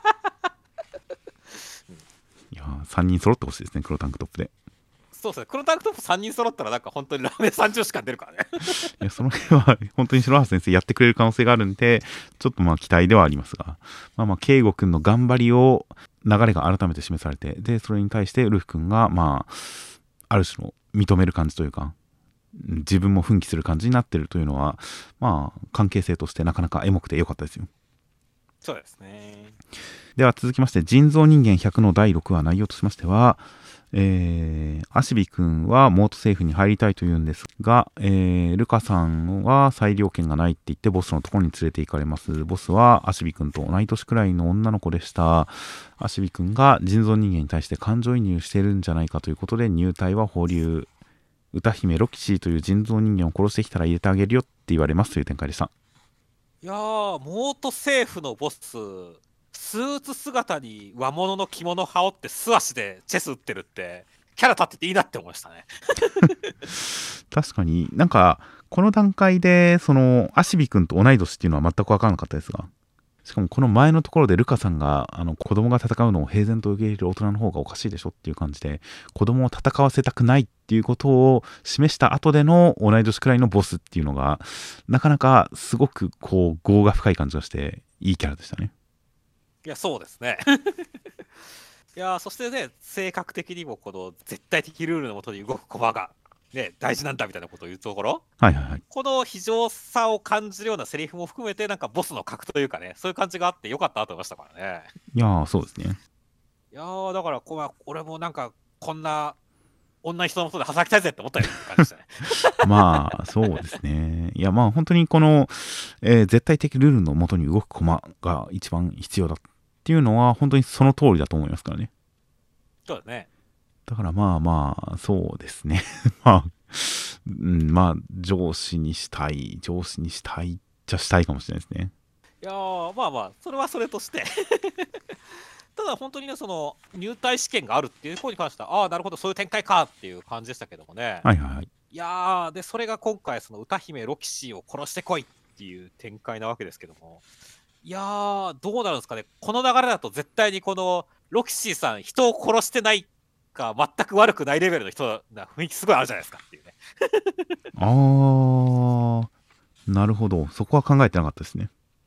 いやさんにん揃ってほしいですね、黒タンクトップで。 そうですね、黒タンクトップさんにん揃ったらなんか本当にラーメンさんじゅうしか出るからね。 いやその辺は本当に白橋先生やってくれる可能性があるんでちょっとまあ期待ではありますが、まあまあケイゴくんの頑張りを流れが改めて示されて、でそれに対してウルフくんがまあある種の認める感じというか自分も奮起する感じになってるというのはまあ関係性としてなかなかエモくて良かったですよ。 そうですね。 では続きまして人造人間ひゃくのだいろくわ内容としましては、えー、アシビ君はモート政府に入りたいというんですが、えー、ルカさんは裁量権がないって言ってボスのところに連れて行かれます。ボスはアシビ君と同い年くらいの女の子でした。アシビ君が人造人間に対して感情移入してるんじゃないかということで入隊は保留。歌姫ロキシーという人造人間を殺してきたら入れてあげるよって言われますという展開でした。 いやー、モート政府のボス、スーツ姿に和物の着物羽織って素足でチェス打ってるってキャラ立ってていいなって思いましたね。 確かになんかこの段階でそのアシビ君と同い年っていうのは全く分からなかったですが、しかもこの前のところでルカさんがあの子供が戦うのを平然と受け入れる大人の方がおかしいでしょっていう感じで子供を戦わせたくないっていうことを示した後での同い年くらいのボスっていうのがなかなかすごくこう業が深い感じがしていいキャラでしたね。 いや、そうですね。いやー、そしてね、性格的にもこの絶対的ルールのもとに動く駒が、ね、大事なんだみたいなことを言うところ、 はいはいはい。 この非常さを感じるようなセリフも含めて、なんかボスの格というかね、そういう感じがあってよかったなと思いましたからね。 いやーそうですね。 いやー、だからこ、まあ、俺もなんか、こんな女の人のもとで働きたいぜって思ったよって感じでしたね。 まあそうですね。いやまあ本当にこの、えー絶対的ルールのもとに動く駒が一番必要だっていうのは本当にその通りだと思いますからね。 そうだね。 だからまあまあそうですね。まあ、うん、まあ上司にしたい上司にしたいっちゃしたいかもしれないですね。 いやー、まあまあ、それはそれとして。ただ本当にね、その入隊試験があるっていう方に関しては、ああ、なるほど、そういう展開かっていう感じでしたけどもね。 はいはいはい。 いやー、で、それが今回、その歌姫ロキシーを殺してこいっていう展開なわけですけども、いやー、どうなるんですかね、この流れだと絶対にこのロキシーさん、人を殺してないか、全く悪くないレベルの人な雰囲気すごいあるじゃないですかっていうね。 あーなるほど、そこは考えてなかったですね。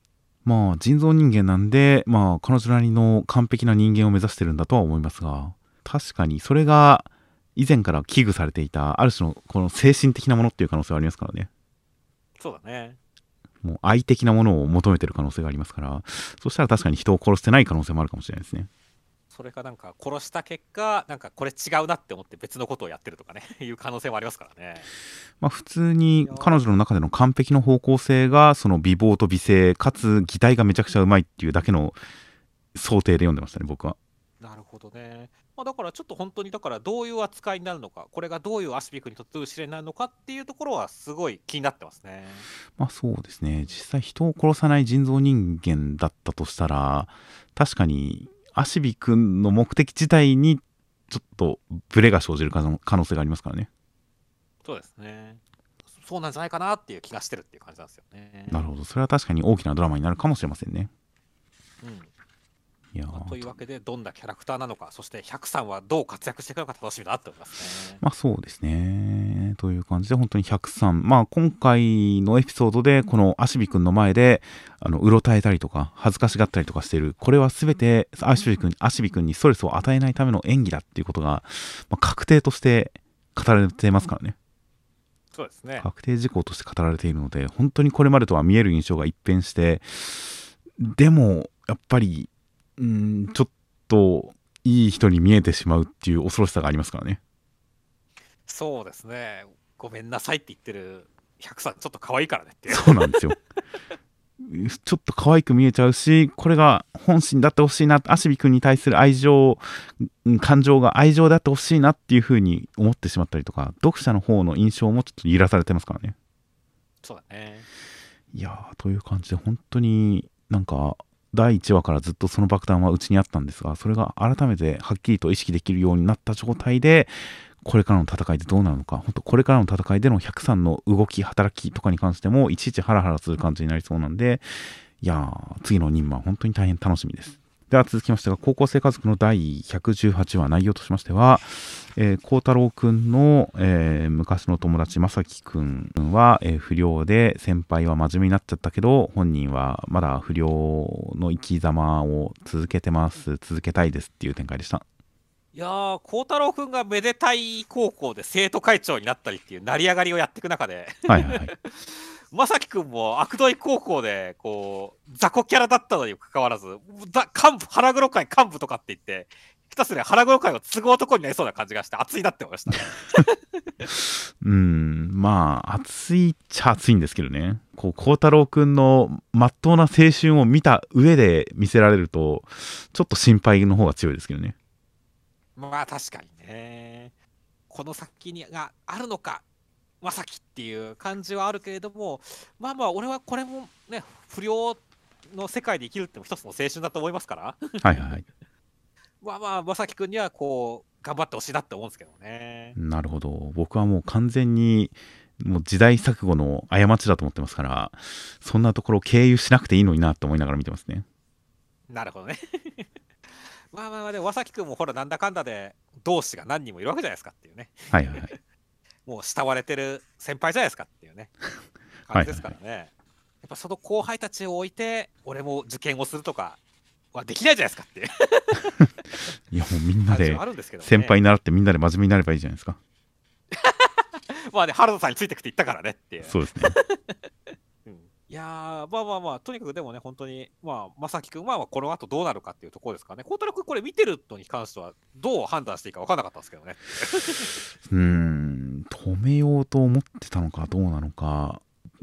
まあ人造人間なんで、まあ彼女なりの完璧な人間を目指してるんだとは思いますが、確かにそれが以前から危惧されていたある種のこの精神的なものっていう可能性はありますからね。 そうだね。 もう愛的なものを求めてる可能性がありますから、そしたら確かに人を殺してない可能性もあるかもしれないですね。 それかなんか殺した結果なんかこれ違うなって思って別のことをやってるとかねいう可能性もありますからね。 まあ普通に彼女の中での完璧の方向性がその美貌と美声かつ擬態がめちゃくちゃうまいっていうだけの想定で読んでましたね、僕は。 なるほどね。まあ、だからちょっと本当にだからどういう扱いになるのか、これがどういうアシビ君にとっての試練になるのかっていうところはすごい気になってますね。 まあそうですね、実際人を殺さない人造人間だったとしたら、確かにアシビ君の目的自体にちょっとブレが生じる可能可能性がありますからね。 そうですね。そうなんじゃないかなっていう気がしてるっていう感じなんですよね。 なるほど、それは確かに大きなドラマになるかもしれませんね。 うん。 いやまあというわけでどんなキャラクターなのか、そしてひゃくさんはどう活躍していくのか楽しみだなって思いますね。 まあそうですね。という感じで本当にひゃくさん、まあ今回のエピソードでこのアシビ君の前であのうろたえたりとか恥ずかしがったりとかしている、これは全てアシビ君アシビ君にストレスを与えないための演技だっていうことが、まあ、確定として語られてますからね。 そうですね。 確定事項として語られているので、本当にこれまでとは見える印象が一変して、でもやっぱりうーんちょっといい人に見えてしまうっていう恐ろしさがありますからね。 そうですね。ごめんなさいって言ってるひゃくさんちょっと可愛いからねっていう。 そうなんですよ。ちょっと可愛く見えちゃうし、これが本心だってほしいな、アシビ君に対する愛情、感情が愛情であってほしいなっていう風に思ってしまったりとか、読者の方の印象もちょっと揺らされてますからね。 そうだね。 いやー、という感じで本当になんかだいいちわからずっとその爆弾はうちにあったんですが、それが改めてはっきりと意識できるようになった状態で、これからの戦いでどうなるのか、本当これからの戦いでのひゃくさんの動き働きとかに関してもいちいちハラハラする感じになりそうなんで、いやー次の任務は本当に大変楽しみです。では続きましてが、高校生家族のだいひゃくじゅうはちわ、内容としましては、えー、孝太郎くんの、えー昔の友達正樹くんは、えー不良で、先輩は真面目になっちゃったけど本人はまだ不良の生き様を続けてます、続けたいですっていう展開でした。 いやー、孝太郎君がめでたい高校で生徒会長になったりっていう成り上がりをやっていく中ではいはいはい正樹君も悪どい高校でこう雑魚キャラだったのにもかかわらず、だ幹部腹黒会幹部とかって言ってひたすら腹黒会を継ぐ男になりそうな感じがして熱いなって思いましたね。 うーん、まあ熱いっちゃ熱いんですけどね。こう孝太郎くんのまっとうな青春を見た上で見せられるとちょっと心配の方が強いですけどね。 まあ確かにね。この先にがあるのか正樹っていう感じはあるけれども、まあまあ俺はこれもね不良の世界で生きるっても一つの青春だと思いますからはいはいはい。 まあまあ正樹君にはこう頑張ってほしいなって思うんですけどね。 なるほど。僕はもう完全にもう時代錯誤の過ちだと思ってますから、そんなところを経由しなくていいのになと思いながら見てますね。 なるほどね。まあまあまあでも正樹君もほらなんだかんだで同志が何人もいるわけじゃないですかっていうね。 はいはいはい。 もう慕われてる先輩じゃないですかっていうね感じですからね。やっぱその後輩たちを置いて俺も受験をするとかはできないじゃないですかっていういやもうみんなであるんですけどね。 先輩に習ってみんなで真面目になればいいじゃないですか。 まあね原田さんについてくって言ったからねっていう。 そうですね。 うん、いやーまあまあまあとにかくでもね本当にまあ正樹君はこの後どうなるかっていうところですからね。孝太郎君これ見てるのに関してはどう判断していいか分からなかったんですけどね。 うーん、止めようと思ってたのかどうなのか、うん、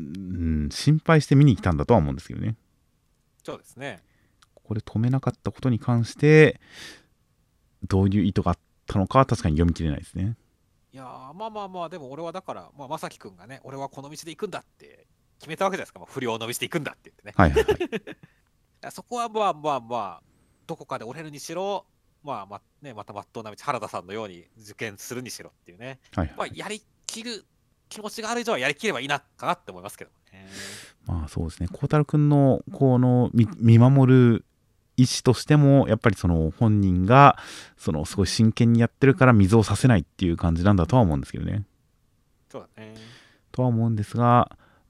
心配して見に来たんだとは思うんですけどね。 そうですね。 ここで止めなかったことに関してどういう意図があったのかは確かに読み切れないですね。 いやーまあまあまあでも俺はだからまあ正樹君がね俺はこの道で行くんだって決めたわけじゃないですか。まあ、不良の道で行くんだって言ってね。 はいはいはい。 そこはまあまあまあどこかで折れるにしろまあまあねまたまっとうな道原田さんのように受験するにしろっていうね、 はいはい、 まあ、やりきる気持ちがある以上はやりきればいいなかなって思いますけどね。 まあそうですね。孝太郎君のこの見守る意思としてもやっぱりその本人がそのすごい真剣にやってるから水をさせないっていう感じなんだとは思うんですけどね。 そうだね。 とは思うんですが、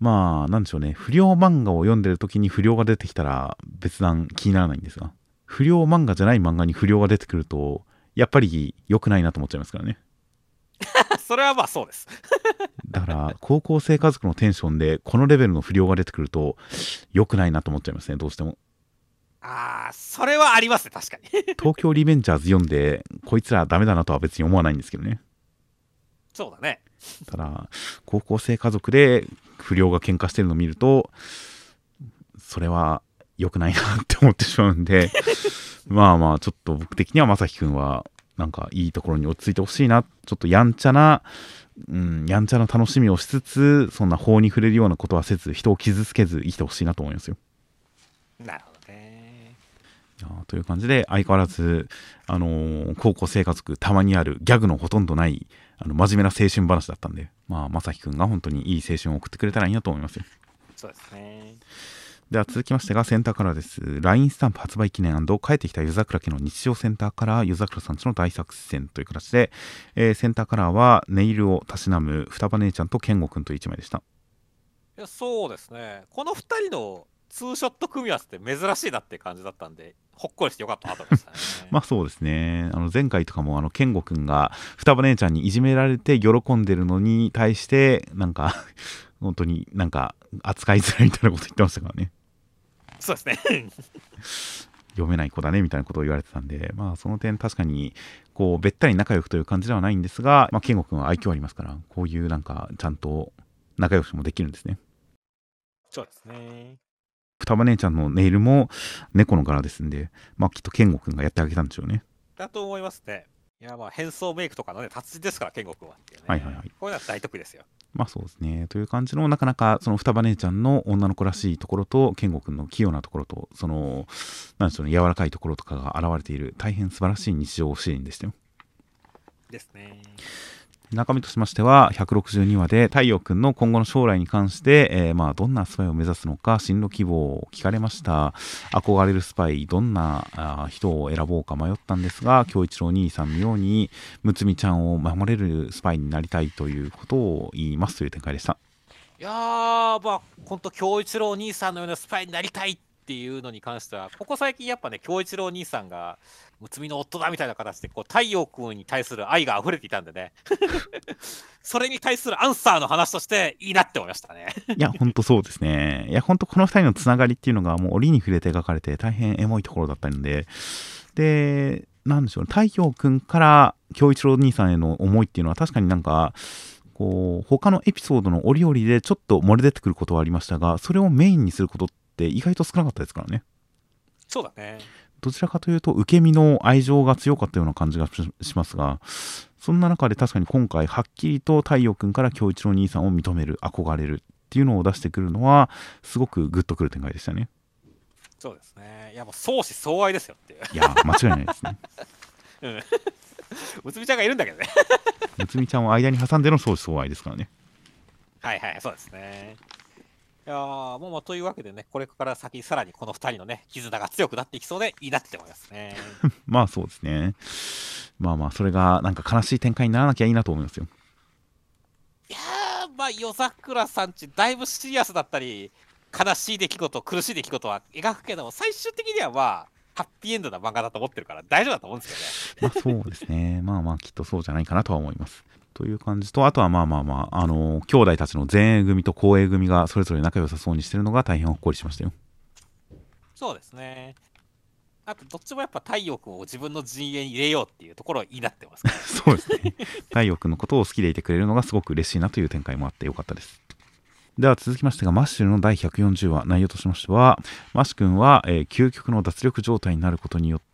まあなんでしょうね、不良漫画を読んでる時に不良が出てきたら別段気にならないんですが、不良漫画じゃない漫画に不良が出てくるとやっぱり良くないなと思っちゃいますからね。 それはまあそうです。 だから高校生家族のテンションでこのレベルの不良が出てくると良くないなと思っちゃいますね、どうしても。 ああ、それはありますね、確かに。 東京リベンジャーズ読んでこいつらダメだなとは別に思わないんですけどね。 そうだね。 ただ高校生家族で不良が喧嘩してるのを見るとそれは良くないなって思ってしまうんでまあまあちょっと僕的にはまさきくんはなんかいいところに落ち着いてほしいな、ちょっとやんちゃな、うん、やんちゃな楽しみをしつつそんな法に触れるようなことはせず人を傷つけず生きてほしいなと思いますよ。 なるほどね。 いやという感じで相変わらず、あのー高校生家族たまにあるギャグのほとんどないあの真面目な青春話だったんで、まあまさきくんが本当にいい青春を送ってくれたらいいなと思いますよ。 そうですね。 では続きましてがセンターカラーです。 ライン スタンプ発売記念&帰ってきた夜桜家の日常センターカラー夜桜さんちの大作戦という形で、えーセンターカラーはネイルをたしなむ双葉姉ちゃんと健吾くんといういちまいでした。 いやそうですね。このふたりのツーショット組み合わせって珍しいなって感じだったんで、ほっこりしてよかったなと思いましたね。 まあそうですね、あの前回とかもあの健吾くんが双葉姉ちゃんにいじめられて喜んでるのに対してなんか本当になんか扱いづらいみたいなこと言ってましたからね。 そうですね。 読めない子だねみたいなことを言われてたんで、まあその点確かにこうべったり仲良くという感じではないんですが、まあ、健吾くんは愛嬌ありますからこういうなんかちゃんと仲良しもできるんですね。 そうですね。 双葉姉ちゃんのネイルも猫の柄ですんで、まあきっと健吾くんがやってあげたんでしょうね。 だと思いますね。いやまあ変装メイクとかのね達人ですから健吾君はっていうね。 はいはいはい。 こういうのは大得意ですよ。 まあそうですね。という感じのなかなかその双葉姉ちゃんの女の子らしいところと健吾くんの器用なところとそのなんでしょうね、柔らかいところとかが現れている大変素晴らしい日常シーンでしたよ。 ですね。 中身としましてはひゃくろくじゅうにわで太陽くんの今後の将来に関して、えーまあどんなスパイを目指すのか進路希望を聞かれました。憧れるスパイどんなあ人を選ぼうか迷ったんですが、京一郎兄さんのようにむつみちゃんを守れるスパイになりたいということを言いますという展開でした。 いやーまあほんと京一郎兄さんのようなスパイになりたいっていうのに関してはここ最近やっぱね京一郎兄さんがむつみの夫だみたいな形でこう太陽君に対する愛が溢れていたんでねそれに対するアンサーの話としていいなって思いましたね。 いやほんとそうですね。いやほんとこのふたりのつながりっていうのがもう折に触れて描かれて大変エモいところだったので、でなんでしょうね、太陽くんから京一郎兄さんへの思いっていうのは確かになんかこう他のエピソードの折々でちょっと漏れ出てくることはありましたが、それをメインにすることって意外と少なかったですからね。 そうだね。 どちらかというと受け身の愛情が強かったような感じがしますが、そんな中で確かに今回はっきりと太陽くんから京一郎兄さんを認める憧れるっていうのを出してくるのはすごくグッとくる展開でしたね。 そうですね。いやもう相思相愛ですよっていう。 いや間違いないですね。 うん。むつみちゃんがいるんだけどね。 むつみちゃんを間に挟んでの相思相愛ですからね。 はいはい、そうですね。いやーもうまあというわけでね、これから先さらにこのふたりのね、絆が強くなっていきそうでいいなって思いますね。 まあそうですね。まあまあそれがなんか悲しい展開にならなきゃいいなと思いますよ。 いやーまあ夜桜さんちだいぶシリアスだったり悲しい出来事苦しい出来事は描くけども最終的にはまあハッピーエンドな漫画だと思ってるから大丈夫だと思うんですけどね。 まあそうですね。まあまあきっとそうじゃないかなとは思います。という感じと、あとはまあまあまあ、あのー兄弟たちの前衛組と後衛組がそれぞれ仲良さそうにしてるのが大変ほっこりしましたよ。 そうですね。あとどっちもやっぱ太陽君を自分の陣営に入れようっていうところはいいなってますから、ね、 そうですね。太陽君のことを好きでいてくれるのがすごく嬉しいなという展開もあってよかったです。では続きましてがマッシュルのだいひゃくよんじゅうわ、内容としましてはマッシュ君は、えー究極の脱力状態になることによって、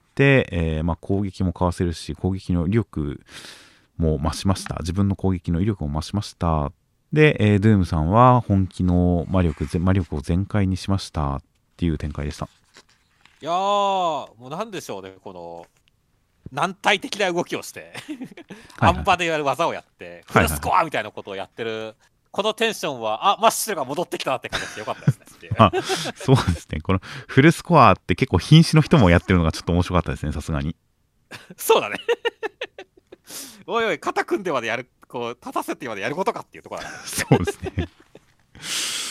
えーまあ、攻撃もかわせるし攻撃の威力も増しました。自分の攻撃の威力も増しました。で、えー、ドゥームさんは本気の魔力魔力を全開にしましたっていう展開でした。 いやーもうなんでしょうね、この軟体的な動きをしてあん馬でやる技をやってフルスコアみたいなことをやってるこのテンションはあマッシュルが戻ってきたなって感じでよかったですねっていうあそうですね。このフルスコアって結構瀕死の人もやってるのがちょっと面白かったですね、さすがに。 そうだねおいおい肩組んでまでやるこう立たせてまでやることかっていうところだねそうですね。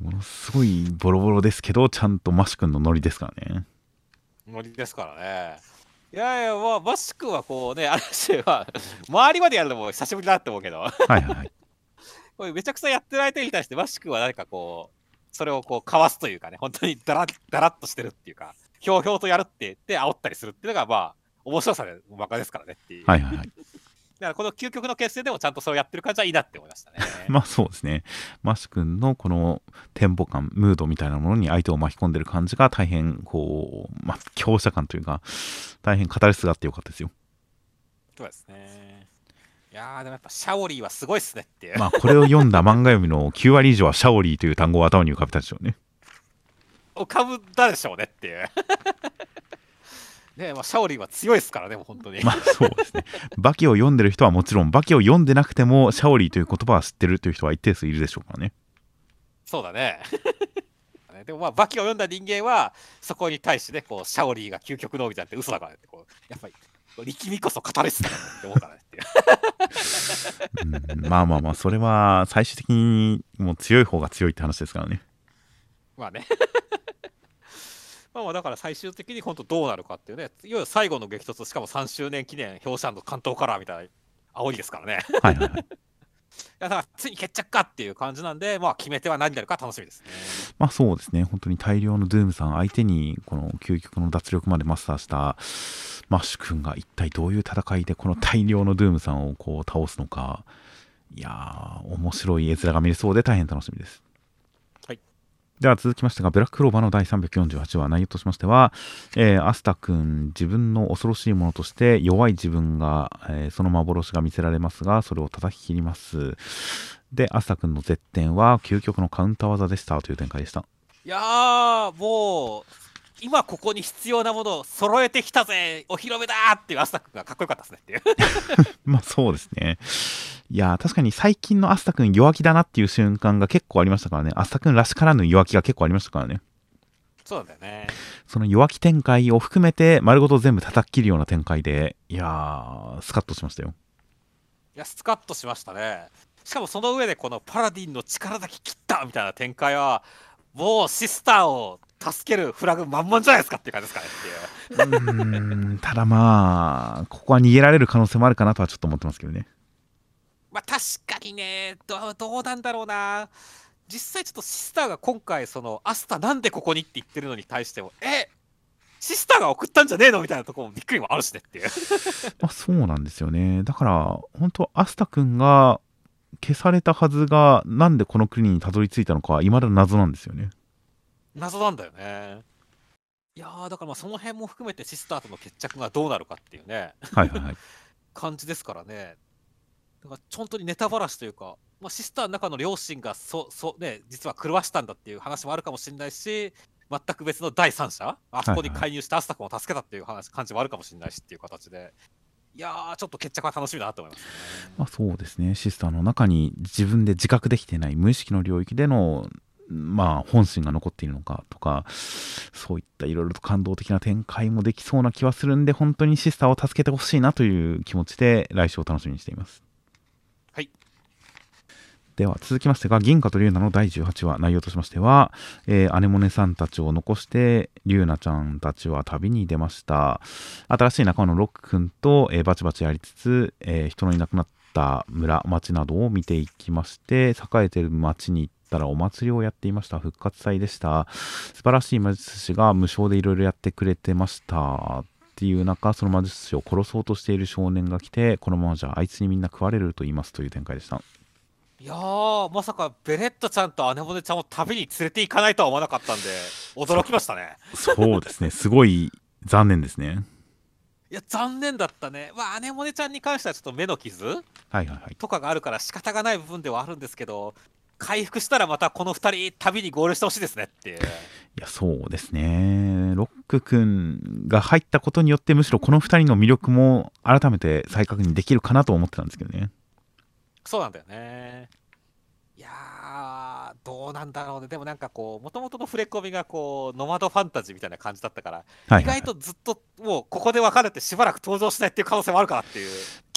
ものすごいボロボロですけど、ちゃんとマシ君のノリですからね。 ノリですからね。いやいや、まあ、マシ君はこうね、ある種は、周りまでやるのも久しぶりだなって思うけど、 はいはいはい。 これめちゃくちゃやってる相手に対して、マシ君は何かこう、それをこうかわすというかね、本当にだらだらっとしてるっていうか、ひょうひょうとやるって言って煽ったりするっていうのが、まあ、面白さでバカですからねっていう。 はいはいはい。 だからこの究極の決戦でもちゃんとそれをやってる感じはいいなって思いましたね。 まあそうですね。マシ君のこのテンポ感、ムードみたいなものに相手を巻き込んでる感じが大変こう、まあ強者感というか、大変語りすがってよかったですよ。 そうですね。いやー、でもやっぱシャオリーはすごいっすねっていう。 まあこれを読んだ漫画読みのきゅう割以上はシャオリーという単語を頭に浮かべたでしょうね。 浮かぶだでしょうねっていう。ねえ、まあ、シャオリーは強いですからね、もう本当に。 まあそうですね。バキを読んでる人はもちろん、バキを読んでなくても、シャオリーという言葉は知ってるという人は一定数いるでしょうからね。 そうだね。でもまあ、バキを読んだ人間は、そこに対してね、こう、シャオリーが究極のみたいなって嘘だからねって、こう、やっぱり、力みこそ語りすだからって思うからねっていう。 うん、まあまあまあ、それは最終的にもう強い方が強いって話ですからね。 まあね。まあまあだから最終的に本当どうなるかっていうね、いよいよ最後の激突、しかもさんしゅうねん記念、表紙関東カラーみたいな煽りですからね。 はいはいはい。 いやだからついに決着かっていう感じなんで、まあ決め手は何になるか楽しみですね。 まあそうですね。本当に大量のドゥームさん相手に、この究極の脱力までマスターしたマッシュ君が一体どういう戦いでこの大量のドゥームさんをこう倒すのか、いやー、面白い絵面が見れそうで大変楽しみです。 はい。 では続きましてが、ブラッククローバーのだいさんびゃくよんじゅうはちわ、内容としましては、えーアスタ君、自分の恐ろしいものとして弱い自分が、えーその幻が見せられますが、それを叩き切ります。で、アスタ君の絶点は究極のカウンター技でしたという展開でした。 いやー、もう、今ここに必要なものを揃えてきたぜ、お披露目だーっていうアスタ君がかっこよかったですねっていう。 まあそうですね。いやー、確かに最近のアスタ君弱気だなっていう瞬間が結構ありましたからね。アスタ君らしからぬ弱気が結構ありましたからね。 そうなんだよね。 その弱気展開を含めて丸ごと全部叩き切るような展開で、いやー、スカッとしましたよ。 いや、スカッとしましたね。しかもその上でこのパラディンの力だけ切ったみたいな展開は、もうシスターを助けるフラグ満々じゃないですかっていう感じですかねっていう。 うーん、ただまあ、ここは逃げられる可能性もあるかなとはちょっと思ってますけどね。 まあ確かにね、どうどうなんだろうな。実際ちょっとシスターが今回、その、アスタなんでここにって言ってるのに対しても、えシスターが送ったんじゃねえのみたいなところもびっくりもあるしねっていう。 まあそうなんですよね。だから、本当アスタ君が消されたはずが、なんでこの国にたどり着いたのかは未だ謎なんですよね。 謎なんだよね。いやー、だからまあその辺も含めてシスターとの決着がどうなるかっていうね、 はいはいはい。 感じですからね。だから本当にネタばらしというか、まあ、シスターの中の両親がそそ、ね、実は狂わしたんだっていう話もあるかもしれないし、全く別の第三者、あそこに介入してアスタ君を助けたっていう話感じもあるかもしれないしっていう形で、いやー、ちょっと決着は楽しみだなと思いますね。 まあそうですね。シスターの中に自分で自覚できてない無意識の領域での、まあ本心が残っているのかとか、そういったいろいろと感動的な展開もできそうな気はするんで、本当にシスターを助けてほしいなという気持ちで来週を楽しみにしています。 はい。 では続きましてが、銀河とリュウナのだいじゅうはちわ、内容としましては、えー、アネモネさんたちを残してリュウナちゃんたちは旅に出ました。新しい仲間のロック君と、えー、バチバチやりつつ、えー、人のいなくなった村町などを見ていきまして、栄えている町に行ったらお祭りをやっていました。復活祭でした。素晴らしい魔術師が無償でいろいろやってくれてましたっていう中、その魔術師を殺そうとしている少年が来て、このままじゃあいつにみんな食われると言いますという展開でした。 いやー、まさかベレッタちゃんとアネモネちゃんを旅に連れて行かないとは思わなかったんで、驚きましたね。 そうですね、すごい残念ですね。 いや、残念だったね。まあ、アネモネちゃんに関してはちょっと目の傷はいはいはい。 とかがあるから仕方がない部分ではあるんですけど、回復したらまたこのふたり旅に合流してほしいですねっていう。 いや、そうですね。ロック君が入ったことによって、むしろこのふたりの魅力も改めて再確認できるかなと思ってたんですけどね。 そうなんだよね。いやー、どうなんだろうね。でもなんかこう、もともとの触れ込みがこう、ノマドファンタジーみたいな感じだったから、 はいはいはい、 意外とずっともうここで別れてしばらく登場しないっていう可能性もあるかなっていう。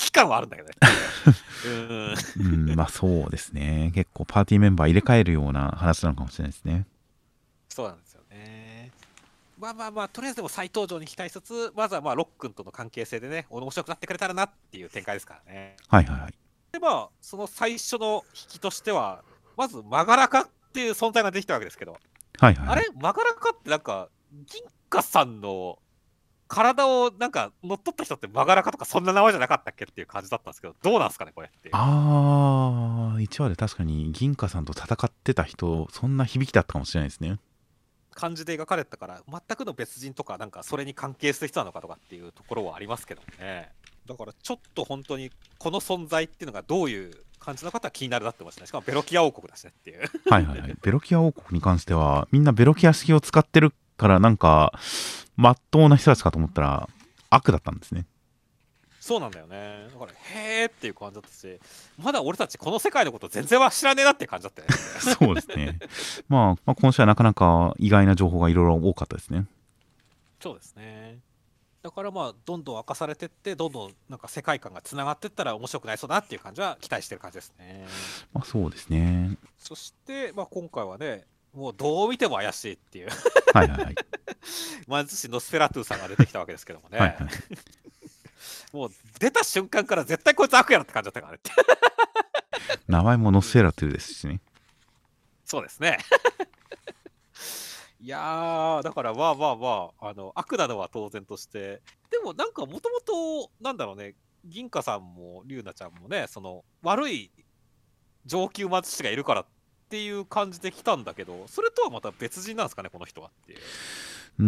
期感はあるんだけどね。うん、 うん、まあそうですね。結構パーティーメンバー入れ替えるような話なのかもしれないですね。 そうなんですよね。まあまあまあ、とりあえずでも再登場に期待しつつ、まずはまあロックンとの関係性でね、面白くなってくれたらなっていう展開ですからね。 はいはいはい。 でまあ、その最初の引きとしては、まずマガラカっていう存在ができたわけですけど、 はいはいはい。 あれマガラカってなんか、銀貨さんの体をなんか乗っ取った人ってマガラカとかそんな名前じゃなかったっけっていう感じだったんですけど、どうなんですかね、これっていう。 ああ、いちわで確かに銀貨さんと戦ってた人、そんな響きだったかもしれないですね。 感じで描かれてたから、全くの別人とか、なんかそれに関係する人なのかとかっていうところはありますけどね。だからちょっと本当にこの存在っていうのがどういう感じの方は気になるなって思いましたね。しかもベロキア王国だしねっていう。 はいはいはい。ベロキア王国に関しては、みんなベロキア式を使ってるから、なんか、まっとうな人たちかと思ったら、悪だったんですね。 そうなんだよね。だから、へーっていう感じだったし、まだ俺たちこの世界のこと全然は知らねえなっていう感じだったよね。 そうですね。まあ、まあ、今週はなかなか意外な情報がいろいろ多かったですね。 そうですね。だからまあ、どんどん明かされてって、どんどんなんか世界観がつながっていったら面白くなりそうだなっていう感じは期待してる感じですね。 まあそうですね。 そして、まあ、今回はね、もうどう見ても怪しいっていうはいはいはい。 まずしノスフェラトゥさんが出てきたわけですけどもね、 はいはい。 もう出た瞬間から絶対こいつ悪やろって感じだったからね。 名前もノスフェラトゥですしね。 そうですね。いやー、だからまあまあまあ、あの悪なのは当然として、でもなんかもともと、なんだろうね、銀貨さんも龍奈ちゃんもね、その悪い上級魔術師がいるからっていう感じで来たんだけど、それとはまた別人なんですかね、この人はっていう。 うん、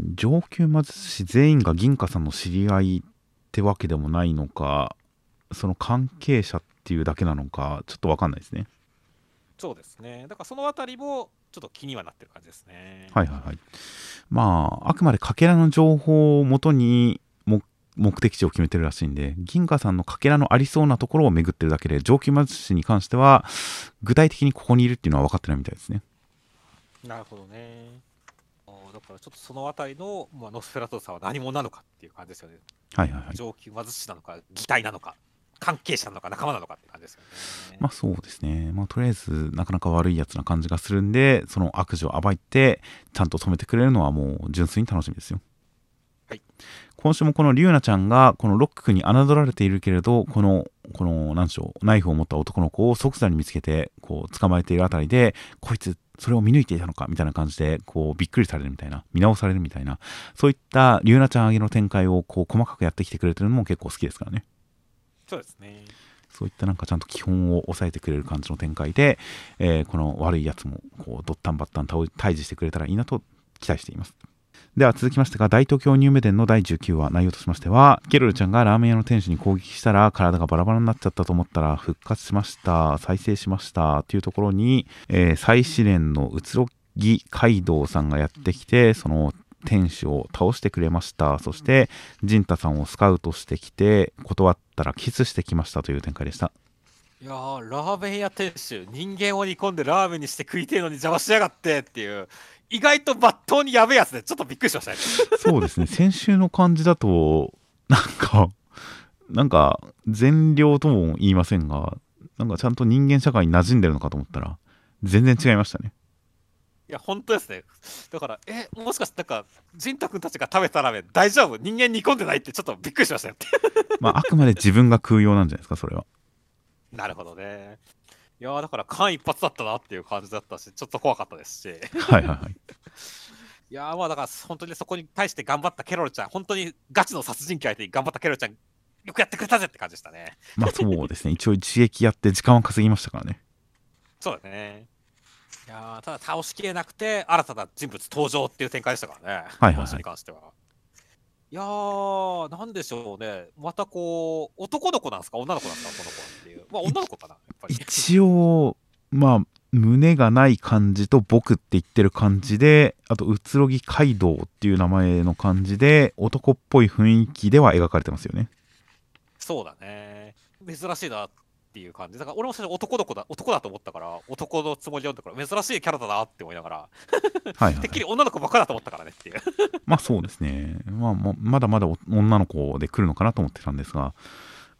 上級魔術師全員が銀貨さんの知り合いってわけでもないのか、その関係者っていうだけなのか、ちょっとわかんないですね。 そうですね。だからそのあたりもちょっと気にはなってる感じですね。 はいはいはい。まあ、あくまでかけらの情報をもとに目目的地を決めてるらしいんで、銀河さんのかけらのありそうなところを巡ってるだけで、上級魔術師に関しては、具体的にここにいるっていうのは分かってないみたいですね。 なるほどね。あーだからちょっとそのあたりの、まあ、ノスフェラトゥさんは何者なのかっていう感じですよね。 はいはいはい。 上級魔術師なのか、擬態なのか、関係者なのか、仲間なのかって感じですよね。 まあそうですね。まあとりあえず、なかなか悪いやつな感じがするんで、その悪事を暴いて、ちゃんと止めてくれるのはもう純粋に楽しみですよ。 はい。 今週もこのリュウナちゃんがこのロックに侮られているけれど、このこの何でしょう、ナイフを持った男の子を即座に見つけてこう捕まえているあたりで、こいつそれを見抜いていたのかみたいな感じでこうびっくりされるみたいな、見直されるみたいな、そういったリュウナちゃん上げの展開をこう細かくやってきてくれてるのも結構好きですからね。 そうですね。 そういったなんかちゃんと基本を抑えてくれる感じの展開で、えーこの悪いやつもこうドッタンバッタン倒退治してくれたらいいなと期待しています。では続きましてが、大東京ニューメデンのだいじゅうきゅうわ、内容としましては、ケロルちゃんがラーメン屋の店主に攻撃したら体がバラバラになっちゃったと思ったら復活しました、再生しましたというところに、えー、再試練のうつろぎ街道さんがやってきて、その店主を倒してくれました。そしてジンタさんをスカウトしてきて、断ったらキスしてきましたという展開でした。 いやー、ラーメン屋店主、人間を煮込んでラーメンにして食いてえのに邪魔しやがってっていう、意外と抜刀にやべえやつで、ちょっとびっくりしましたね。 そうですね、先週の感じだとなんかなんか善良とも言いませんが、なんかちゃんと人間社会に馴染んでるのかと思ったら全然違いましたね。 いや、本当ですね。だから、え、もしかして、なんか、ジンタ君たちが食べたラーメン、大丈夫人間煮込んでないって、ちょっとびっくりしましたよ。 まああくまで自分が空用なんじゃないですか、それは。 なるほどね。いやー、だから、間一髪だったなっていう感じだったし、ちょっと怖かったですし。 はいはいはい。 いやー、まあ、だから、本当にそこに対して頑張ったケロルちゃん、本当にガチの殺人鬼相手に頑張ったケロルちゃん、よくやってくれたぜって感じでしたね。 まあそうですね、一応一撃やって時間を稼ぎましたからね。 そうだね。いやー、ただ倒しきれなくて、新たな人物登場っていう展開でしたからね、 はいはいはい今週に関しては。いやー、なんでしょうね。またこう、男の子なんですか女の子なんですかこの子はっていう。まあ女の子かな、やっぱり。 一応まあ胸がない感じと僕って言ってる感じで、あとうつろぎ街道っていう名前の感じで男っぽい雰囲気では描かれてますよね。 そうだね。珍しいなっていう感じ。だから俺も最初男の子だ、男だと思ったから、男のつもりで読んだから、珍しいキャラだなって思いながら、 はいはいはい。 てっきり女の子ばっかだと思ったからねっていう。 まあそうですね。まあままだまだお女の子で来るのかなと思ってたんですが、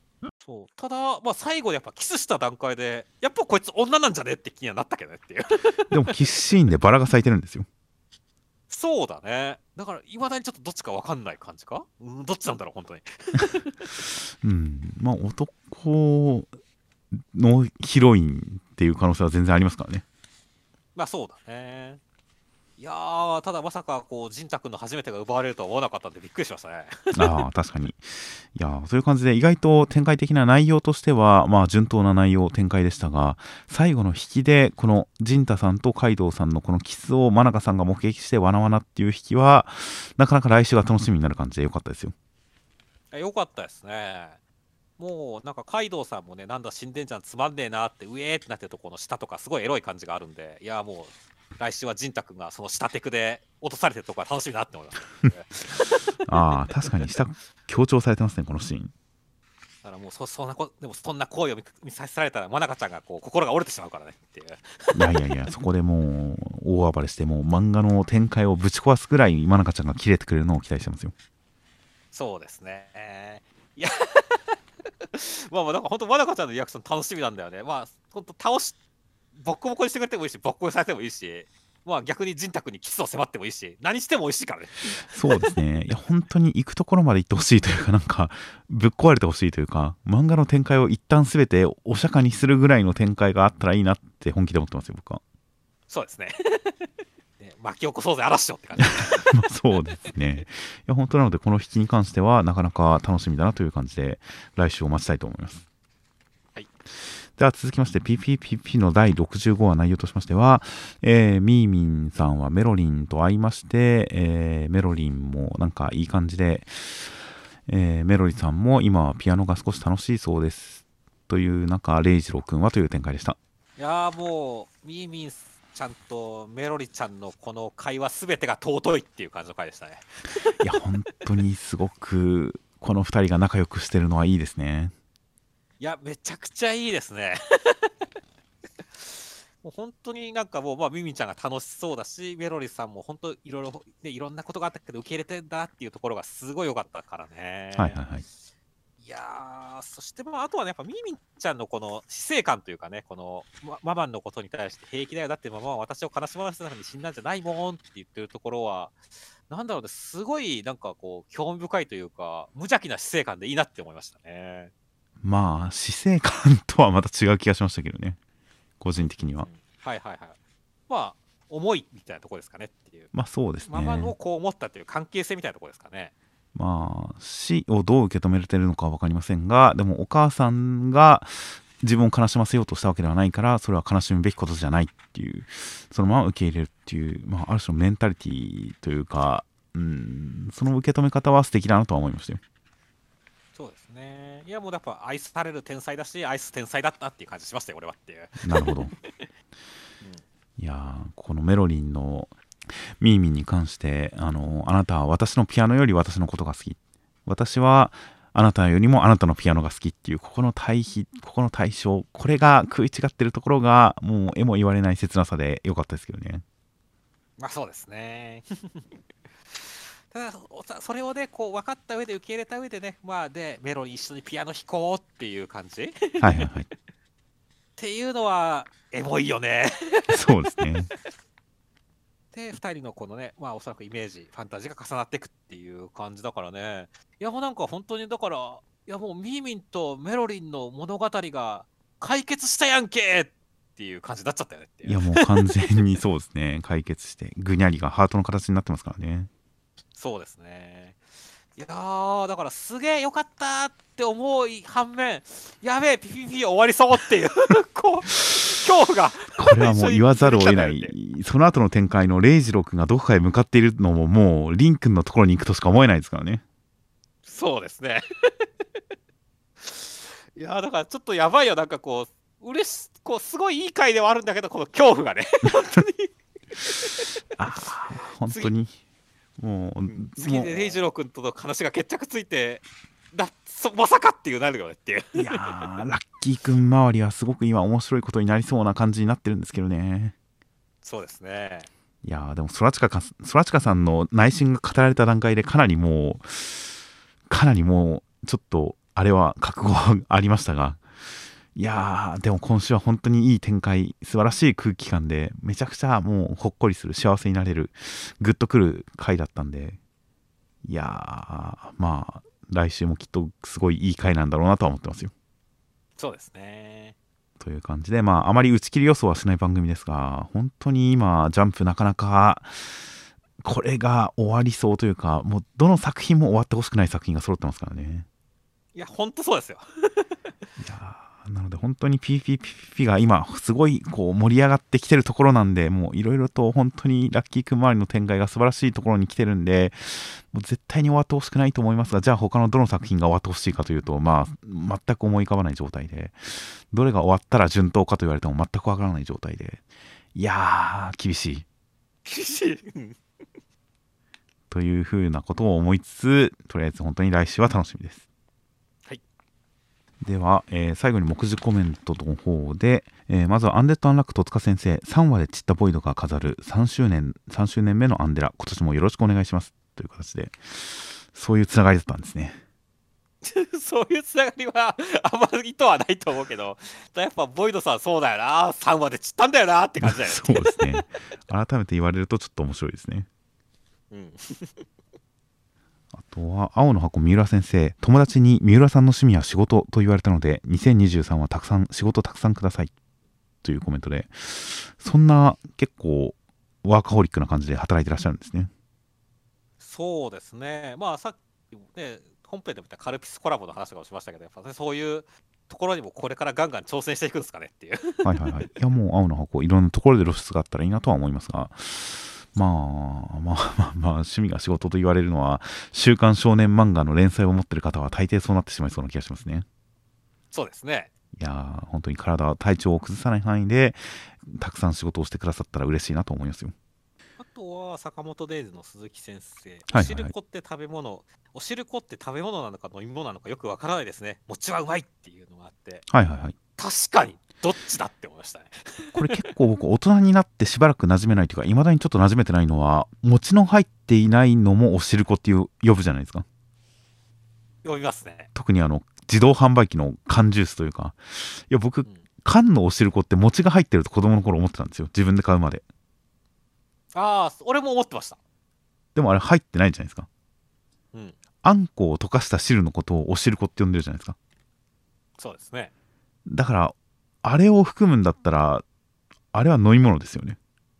そうただ、まあ、最後でやっぱキスした段階でやっぱこいつ女なんじゃねって気にはなったけどねっていうでもキスシーンでバラが咲いてるんですよ。 そうだね。だからいまだにちょっとどっちか分かんない感じか、うん、どっちなんだろう本当にうんまあ男のヒロインっていう可能性は全然ありますからね。 まあそうだね。いやー、ただまさかこう仁太君の初めてが奪われるとは思わなかったんでびっくりしましたねああ確かに。いやーそういう感じで意外と展開的な内容としてはまあ順当な内容展開でしたが、最後の引きでこの仁太さんとカイドウさんのこのキスを真中さんが目撃してわなわなっていう引きはなかなか来週が楽しみになる感じでよかったですよ。 いやよかったですね。もうなんかカイドウさんもね、なんだ死んでんじゃんつまんねえなってうえーってなってるところの下とかすごいエロい感じがあるんで、いやもう来週は仁太君がその下テクで落とされてるところが楽しみだなって思いますああ確かに下強調されてますねこのシーン。 だからもう そ, そんなこでもそんな行為を見見させられたら真中ちゃんがこう心が折れてしまうからねっていういやいやいやそこでもう大暴れしてもう漫画の展開をぶち壊すぐらい真中ちゃんが切れてくれるのを期待してますよ。 そうですね。いやまあまあなんか本当真中ちゃんのリアクション楽しみなんだよね。まあ本当倒しボッコボコにしてくれてもいいしボッコボコにされてもいいし、まあ逆に仁太君にキスを迫ってもいいし、何しても美味しいからね。 そうですね。いや本当に行くところまで行ってほしいというかなんかぶっ壊れてほしいというか漫画の展開を一旦全てお釈迦にするぐらいの展開があったらいいなって本気で思ってますよ僕は。 そうですねね巻き起こそうぜ嵐よって感じまあそうですね。いや本当なのでこの引きに関してはなかなか楽しみだなという感じで来週を待ちたいと思います。 はい。 では続きまして ピーピーピーピー のだいろくじゅうごわ内容としましては、えー、ミーミンさんはメロリンと会いまして、えー、メロリンもなんかいい感じで、えー、メロリンさんも今はピアノが少し楽しいそうですというなんかレイジロー君はという展開でした。 いやーもうミーミンちゃんとメロリちゃんのこの会話すべてが尊いっていう感じの回でしたね。 いや本当にすごくこのふたりが仲良くしてるのはいいですね。 いやめちゃくちゃいいですねもう本当になんかもう、まあ、ミミちゃんが楽しそうだしメロリさんも本当いろいろ、ね、いろんなことがあったけど受け入れてんだっていうところがすごい良かったからね。 はいはいはい。 いやーそしてまああとはねやっぱミミちゃんのこの死生観というかね、この、ま、ママンのことに対して平気だよだってママは私を悲しませたのに死んだんじゃないもんって言ってるところはなんだろうね、すごいなんかこう興味深いというか無邪気な死生観でいいなって思いましたね。 まあ死生観とはまた違う気がしましたけどね個人的には、 うん、はいはいはい。まあ思いみたいなところですかねっていう。 まあそうですね。 ママをこう思ったという関係性みたいなところですかね。 まあ死をどう受け止めてるのかは分かりませんがでもお母さんが自分を悲しませようとしたわけではないからそれは悲しむべきことじゃないっていうそのまま受け入れるっていう、まあ、ある種のメンタリティというかうんその受け止め方は素敵だなとは思いましたよ。 そうですね。いやもうやっぱ愛される天才だし愛す天才だったっていう感じしましたよ俺はっていう。 なるほど、うん、いやこのメロリンのミーミンに関してあのあなたは私のピアノより私のことが好き私はあなたよりもあなたのピアノが好きっていうここの対比ここの対象これが食い違ってるところがもうえも言われない切なさで良かったですけどね。 まあそうですねただそれをねこう分かった上で受け入れた上でねまあでメロに一緒にピアノ弾こうっていう感じはいはいはいっていうのはエモいよねそうですねでふたりのこのねまあおそらくイメージファンタジーが重なっていくっていう感じだからね。いやもうなんか本当にだからいやもうミーミンとメロリンの物語が解決したやんけっていう感じになっちゃったよねっていう。 いやもう完全にそうですね解決してグニャリがハートの形になってますからね。 そうですね。いやーだからすげえよかったって思い反面やべえピピピ終わりそうっていうこう恐怖がこれはもう言わざるを得ないその後の展開のレイジロー君がどこかへ向かっているのももうリン君のところに行くとしか思えないですからね。 そうですねいやーだからちょっとやばいよなんかこう嬉しこうすごいいい回ではあるんだけどこの恐怖がね本当にあ本当にもう、うん、 次でレイジロー君との話が決着ついてだそまさかっていうなるよねっていういやーラッキー君周りはすごく今面白いことになりそうな感じになってるんですけどね。 そうですね。 いやーでもソラチカかソラチカさんの内心が語られた段階でかなりもうかなりもうちょっとあれは覚悟はありましたが、いやーでも今週は本当にいい展開、素晴らしい空気感で、めちゃくちゃもうほっこりする、幸せになれる、グッとくる回だったんで、いやーまあ来週もきっとすごいいい回なんだろうなとは思ってますよ。 そうですね。 という感じで、まああまり打ち切り予想はしない番組ですが、本当に今ジャンプなかなかこれが終わりそうというか、もうどの作品も終わってほしくない作品が揃ってますからね。 いや、ほんとそうですよ。 いやーなので本当に ピーピーピーピー が今すごいこう盛り上がってきてるところなんで、もういろいろと本当にラッキーくん周りの展開が素晴らしいところに来てるんで、もう絶対に終わってほしくないと思いますが、じゃあ他のどの作品が終わってほしいかというと、まあ全く思い浮かばない状態で、どれが終わったら順当かと言われても全くわからない状態で、いやー厳しい厳しい。うんというふうなことを思いつつ、とりあえず本当に来週は楽しみです。 はい。 では、えー最後に目次コメントの方で、えーまずはアンデッドアンラック戸塚先生、さんわで散ったボイドが飾るさんしゅうねんさんしゅうねんめのアンデラ、今年もよろしくお願いしますという形で、そういうつながりだったんですね。 そういうつながりはあまり意図はないと思うけど、やっぱボイドさんそうだよな、さんわで散ったんだよなって感じだよね。 そうですね。改めて言われるとちょっと面白いですね。 うん、 あとは青の箱三浦先生、友達に三浦さんの趣味は仕事と言われたのでにせんにじゅうさんはたくさん仕事たくさんくださいというコメントで、そんな結構ワーカホリックな感じで働いてらっしゃるんですね。 そうですね。まあさっきもね、本編でも言ったカルピスコラボの話とかもしましたけど、やっぱね、そういうところにもこれからガンガン挑戦していくんですかねっていう。 はいはいはい。いやもう青の箱いろんなところで露出があったらいいなとは思いますが、まあまあまあまあ趣味が仕事と言われるのは、週刊少年漫画の連載を持ってる方は大抵そうなってしまいそうな気がしますね。 そうですね。 いやー本当に体体調を崩さない範囲でたくさん仕事をしてくださったら嬉しいなと思いますよ。 あとは坂本デイズの鈴木先生、 はいはいはいおしるこって食べ物、おしるこって食べ物なのか飲み物なのかよくわからないですね。餅はうまいっていうのがあって、 はいはいはい。 確かにどっちだって思いましたね。 これ結構僕大人になってしばらく馴染めないというか、未だにちょっと馴染めてないのは、餅の入っていないのもおしるこっていう呼ぶじゃないですか。 読みますね。 特にあの自動販売機の缶ジュースというか、いや僕、 うん、 缶のおしるこって餅が入ってると子供の頃思ってたんですよ、自分で買うまで。 ああ、俺も思ってました。 でもあれ入ってないじゃないですか。 うん、 あんこを溶かした汁のことをおしるこって呼んでるじゃないですか。 そうですね。 だからあれを含むんだったら、あれは飲み物ですよね。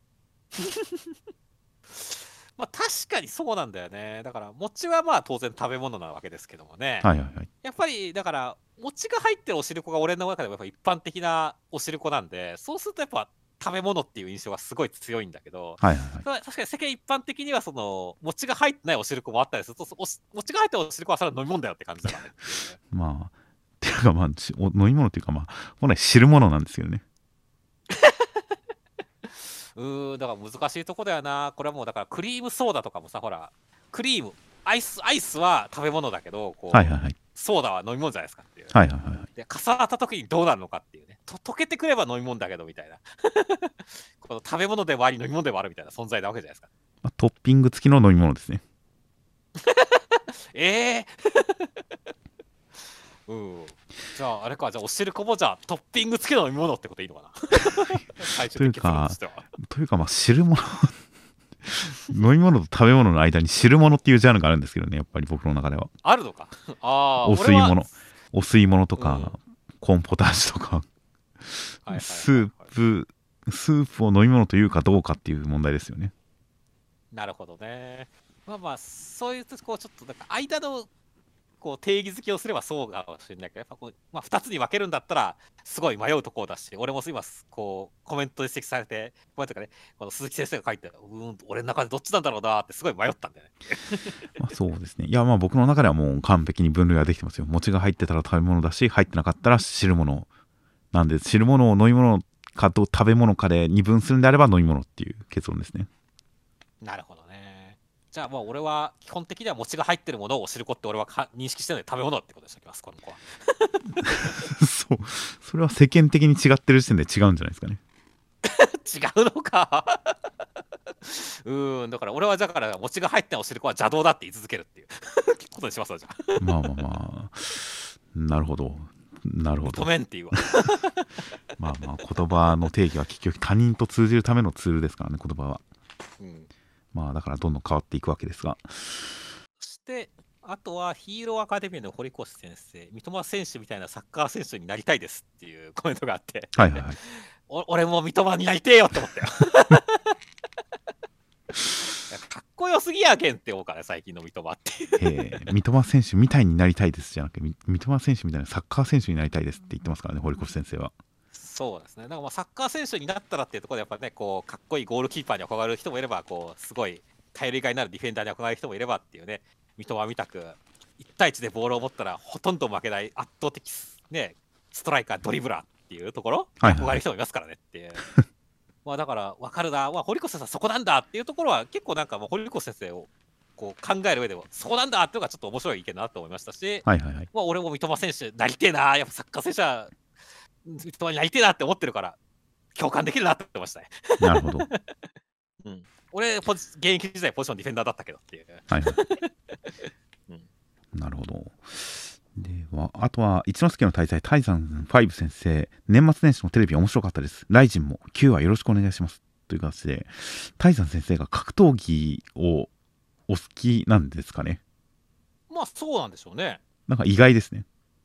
まあ確かにそうなんだよね。だから餅はまあ当然食べ物なわけですけどもね。 はいはいはい。 やっぱりだから餅が入ってるおしるこが俺の中でもやっぱ一般的なおしるこなんで、そうするとやっぱ食べ物っていう印象がすごい強いんだけど、 はいはいはい。 ただ確かに世間一般的にはその餅が入ってないおしるこもあったりすると、おし餅が入ってるおしるこはそれは飲み物だよって感じだからね。 まあっていうかまあしお飲み物っていうかまあ本来汁物なんですけどね。 うーん、だから難しいとこだよな。これはもうだからクリームソーダとかもさ、ほら、クリーム、アイス、アイスは食べ物だけど、こう、 はいはいはい。 ソーダは飲み物じゃないですかっていう。 はいはいはいはい。 で、重なった時にどうなるのかっていうね。と溶けてくれば飲み物だけどみたいな。この食べ物でもあり飲み物でもあるみたいな存在なわけじゃないですか。 まあ、トッピング付きの飲み物ですね。 ええー、うん。じゃあ、あれか、じゃあ、おしるこもじゃあ、トッピング付きの飲み物ってことでいいのかな。最終的結論としては。 というかまあ汁物飲み物と食べ物の間に汁物っていうジャンルがあるんですけどね、やっぱり僕の中では。 あるのか。ああ、 お吸い物、 俺はお吸い物とか、 うんコーンポタージュとか、 はいはいはいはいスープスープを飲み物というかどうかっていう問題ですよね。 なるほどね。まあまあ、そういうこうちょっとなんか間のこう定義づけをすればそうかもしれないけど、やっぱこう、まあ、ふたつに分けるんだったらすごい迷うところだし、俺も今こうコメントで指摘されて、コメントかね、この鈴木先生が書いて、うーん、俺の中でどっちなんだろうなってすごい迷ったんだよね。 まあそうですね。いやまあ僕の中ではもう完璧に分類ができてますよ。餅が入ってたら食べ物だし、入ってなかったら汁物なんで、汁物を飲み物かと食べ物かで二分するんであれば飲み物っていう結論ですね。 なるほどね。じゃあもう俺は基本的には餅が入ってるものをおしるこって俺はか認識してるので食べ物ってことにしておきます、この子は。 そう。それは世間的に違ってる時点で違うんじゃないですかね。 違うのか。うーん、だから俺はだから餅が入ってないおしるこは邪道だって言い続けるっていうことにしますわ、じゃあ。 まあまあまあ。 なるほどなるほど。 認めんっていうわまあまあ言葉の定義は結局他人と通じるためのツールですからね、言葉は。 うん、 まあだからどんどん変わっていくわけですが。 そしてあとはヒーローアカデミーの堀越先生、三笘選手みたいなサッカー選手になりたいですっていうコメントがあってはいはいはい。 お俺も三笘になりてえよって思ったよかっこよすぎやけんって思うからね、最近の三笘ってえー、三笘選手みたいになりたいですじゃなくて、三笘選手みたいなサッカー選手になりたいですって言ってますからね、堀越先生は。 そうですね。だからまあサッカー選手になったらっていうところでやっぱね、こうかっこいいゴールキーパーに憧れる人もいれば、こうすごい頼りがいになるディフェンダーに憧れる人もいればっていうね、三笘みたくいち対いちでボールを持ったらほとんど負けない圧倒的ねストライカードリブラーっていうところに憧れる人もいますからねっていう。まあだから分かるな、まあ、堀越先生そこなんだっていうところは結構なんかもう堀越先生をこう考える上でもそこなんだっていうのがちょっと面白い意見だなと思いましたし、 はいはいはい。 まあ俺も三笘選手なりてえな、やっぱサッカー選手は三笘になりてえなって思ってるから共感できるなって思いましたね。 なるほど。 うん、俺ポジ、現役時代ポジションディフェンダーだったけどっていう。 はいはい。うん、なるほど。では、あとは、一之輔の大罪、タイザンファイブ先生、年末年始のテレビ面白かったです。ライジンもきゅうわよろしくお願いします。という形で、タイザン先生が格闘技をお好きなんですかね。 まあそうなんでしょうね。 なんか意外ですね。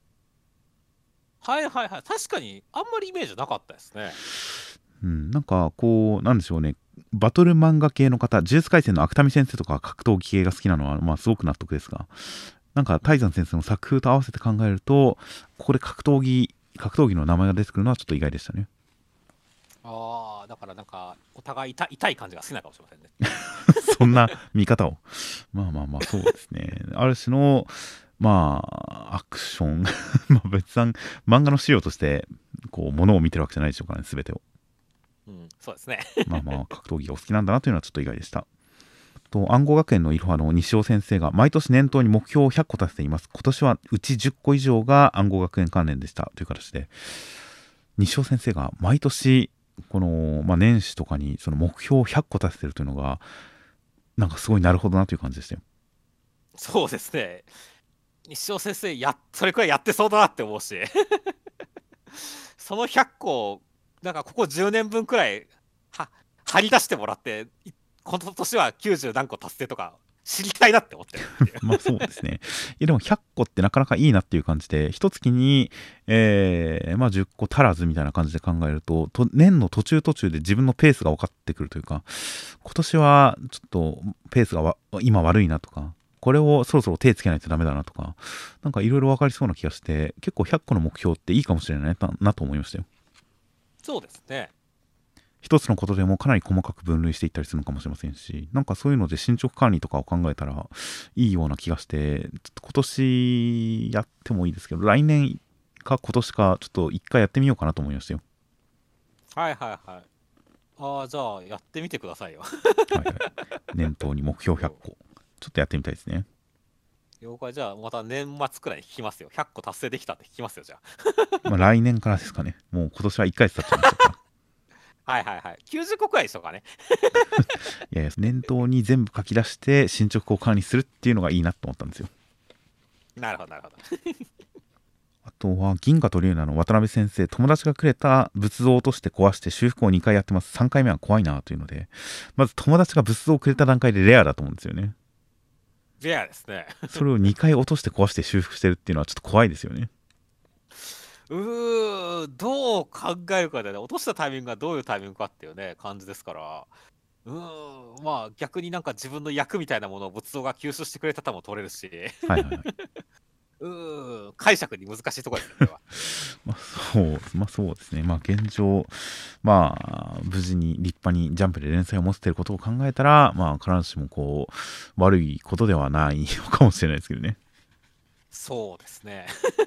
はいはいはい。確かにあんまりイメージなかったですね。 うん、なんかこうなんでしょうね、バトル漫画系の方、呪術廻戦の芥見先生とか格闘技系が好きなのはまあすごく納得ですが、なんか泰山先生の作風と合わせて考えると、ここで格闘技格闘技の名前が出てくるのはちょっと意外でしたね。 ああ、だからなんかお互い痛痛い感じが好きなのかもしれませんね。 そんな見方を。まあまあまあそうですね。ある種のまあアクションまあ別段漫画の資料としてこうものを見てるわけじゃないでしょうからね、全てを。 うん、そうですね。 まあまあ格闘技がお好きなんだなというのはちょっと意外でした。と暗号学園のいろはの西尾先生が毎年年頭に目標をひゃっこ達成しています。今年はうちじゅっこ以上が暗号学園関連でしたという形で、西尾先生が毎年この、まあ、年始とかにその目標をひゃっこ達成してるというのがなんかすごいなるほどなという感じでしたよ。 そうですね。西尾先生やそれくらいやってそうだなって思うしそのひゃっこなんかここじゅうねんぶんくらいは張り出してもらって今年はきゅうじゅう何個達成とか知りたいなって思ってるっていうまあそうですね。いやでもひゃっこってなかなかいいなっていう感じで、一月に、えーまあ、じゅっこ足らずみたいな感じで考えると、と年の途中途中で自分のペースが分かってくるというか、今年はちょっとペースがわ今悪いなとか、これをそろそろ手つけないとダメだなとか、なんかいろいろ分かりそうな気がして、結構ひゃっこの目標っていいかもしれないな、なと思いましたよ。 そうですね。 一つのことでもかなり細かく分類していったりするのかもしれませんし、なんかそういうので進捗管理とかを考えたらいいような気がして、ちょっと今年やってもいいですけど、来年か今年かちょっと一回やってみようかなと思いましたよ。 はいはいはい。ああ、じゃあやってみてくださいよはいはい、年頭に目標ひゃっこ、ちょっとやってみたいですね。 了解。じゃあまた年末くらいに聞きますよ。ひゃっこ達成できたって聞きますよ、じゃあ。まあ来年からですかね。もう今年はいっかげつ経っちゃいましたから。 はいはいはい。きゅうじゅっこくらいでしょうかね。 いやいや、年頭に全部書き出して進捗を管理するっていうのがいいなと思ったんですよ。 なるほどなるほど。 あとは銀河と龍奈の渡辺先生、友達がくれた仏像を落として壊して修復をにかいやってます。さんかいめは怖いなというので、まず友達が仏像をくれた段階でレアだと思うんですよね。 レアですね。 それをにかい落として壊して修復してるっていうのはちょっと怖いですよね。 うーどう考えるかでね、落としたタイミングがどういうタイミングかっていうね、感じですから、うーん、まあ逆になんか自分の役みたいなものを仏像が吸収してくれたたも取れるし、 はいはいはい。 うーん、解釈に難しいところですね、これは。 まあそう、まあそうですね。まあ現状、まあ無事に立派にジャンプで連載を持っていることを考えたら、まあ必ずしもこう、悪いことではないのかもしれないですけどね。 そうですね。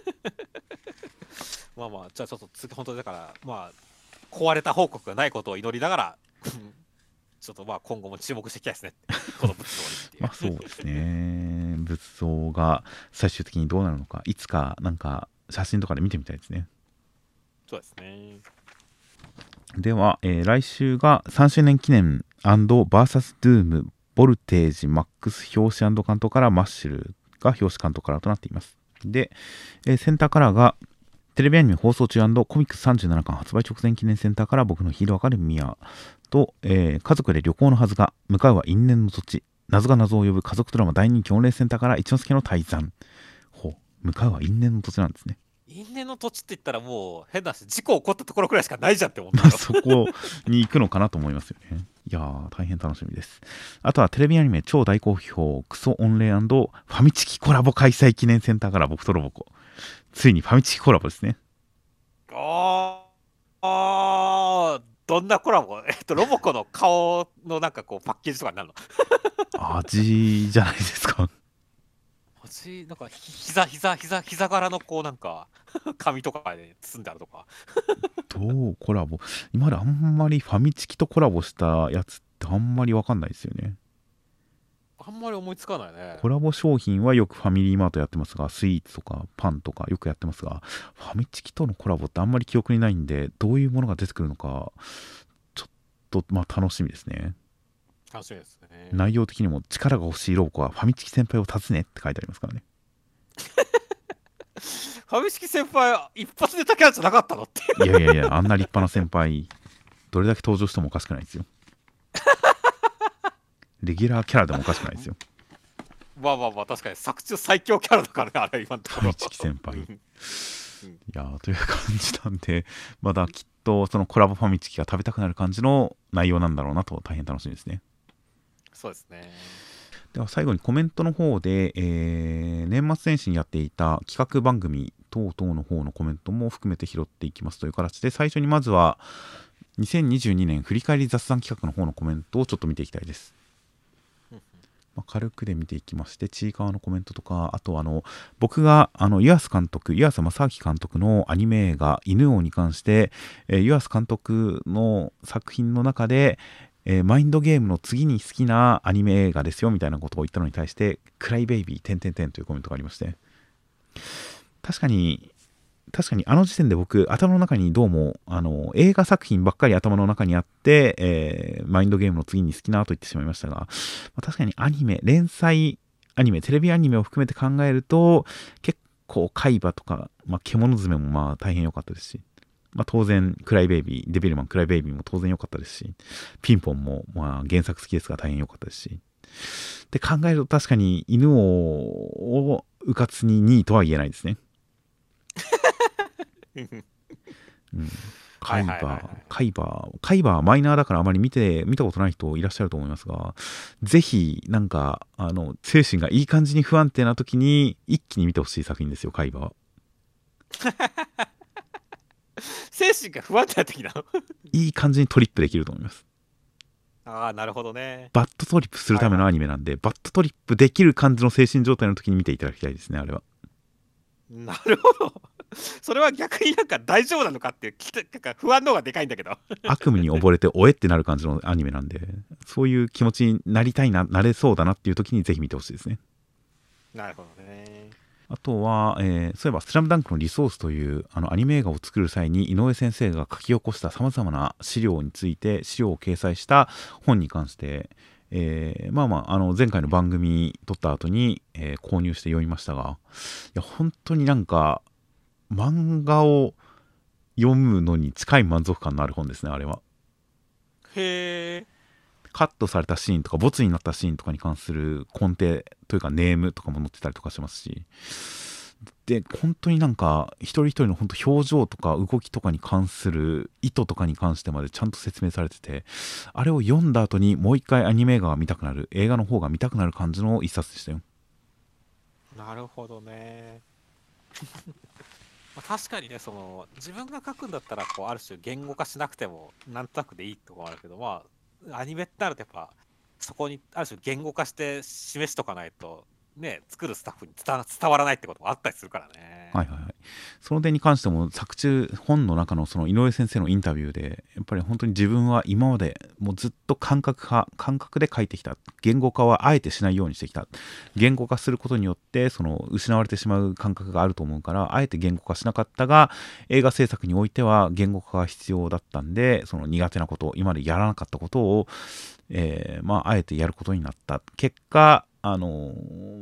まあまあ、じゃあちょっと次、本当にだから、まあ、壊れた報告がないことを祈りながら、ちょっとまあ今後も注目していきたいですね。この仏像にっていう。 まあそうですね。仏像が最終的にどうなるのか、いつかなんか写真とかで見てみたいですね。 そうですね。 では、えー来週がさんしゅうねん記念 &バーサスドゥームボルテージマックス表紙監督からマッシュルが表紙監督からとなっています。 で、えーセンターカラーがテレビアニメ放送中&コミックスさんじゅうななかん発売直前記念センターから僕のヒーローアカデミアと、えー家族で旅行のはずが向かうは因縁の土地、謎が謎を呼ぶ家族ドラマ大人気御礼センターから一之輔の大山。ほう、向かうは因縁の土地なんですね。 因縁の土地って言ったらもう変な話、事故起こったところくらいしかないじゃんって思っまあたよ。 そこに行くのかなと思いますよね。いやー、大変楽しみです。あとはテレビアニメ超大好評クソ御礼&ファミチキコラボ開催記念センターから僕とロボコ。ついにファミチキコラボですね。 あーあー、どんなコラボ？えっと、ロボコの顔のなんかこうパッケージとかになるの？ 味じゃないですか。 私、なんかひ膝、膝、膝、膝柄のこうなんか紙とかで包んであるとか。 どうコラボ、今まであんまりファミチキとコラボしたやつってあんまりわかんないですよね。 あんまり思いつかないね。 コラボ商品はよくファミリーマートやってますが、スイーツとかパンとかよくやってますが、ファミチキとのコラボってあんまり記憶にないんで、どういうものが出てくるのかちょっとまあ楽しみですね。 楽しみですね。 内容的にも力が欲しいロボコはファミチキ先輩を訪ねって書いてありますからね。 ファミチキ先輩、一発ネタキャラじゃなかったのって。 いやいやいや、あんな立派な先輩どれだけ登場してもおかしくないですよ。レギュラーキャラでもおかしくないですよ。 まあまあまあ、確かに作中最強キャラだからね、あれ、今のところ。 ファミチキ先輩。いうんやーという感じなんで、まだきっとそのコラボファミチキが食べたくなる感じの内容なんだろうなと、大変楽しみですね。 そうですね。 では最後にコメントの方で、えー年末年始にやっていた企画番組等々の方のコメントも含めて拾っていきますという形で、最初にまずはにせんにじゅうにねん振り返り雑談企画の方のコメントをちょっと見ていきたいです。まあ、軽くで見ていきまして、ちいかわのコメントとか、あとあの僕があの湯浅監督、湯浅正明監督のアニメ映画犬王に関して、えー湯浅監督の作品の中で、えーマインドゲームの次に好きなアニメ映画ですよみたいなことを言ったのに対して、クライベイビー点々点というコメントがありまして、確かに確かにあの時点で僕頭の中にどうもあの映画作品ばっかり頭の中にあって、えーマインドゲームの次に好きなと言ってしまいましたが、まあ、確かにアニメ連載アニメテレビアニメを含めて考えると結構海馬とか、まあ、獣爪もまあ大変良かったですし、まあ、当然クライベイビーデビルマンクライベイビーも当然良かったですし、ピンポンもまあ原作好きですが大変良かったですし、で考えると確かに犬王をうかつににいとは言えないですね。うん、カイバー、カイバー、カイバーマイナーだからあまり見て見たことない人いらっしゃると思いますが、ぜひなんかあの精神がいい感じに不安定な時に一気に見てほしい作品ですよ、カイバーは。 精神が不安定な時なの？ いい感じにトリップできると思います。 ああ、なるほどね。 バッドトリップするためのアニメなんで、はいはい、バッドトリップできる感じの精神状態の時に見ていただきたいですね、あれは。 なるほど。それは逆になんか大丈夫なのかっていうなんか不安の方がでかいんだけど。 悪夢に溺れておえってなる感じのアニメなんで、そういう気持ちになりたいな、なれそうだなっていう時にぜひ見てほしいですね。 なるほどね。 あとは、えーそういえば「スラムダンクのリソースというあのアニメ映画を作る際に井上先生が書き起こしたさまざまな資料について資料を掲載した本に関して、えーまあまああの前回の番組撮った後に、えー購入して読みましたが、いや本当になんか漫画を読むのに近い満足感のある本ですね、あれは。 へえ。 カットされたシーンとかボツになったシーンとかに関する根底というかネームとかも載ってたりとかしますし、で本当になんか一人一人の本当表情とか動きとかに関する意図とかに関してまでちゃんと説明されてて、あれを読んだ後にもう一回アニメ映画が見たくなる、映画の方が見たくなる感じの一冊でしたよ。 なるほどね。まあ確かにね、その自分が書くんだったらこうある種言語化しなくてもなんとなくでいいところあるけど、まあアニメってなるとやっぱそこにある種言語化して示しとかないとね、作るスタッフに伝わ伝わらないってこともあったりするからね。 はいはいはい。その点に関しても作中本の中のその井上先生のインタビューでやっぱり本当に自分は今までもうずっと感覚派感覚で書いてきた、言語化はあえてしないようにしてきた、言語化することによってその失われてしまう感覚があると思うからあえて言語化しなかったが、映画制作においては言語化が必要だったんで、その苦手なこと今までやらなかったことを、えーまああえてやることになった結果、あのー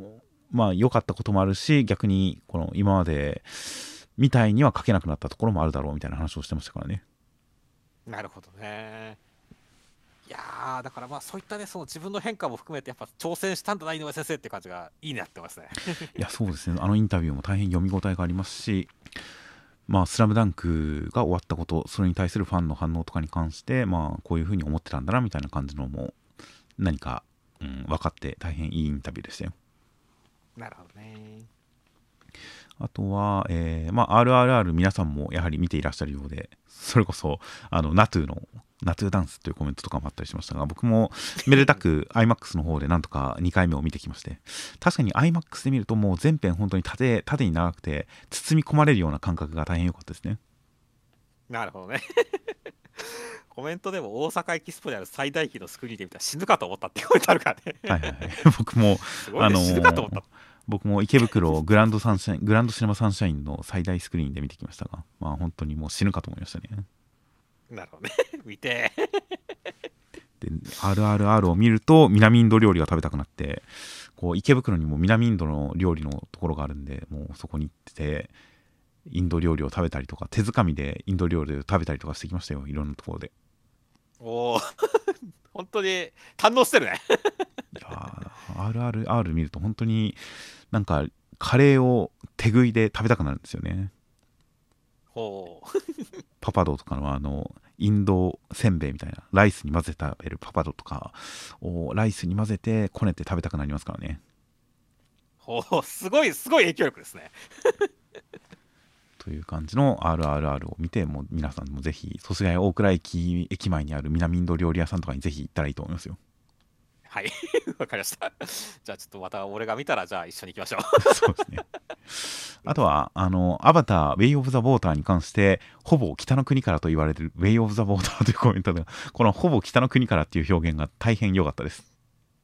まあ良かったこともあるし、逆にこの今までみたいには書けなくなったところもあるだろうみたいな話をしてましたからね。 なるほどね。いやー、だからまあそういったね、その自分の変化も含めて、やっぱ挑戦したんだな、井上先生って感じがいいねやってますね。 いや、そうですね。あのインタビューも大変読み応えがありますし、まあ、スラムダンクが終わったこと、それに対するファンの反応とかに関して、まあ、こういうふうに思ってたんだなみたいな感じのも何か、うん、分かって大変いいインタビューでしたよ。 なるほどね。 あとは、えーまあ、アールアールアール 皆さんもやはり見ていらっしゃるようで、それこそあのナトゥのナトゥダンスというコメントとかもあったりしましたが、僕もめでたく アイマックス の方でなんとかにかいめを見てきまして、確かに アイマックス で見るともう全編本当に縦縦に長くて包み込まれるような感覚が大変良かったですね。 なるほどね。コメントでも大阪エキスポである最大級のスクリーンで見たら死ぬかと思ったってコメントあるからね。 はいはいはい。僕も、 すごいね、あのー、死ぬかと思った。 僕も池袋グランドサンシャイン、グランドシネマサンシャインの最大スクリーンで見てきましたが、まあ本当にもう死ぬかと思いましたね。 なるほどね。見てで アールアールアール を見ると南インド料理が食べたくなって、こう池袋にも南インドの料理のところがあるんで、もうそこに行っててインド料理を食べたりとか、手づかみでインド料理を食べたりとかしてきましたよ、いろんなところで。 おお本当に堪能してるね。 いや アールアールアール 見ると本当になんかカレーを手食いで食べたくなるんですよね。 ほうパパドとかのあのインドせんべいみたいなライスに混ぜて食べるパパドとかをライスに混ぜてこねて食べたくなりますからね。 ほう、すごいすごい影響力ですね。 という感じの アールアールアール を見て、もう皆さんもぜひ祖師ヶ谷大倉駅駅前にある南インド料理屋さんとかにぜひ行ったらいいと思いますよ。 はいわかりました。じゃあちょっとまた俺が見たらじゃあ一緒に行きましょう。 そうですね。あとはあのアバターウェイオブザウォーターに関してほぼ北の国からと言われるウェイオブザウォーターというコメントで、このほぼ北の国からっていう表現が大変良かったです。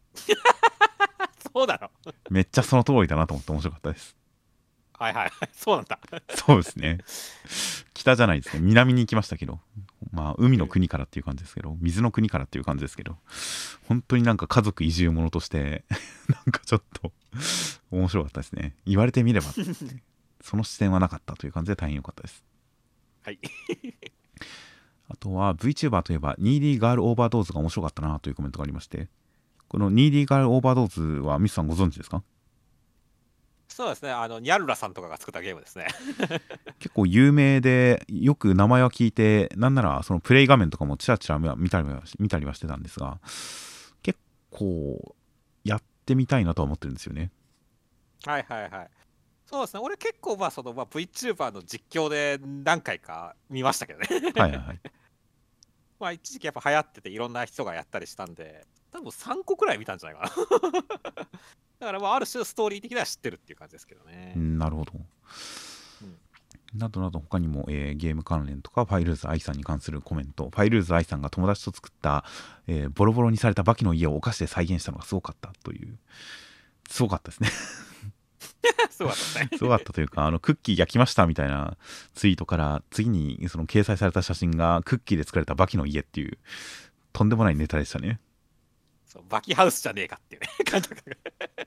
そうなの。 めっちゃその通りだなと思って面白かったです。 はいはいそうなんだ。 そうですね。北じゃないですね、南に行きましたけど、まあ海の国からっていう感じですけど、水の国からっていう感じですけど、本当になんか家族移住ものとしてなんかちょっと面白かったですね。言われてみればその視点はなかったという感じで大変良かったです。 はいあとは VTuber といえばニーディーガールオーバードーズが面白かったなというコメントがありまして、このニーディーガールオーバードーズはミスさんご存知ですか？ そうですね、あのニャルラさんとかが作ったゲームですね。 結構有名でよく名前は聞いて、なんならそのプレイ画面とかもちらちら見たりは見たりはしてたんですが、結構やってみたいなとは思ってるんですよね。 はいはいはい。そうですね、俺結構まあその、まあ、VTuber の実況で何回か見ましたけどね。 はいはいはい。 まあ一時期やっぱ流行ってていろんな人がやったりしたんで、多分さんこくらい見たんじゃないかな。だからまあある種ストーリー的には知ってるっていう感じですけどね。 なるほど。うん、などなど他にも、えー、ゲーム関連とかファイルーズ愛さんに関するコメント、ファイルーズ愛さんが友達と作った、えー、ボロボロにされたバキの家をお菓子で再現したのがすごかったという、すごかったですね。 すごかったね。 すごかったというか、あのクッキー焼きましたみたいなツイートから次にその掲載された写真がクッキーで作られたバキの家っていうとんでもないネタでしたね。 そうバキハウスじゃねえかっていうね感覚が。い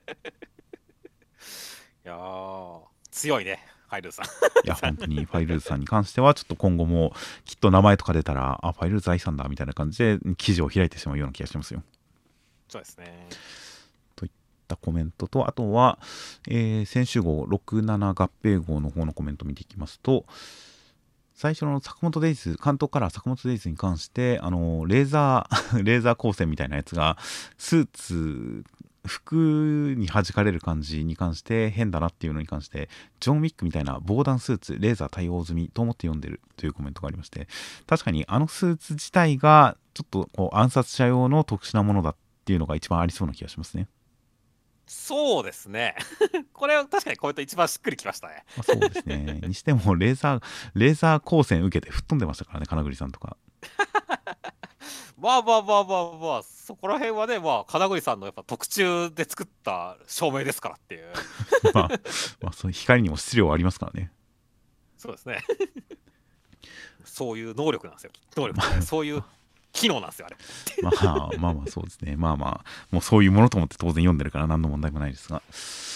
やー強いねファイルーズさん。いや本当にファイルーズさんに関してはちょっと今後もきっと名前とか出たら、あファイルーズ愛さんだみたいな感じで記事を開いてしまうような気がしますよ。 そうですね。 といったコメントと、あとは、えー、先週号ろくじゅうなな合併号の方のコメントを見ていきますと、最初の坂本デイズ、関東カラー坂本デイズに関して、あのレーザーレーザー光線みたいなやつがスーツ服に弾かれる感じに関して変だなっていうのに関して、ジョン・ウィックみたいな防弾スーツレーザー対応済みと思って読んでるというコメントがありまして、確かにあのスーツ自体がちょっとこう暗殺者用の特殊なものだっていうのが一番ありそうな気がしますね。 そうですね。これは確かにコメント一番しっくりきましたね。 まあ、そうですね。にしてもレーザーレーザー光線受けて吹っ飛んでましたからね、金栗さんとか。 まあまあまあまあまあ、そこら辺はね、まあ、金栗さんのやっぱ特注で作った照明ですからっていう。 まあ、まあ、そういう光にも質量はありますからね。 そうですね。そういう能力なんですよ。能力、まあ、そういう機能なんですよ、あれ。 まあまあまあそうですね。まあまあ、もうそういうものと思って当然読んでるから何の問題もないですが。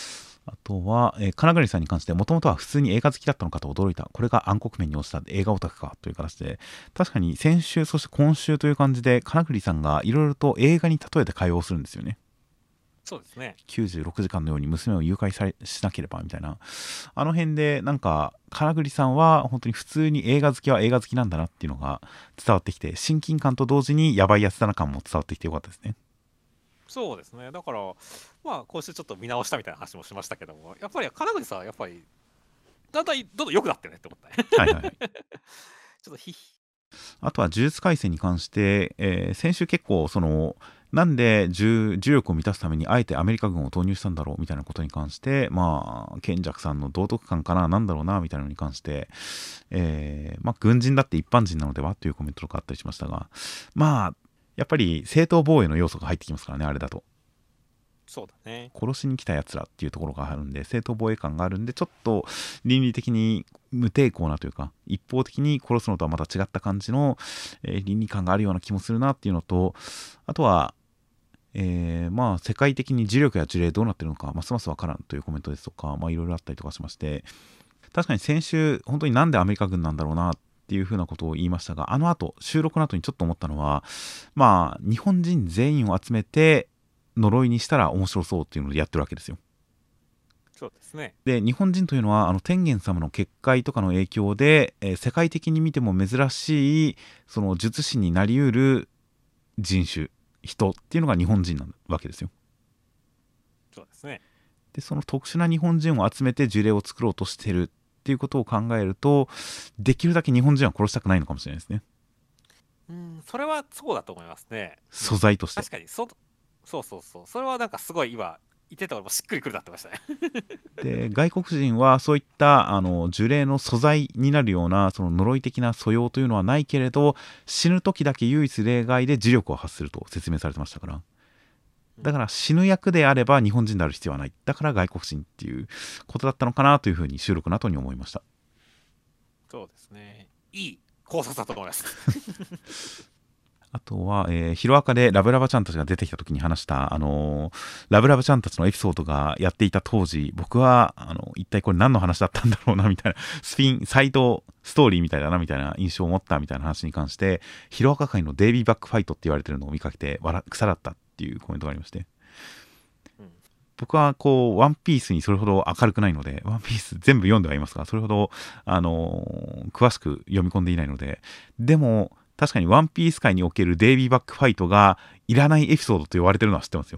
あとは、えー、金栗さんに関して、もともとは普通に映画好きだったのかと驚いた。これが暗黒面に落ちた映画オタクかという形で、確かに先週、そして今週という感じで、金栗さんがいろいろと映画に例えて会話をするんですよね。 そうですね。 きゅうじゅうろくじかんのように娘を誘拐されしなければみたいな。あの辺で、なんか、金栗さんは本当に普通に映画好きは映画好きなんだなっていうのが伝わってきて、親近感と同時にやばいやつだな感も伝わってきてよかったですね。 そうですね。だから、まあ、今週ちょっと見直したみたいな話もしましたけども、やっぱり金口さんはやっぱり、だんだんどんどん良くなってるねって思ったね。 はいはいはい。 ちょっとひひ。 あとは呪術廻戦に関して、えー先週結構そのなんで重重力を満たすためにあえてアメリカ軍を投入したんだろうみたいなことに関して、まあ賢弱さんの道徳感かな、なんだろうなみたいなのに関して、えーまあ軍人だって一般人なのではというコメントとかあったりしましたが、まあやっぱり正当防衛の要素が入ってきますからね、あれだと。 そうだね。 殺しに来たやつらっていうところがあるんで、正当防衛感があるんで、ちょっと倫理的に無抵抗なというか、一方的に殺すのとはまた違った感じの、えー倫理観があるような気もするなっていうのと、あとは、えーまあ世界的に磁力や呪霊どうなってるのかますますわからんというコメントですとか、まあいろいろあったりとかしまして、確かに先週本当になんでアメリカ軍なんだろうなっていうふうなことを言いましたが、あの後収録の後にちょっと思ったのは、まあ日本人全員を集めて呪いにしたら面白そうっていうのでやってるわけですよ。 そうですね。 で日本人というのはあの天元様の結界とかの影響で、えー世界的に見ても珍しいその術師になりうる人種人っていうのが日本人なわけですよ。 そうですね。 でその特殊な日本人を集めて呪霊を作ろうとしてるっていうことを考えると、できるだけ日本人は殺したくないのかもしれないですね、 うん、それはそうだと思いますね。うん、 素材として。 確かにそ、そうそうそう。それはなんかすごい今、言ってた俺もしっくりくるなってましたね。 で外国人はそういったあの呪霊の素材になるようなその呪い的な素養というのはないけれど、死ぬ時だけ唯一例外で磁力を発すると説明されてましたから、だから死ぬ役であれば日本人である必要はない、だから外国人っていうことだったのかなというふうに収録の後に思いました。 そうですね。いい考察だと思います。 あとは、えーヒロアカでラブラバちゃんたちが出てきた時に話した、あのーラブラバちゃんたちのエピソードがやっていた当時、僕はあの一体これ何の話だったんだろうなみたいな、スピンサイドストーリーみたいだなみたいな印象を持ったみたいな話に関して、ヒロアカ界のデイビーバックファイトって言われてるのを見かけて笑腐だったっていうコメントがありまして、 うん僕はこうワンピースにそれほど明るくないので、ワンピース全部読んではいますが、それほどあのー詳しく読み込んでいないので、でも確かにワンピース界におけるデイビーバックファイトがいらないエピソードと言われてるのは知ってますよ。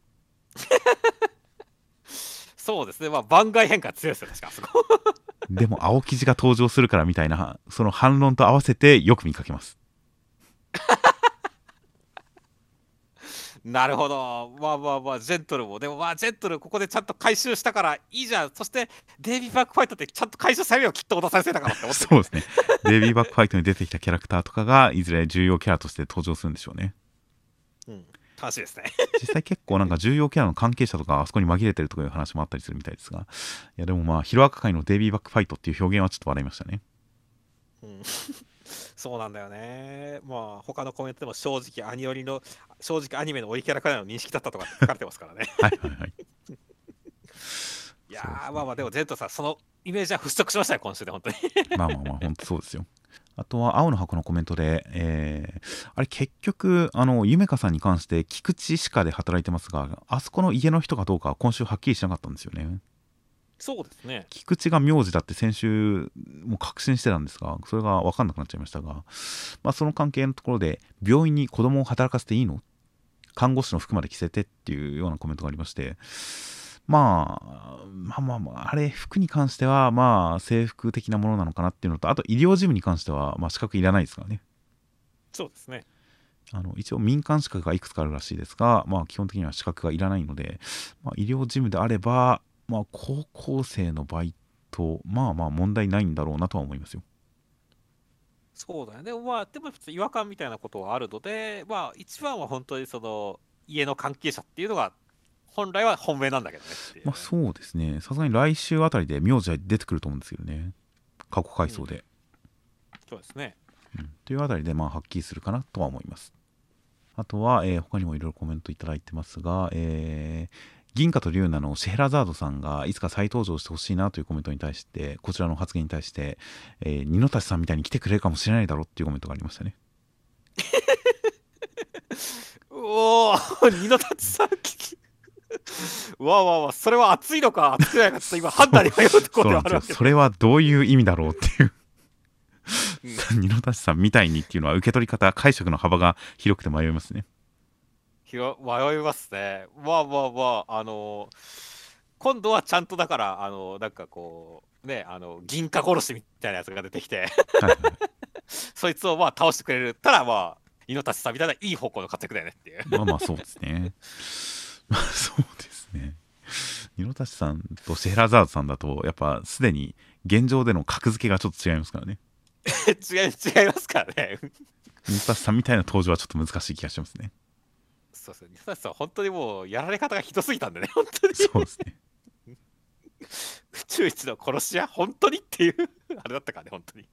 そうですね。まあ、番外変化強いですよ、確かあそこ。 でも青生地が登場するからみたいな、その反論と合わせてよく見かけます。 なるほど。まあまあまあ、ジェントルも。でもまあ、ジェントルここでちゃんと回収したからいいじゃん。そして、デイビーバックファイトってちゃんと回収されるよ、きっと小田先生だからって思ってる。 そうですね。デイビーバックファイトに出てきたキャラクターとかがいずれ重要キャラとして登場するんでしょうね。 うん。楽しいですね。 実際結構なんか重要キャラの関係者とかあそこに紛れてるとかいう話もあったりするみたいですが、いやでもまあヒロアカ界のデイビーバックファイトっていう表現はちょっと笑いましたね。 うん、そうなんだよね。まあ、他のコメントでも正直アニオリの、正直アニメの追いキャラからの認識だったとかって書かれてますからね。 はいはいはい。 いやー、 そうですねまあまあ、でも、ジェントさん、そのイメージは払拭しましたよ、今週で、本当に。 まあまあまあ本当そうですよ。あとは青の箱のコメントで、えー、あれ結局あのゆめかさんに関して菊池歯科で働いてますが、あそこの家の人かどうかは今週はっきりしなかったんですよね。 そうですね。 菊池が名字だって先週もう確信してたんですが、それが分かんなくなっちゃいましたが、まあ、その関係のところで病院に子供を働かせていいの、看護師の服まで着せてっていうようなコメントがありまして、まあ、まあまあまあ、あれ、服に関しては、まあ、制服的なものなのかなっていうのと、あと医療事務に関しては、まあ、資格いらないですからね。 そうですね。 あの一応民間資格がいくつかあるらしいですが、まあ、基本的には資格がいらないので、まあ、医療事務であれば、まあ、高校生のバイト、まあまあ問題ないんだろうなとは思いますよ。 そうだね。でもまあ、でもちょっと違和感みたいなことはあるので、まあ、一番は本当にその、家の関係者っていうのが、本来は本命なんだけどねっていうね。 まあそうですね、さすがに来週あたりで名字は出てくると思うんですけどね、過去回想で。 そうですね。 うん、というあたりで、まあはっきりするかなとは思います。あとは、えー他にもいろいろコメントいただいてますが、えー銀貨と龍奈のシェヘラザードさんがいつか再登場してほしいなというコメントに対して、こちらの発言に対して、えー、二の足さんみたいに来てくれるかもしれないだろうっていうコメントがありましたね。 おお、二の足さんわわわ、それは熱いのか熱くないのか今判断に迷うところではあるわけ。 それはどういう意味だろうっていう二の足さんみたいにっていうのは受け取り方解釈の幅が広くて迷いますね。 迷いますね。まあまあまあ、あのー、今度はちゃんとだから、あのー、なんかこう、ね、あの、銀貨殺しみたいなやつが出てきて、はい、はい、そいつをまあ倒してくれるたら、まあ、猪ノさんみたいないい方向の活躍だよねっていう。 まあまあそうですね。まあそうですね。猪ノさんとシェヘラザードさんだと、やっぱすでに現状での格付けがちょっと違いますからね。 違い、違いますからね。 猪ノさんみたいな登場はちょっと難しい気がしますね。 そうですね。猪ノさん本当にもうやられ方がひどすぎたんでね、本当に。 そうですね。 宇宙一の殺し屋本当にっていうあれだったからね、本当に。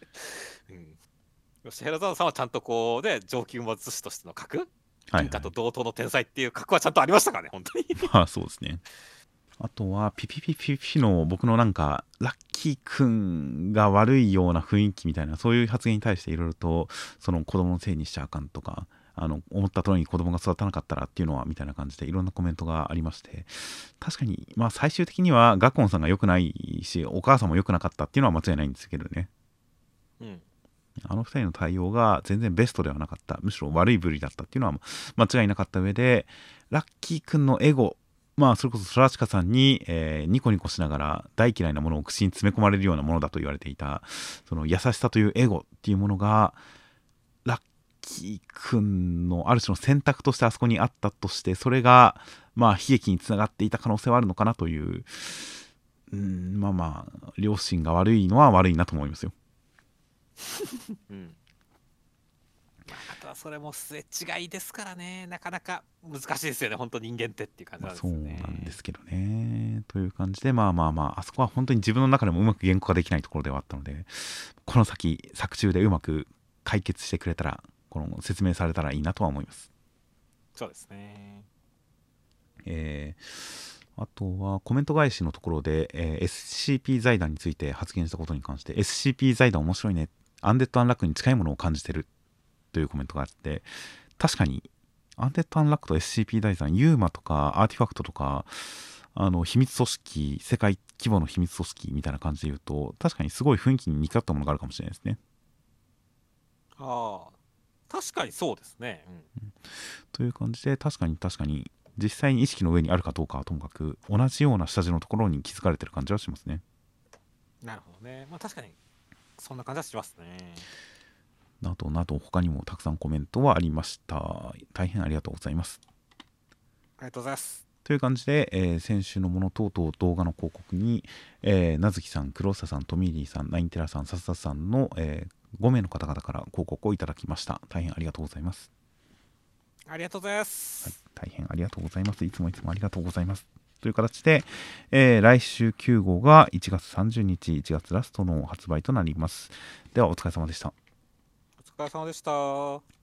うん、シェヘラザードさんはちゃんとこうね、上級魔術師としての格、銀貨と同等の天才っていう格はちゃんとありましたからね、本当に。 まあそうですね。あとはピピピピピの僕のなんかラッキーくんが悪いような雰囲気みたいな、そういう発言に対していろいろとその子供のせいにしちゃあかんとか、あの思った通りに子供が育たなかったらっていうのはみたいな感じでいろんなコメントがありまして、確かにまあ最終的にはガッコンさんが良くないしお母さんも良くなかったっていうのは間違いないんですけどね。うん、あのふたりの対応が全然ベストではなかった、むしろ悪い部類だったっていうのは間違いなかった上で、ラッキーくんのエゴ、まあそれこそソラチカさんに、えー、ニコニコしながら大嫌いなものを口に詰め込まれるようなものだと言われていたその優しさというエゴっていうものがラッキーくんのある種の選択としてあそこにあったとして、それがまあ悲劇につながっていた可能性はあるのかなという、うん、まあまあ両親が悪いのは悪いなと思いますよ。 うん、あとはそれもすれ違いですからね、なかなか難しいですよね、本当人間ってっていう感じなんですよね。 そうなんですけどね。という感じで、まあまあまあ、あそこは本当に自分の中でもうまく言語化できないところではあったので、この先、作中でうまく解決してくれたら、この説明されたらいいなとは思います。 そうですね。 えー、あとはコメント返しのところで、えー、エスシーピー 財団について発言したことに関して、エスシーピー 財団面白いね、アンデッド・アンラックに近いものを感じてるというコメントがあって、確かにアンデッド・アンラックと エスシーピー 財団、ユーマとかアーティファクトとか、あの秘密組織、世界規模の秘密組織みたいな感じで言うと、確かにすごい雰囲気に似通ったものがあるかもしれないですね。 ああ、確かにそうですね。うん、 という感じで、確かに確かに実際に意識の上にあるかどうかはともかく、同じような下地のところに気づかれてる感じはしますね。 なるほどね。まあ確かにそんな感じはしますね。 などなど他にもたくさんコメントはありました。大変ありがとうございます。 ありがとうございます。 という感じで、えー、先週のもの等々動画の広告に、えー、なずきさん、黒沢さん、トミーリーさん、ナインテラさん、さささんの、えー、ご名の方々から広告をいただきました。大変ありがとうございます。 ありがとうございます。 はい、大変ありがとうございます。いつもいつもありがとうございます。という形で、えー、来週きゅう号がいちがつさんじゅうにち、いちがつラストの発売となります。ではお疲れ様でした。 お疲れ様でした。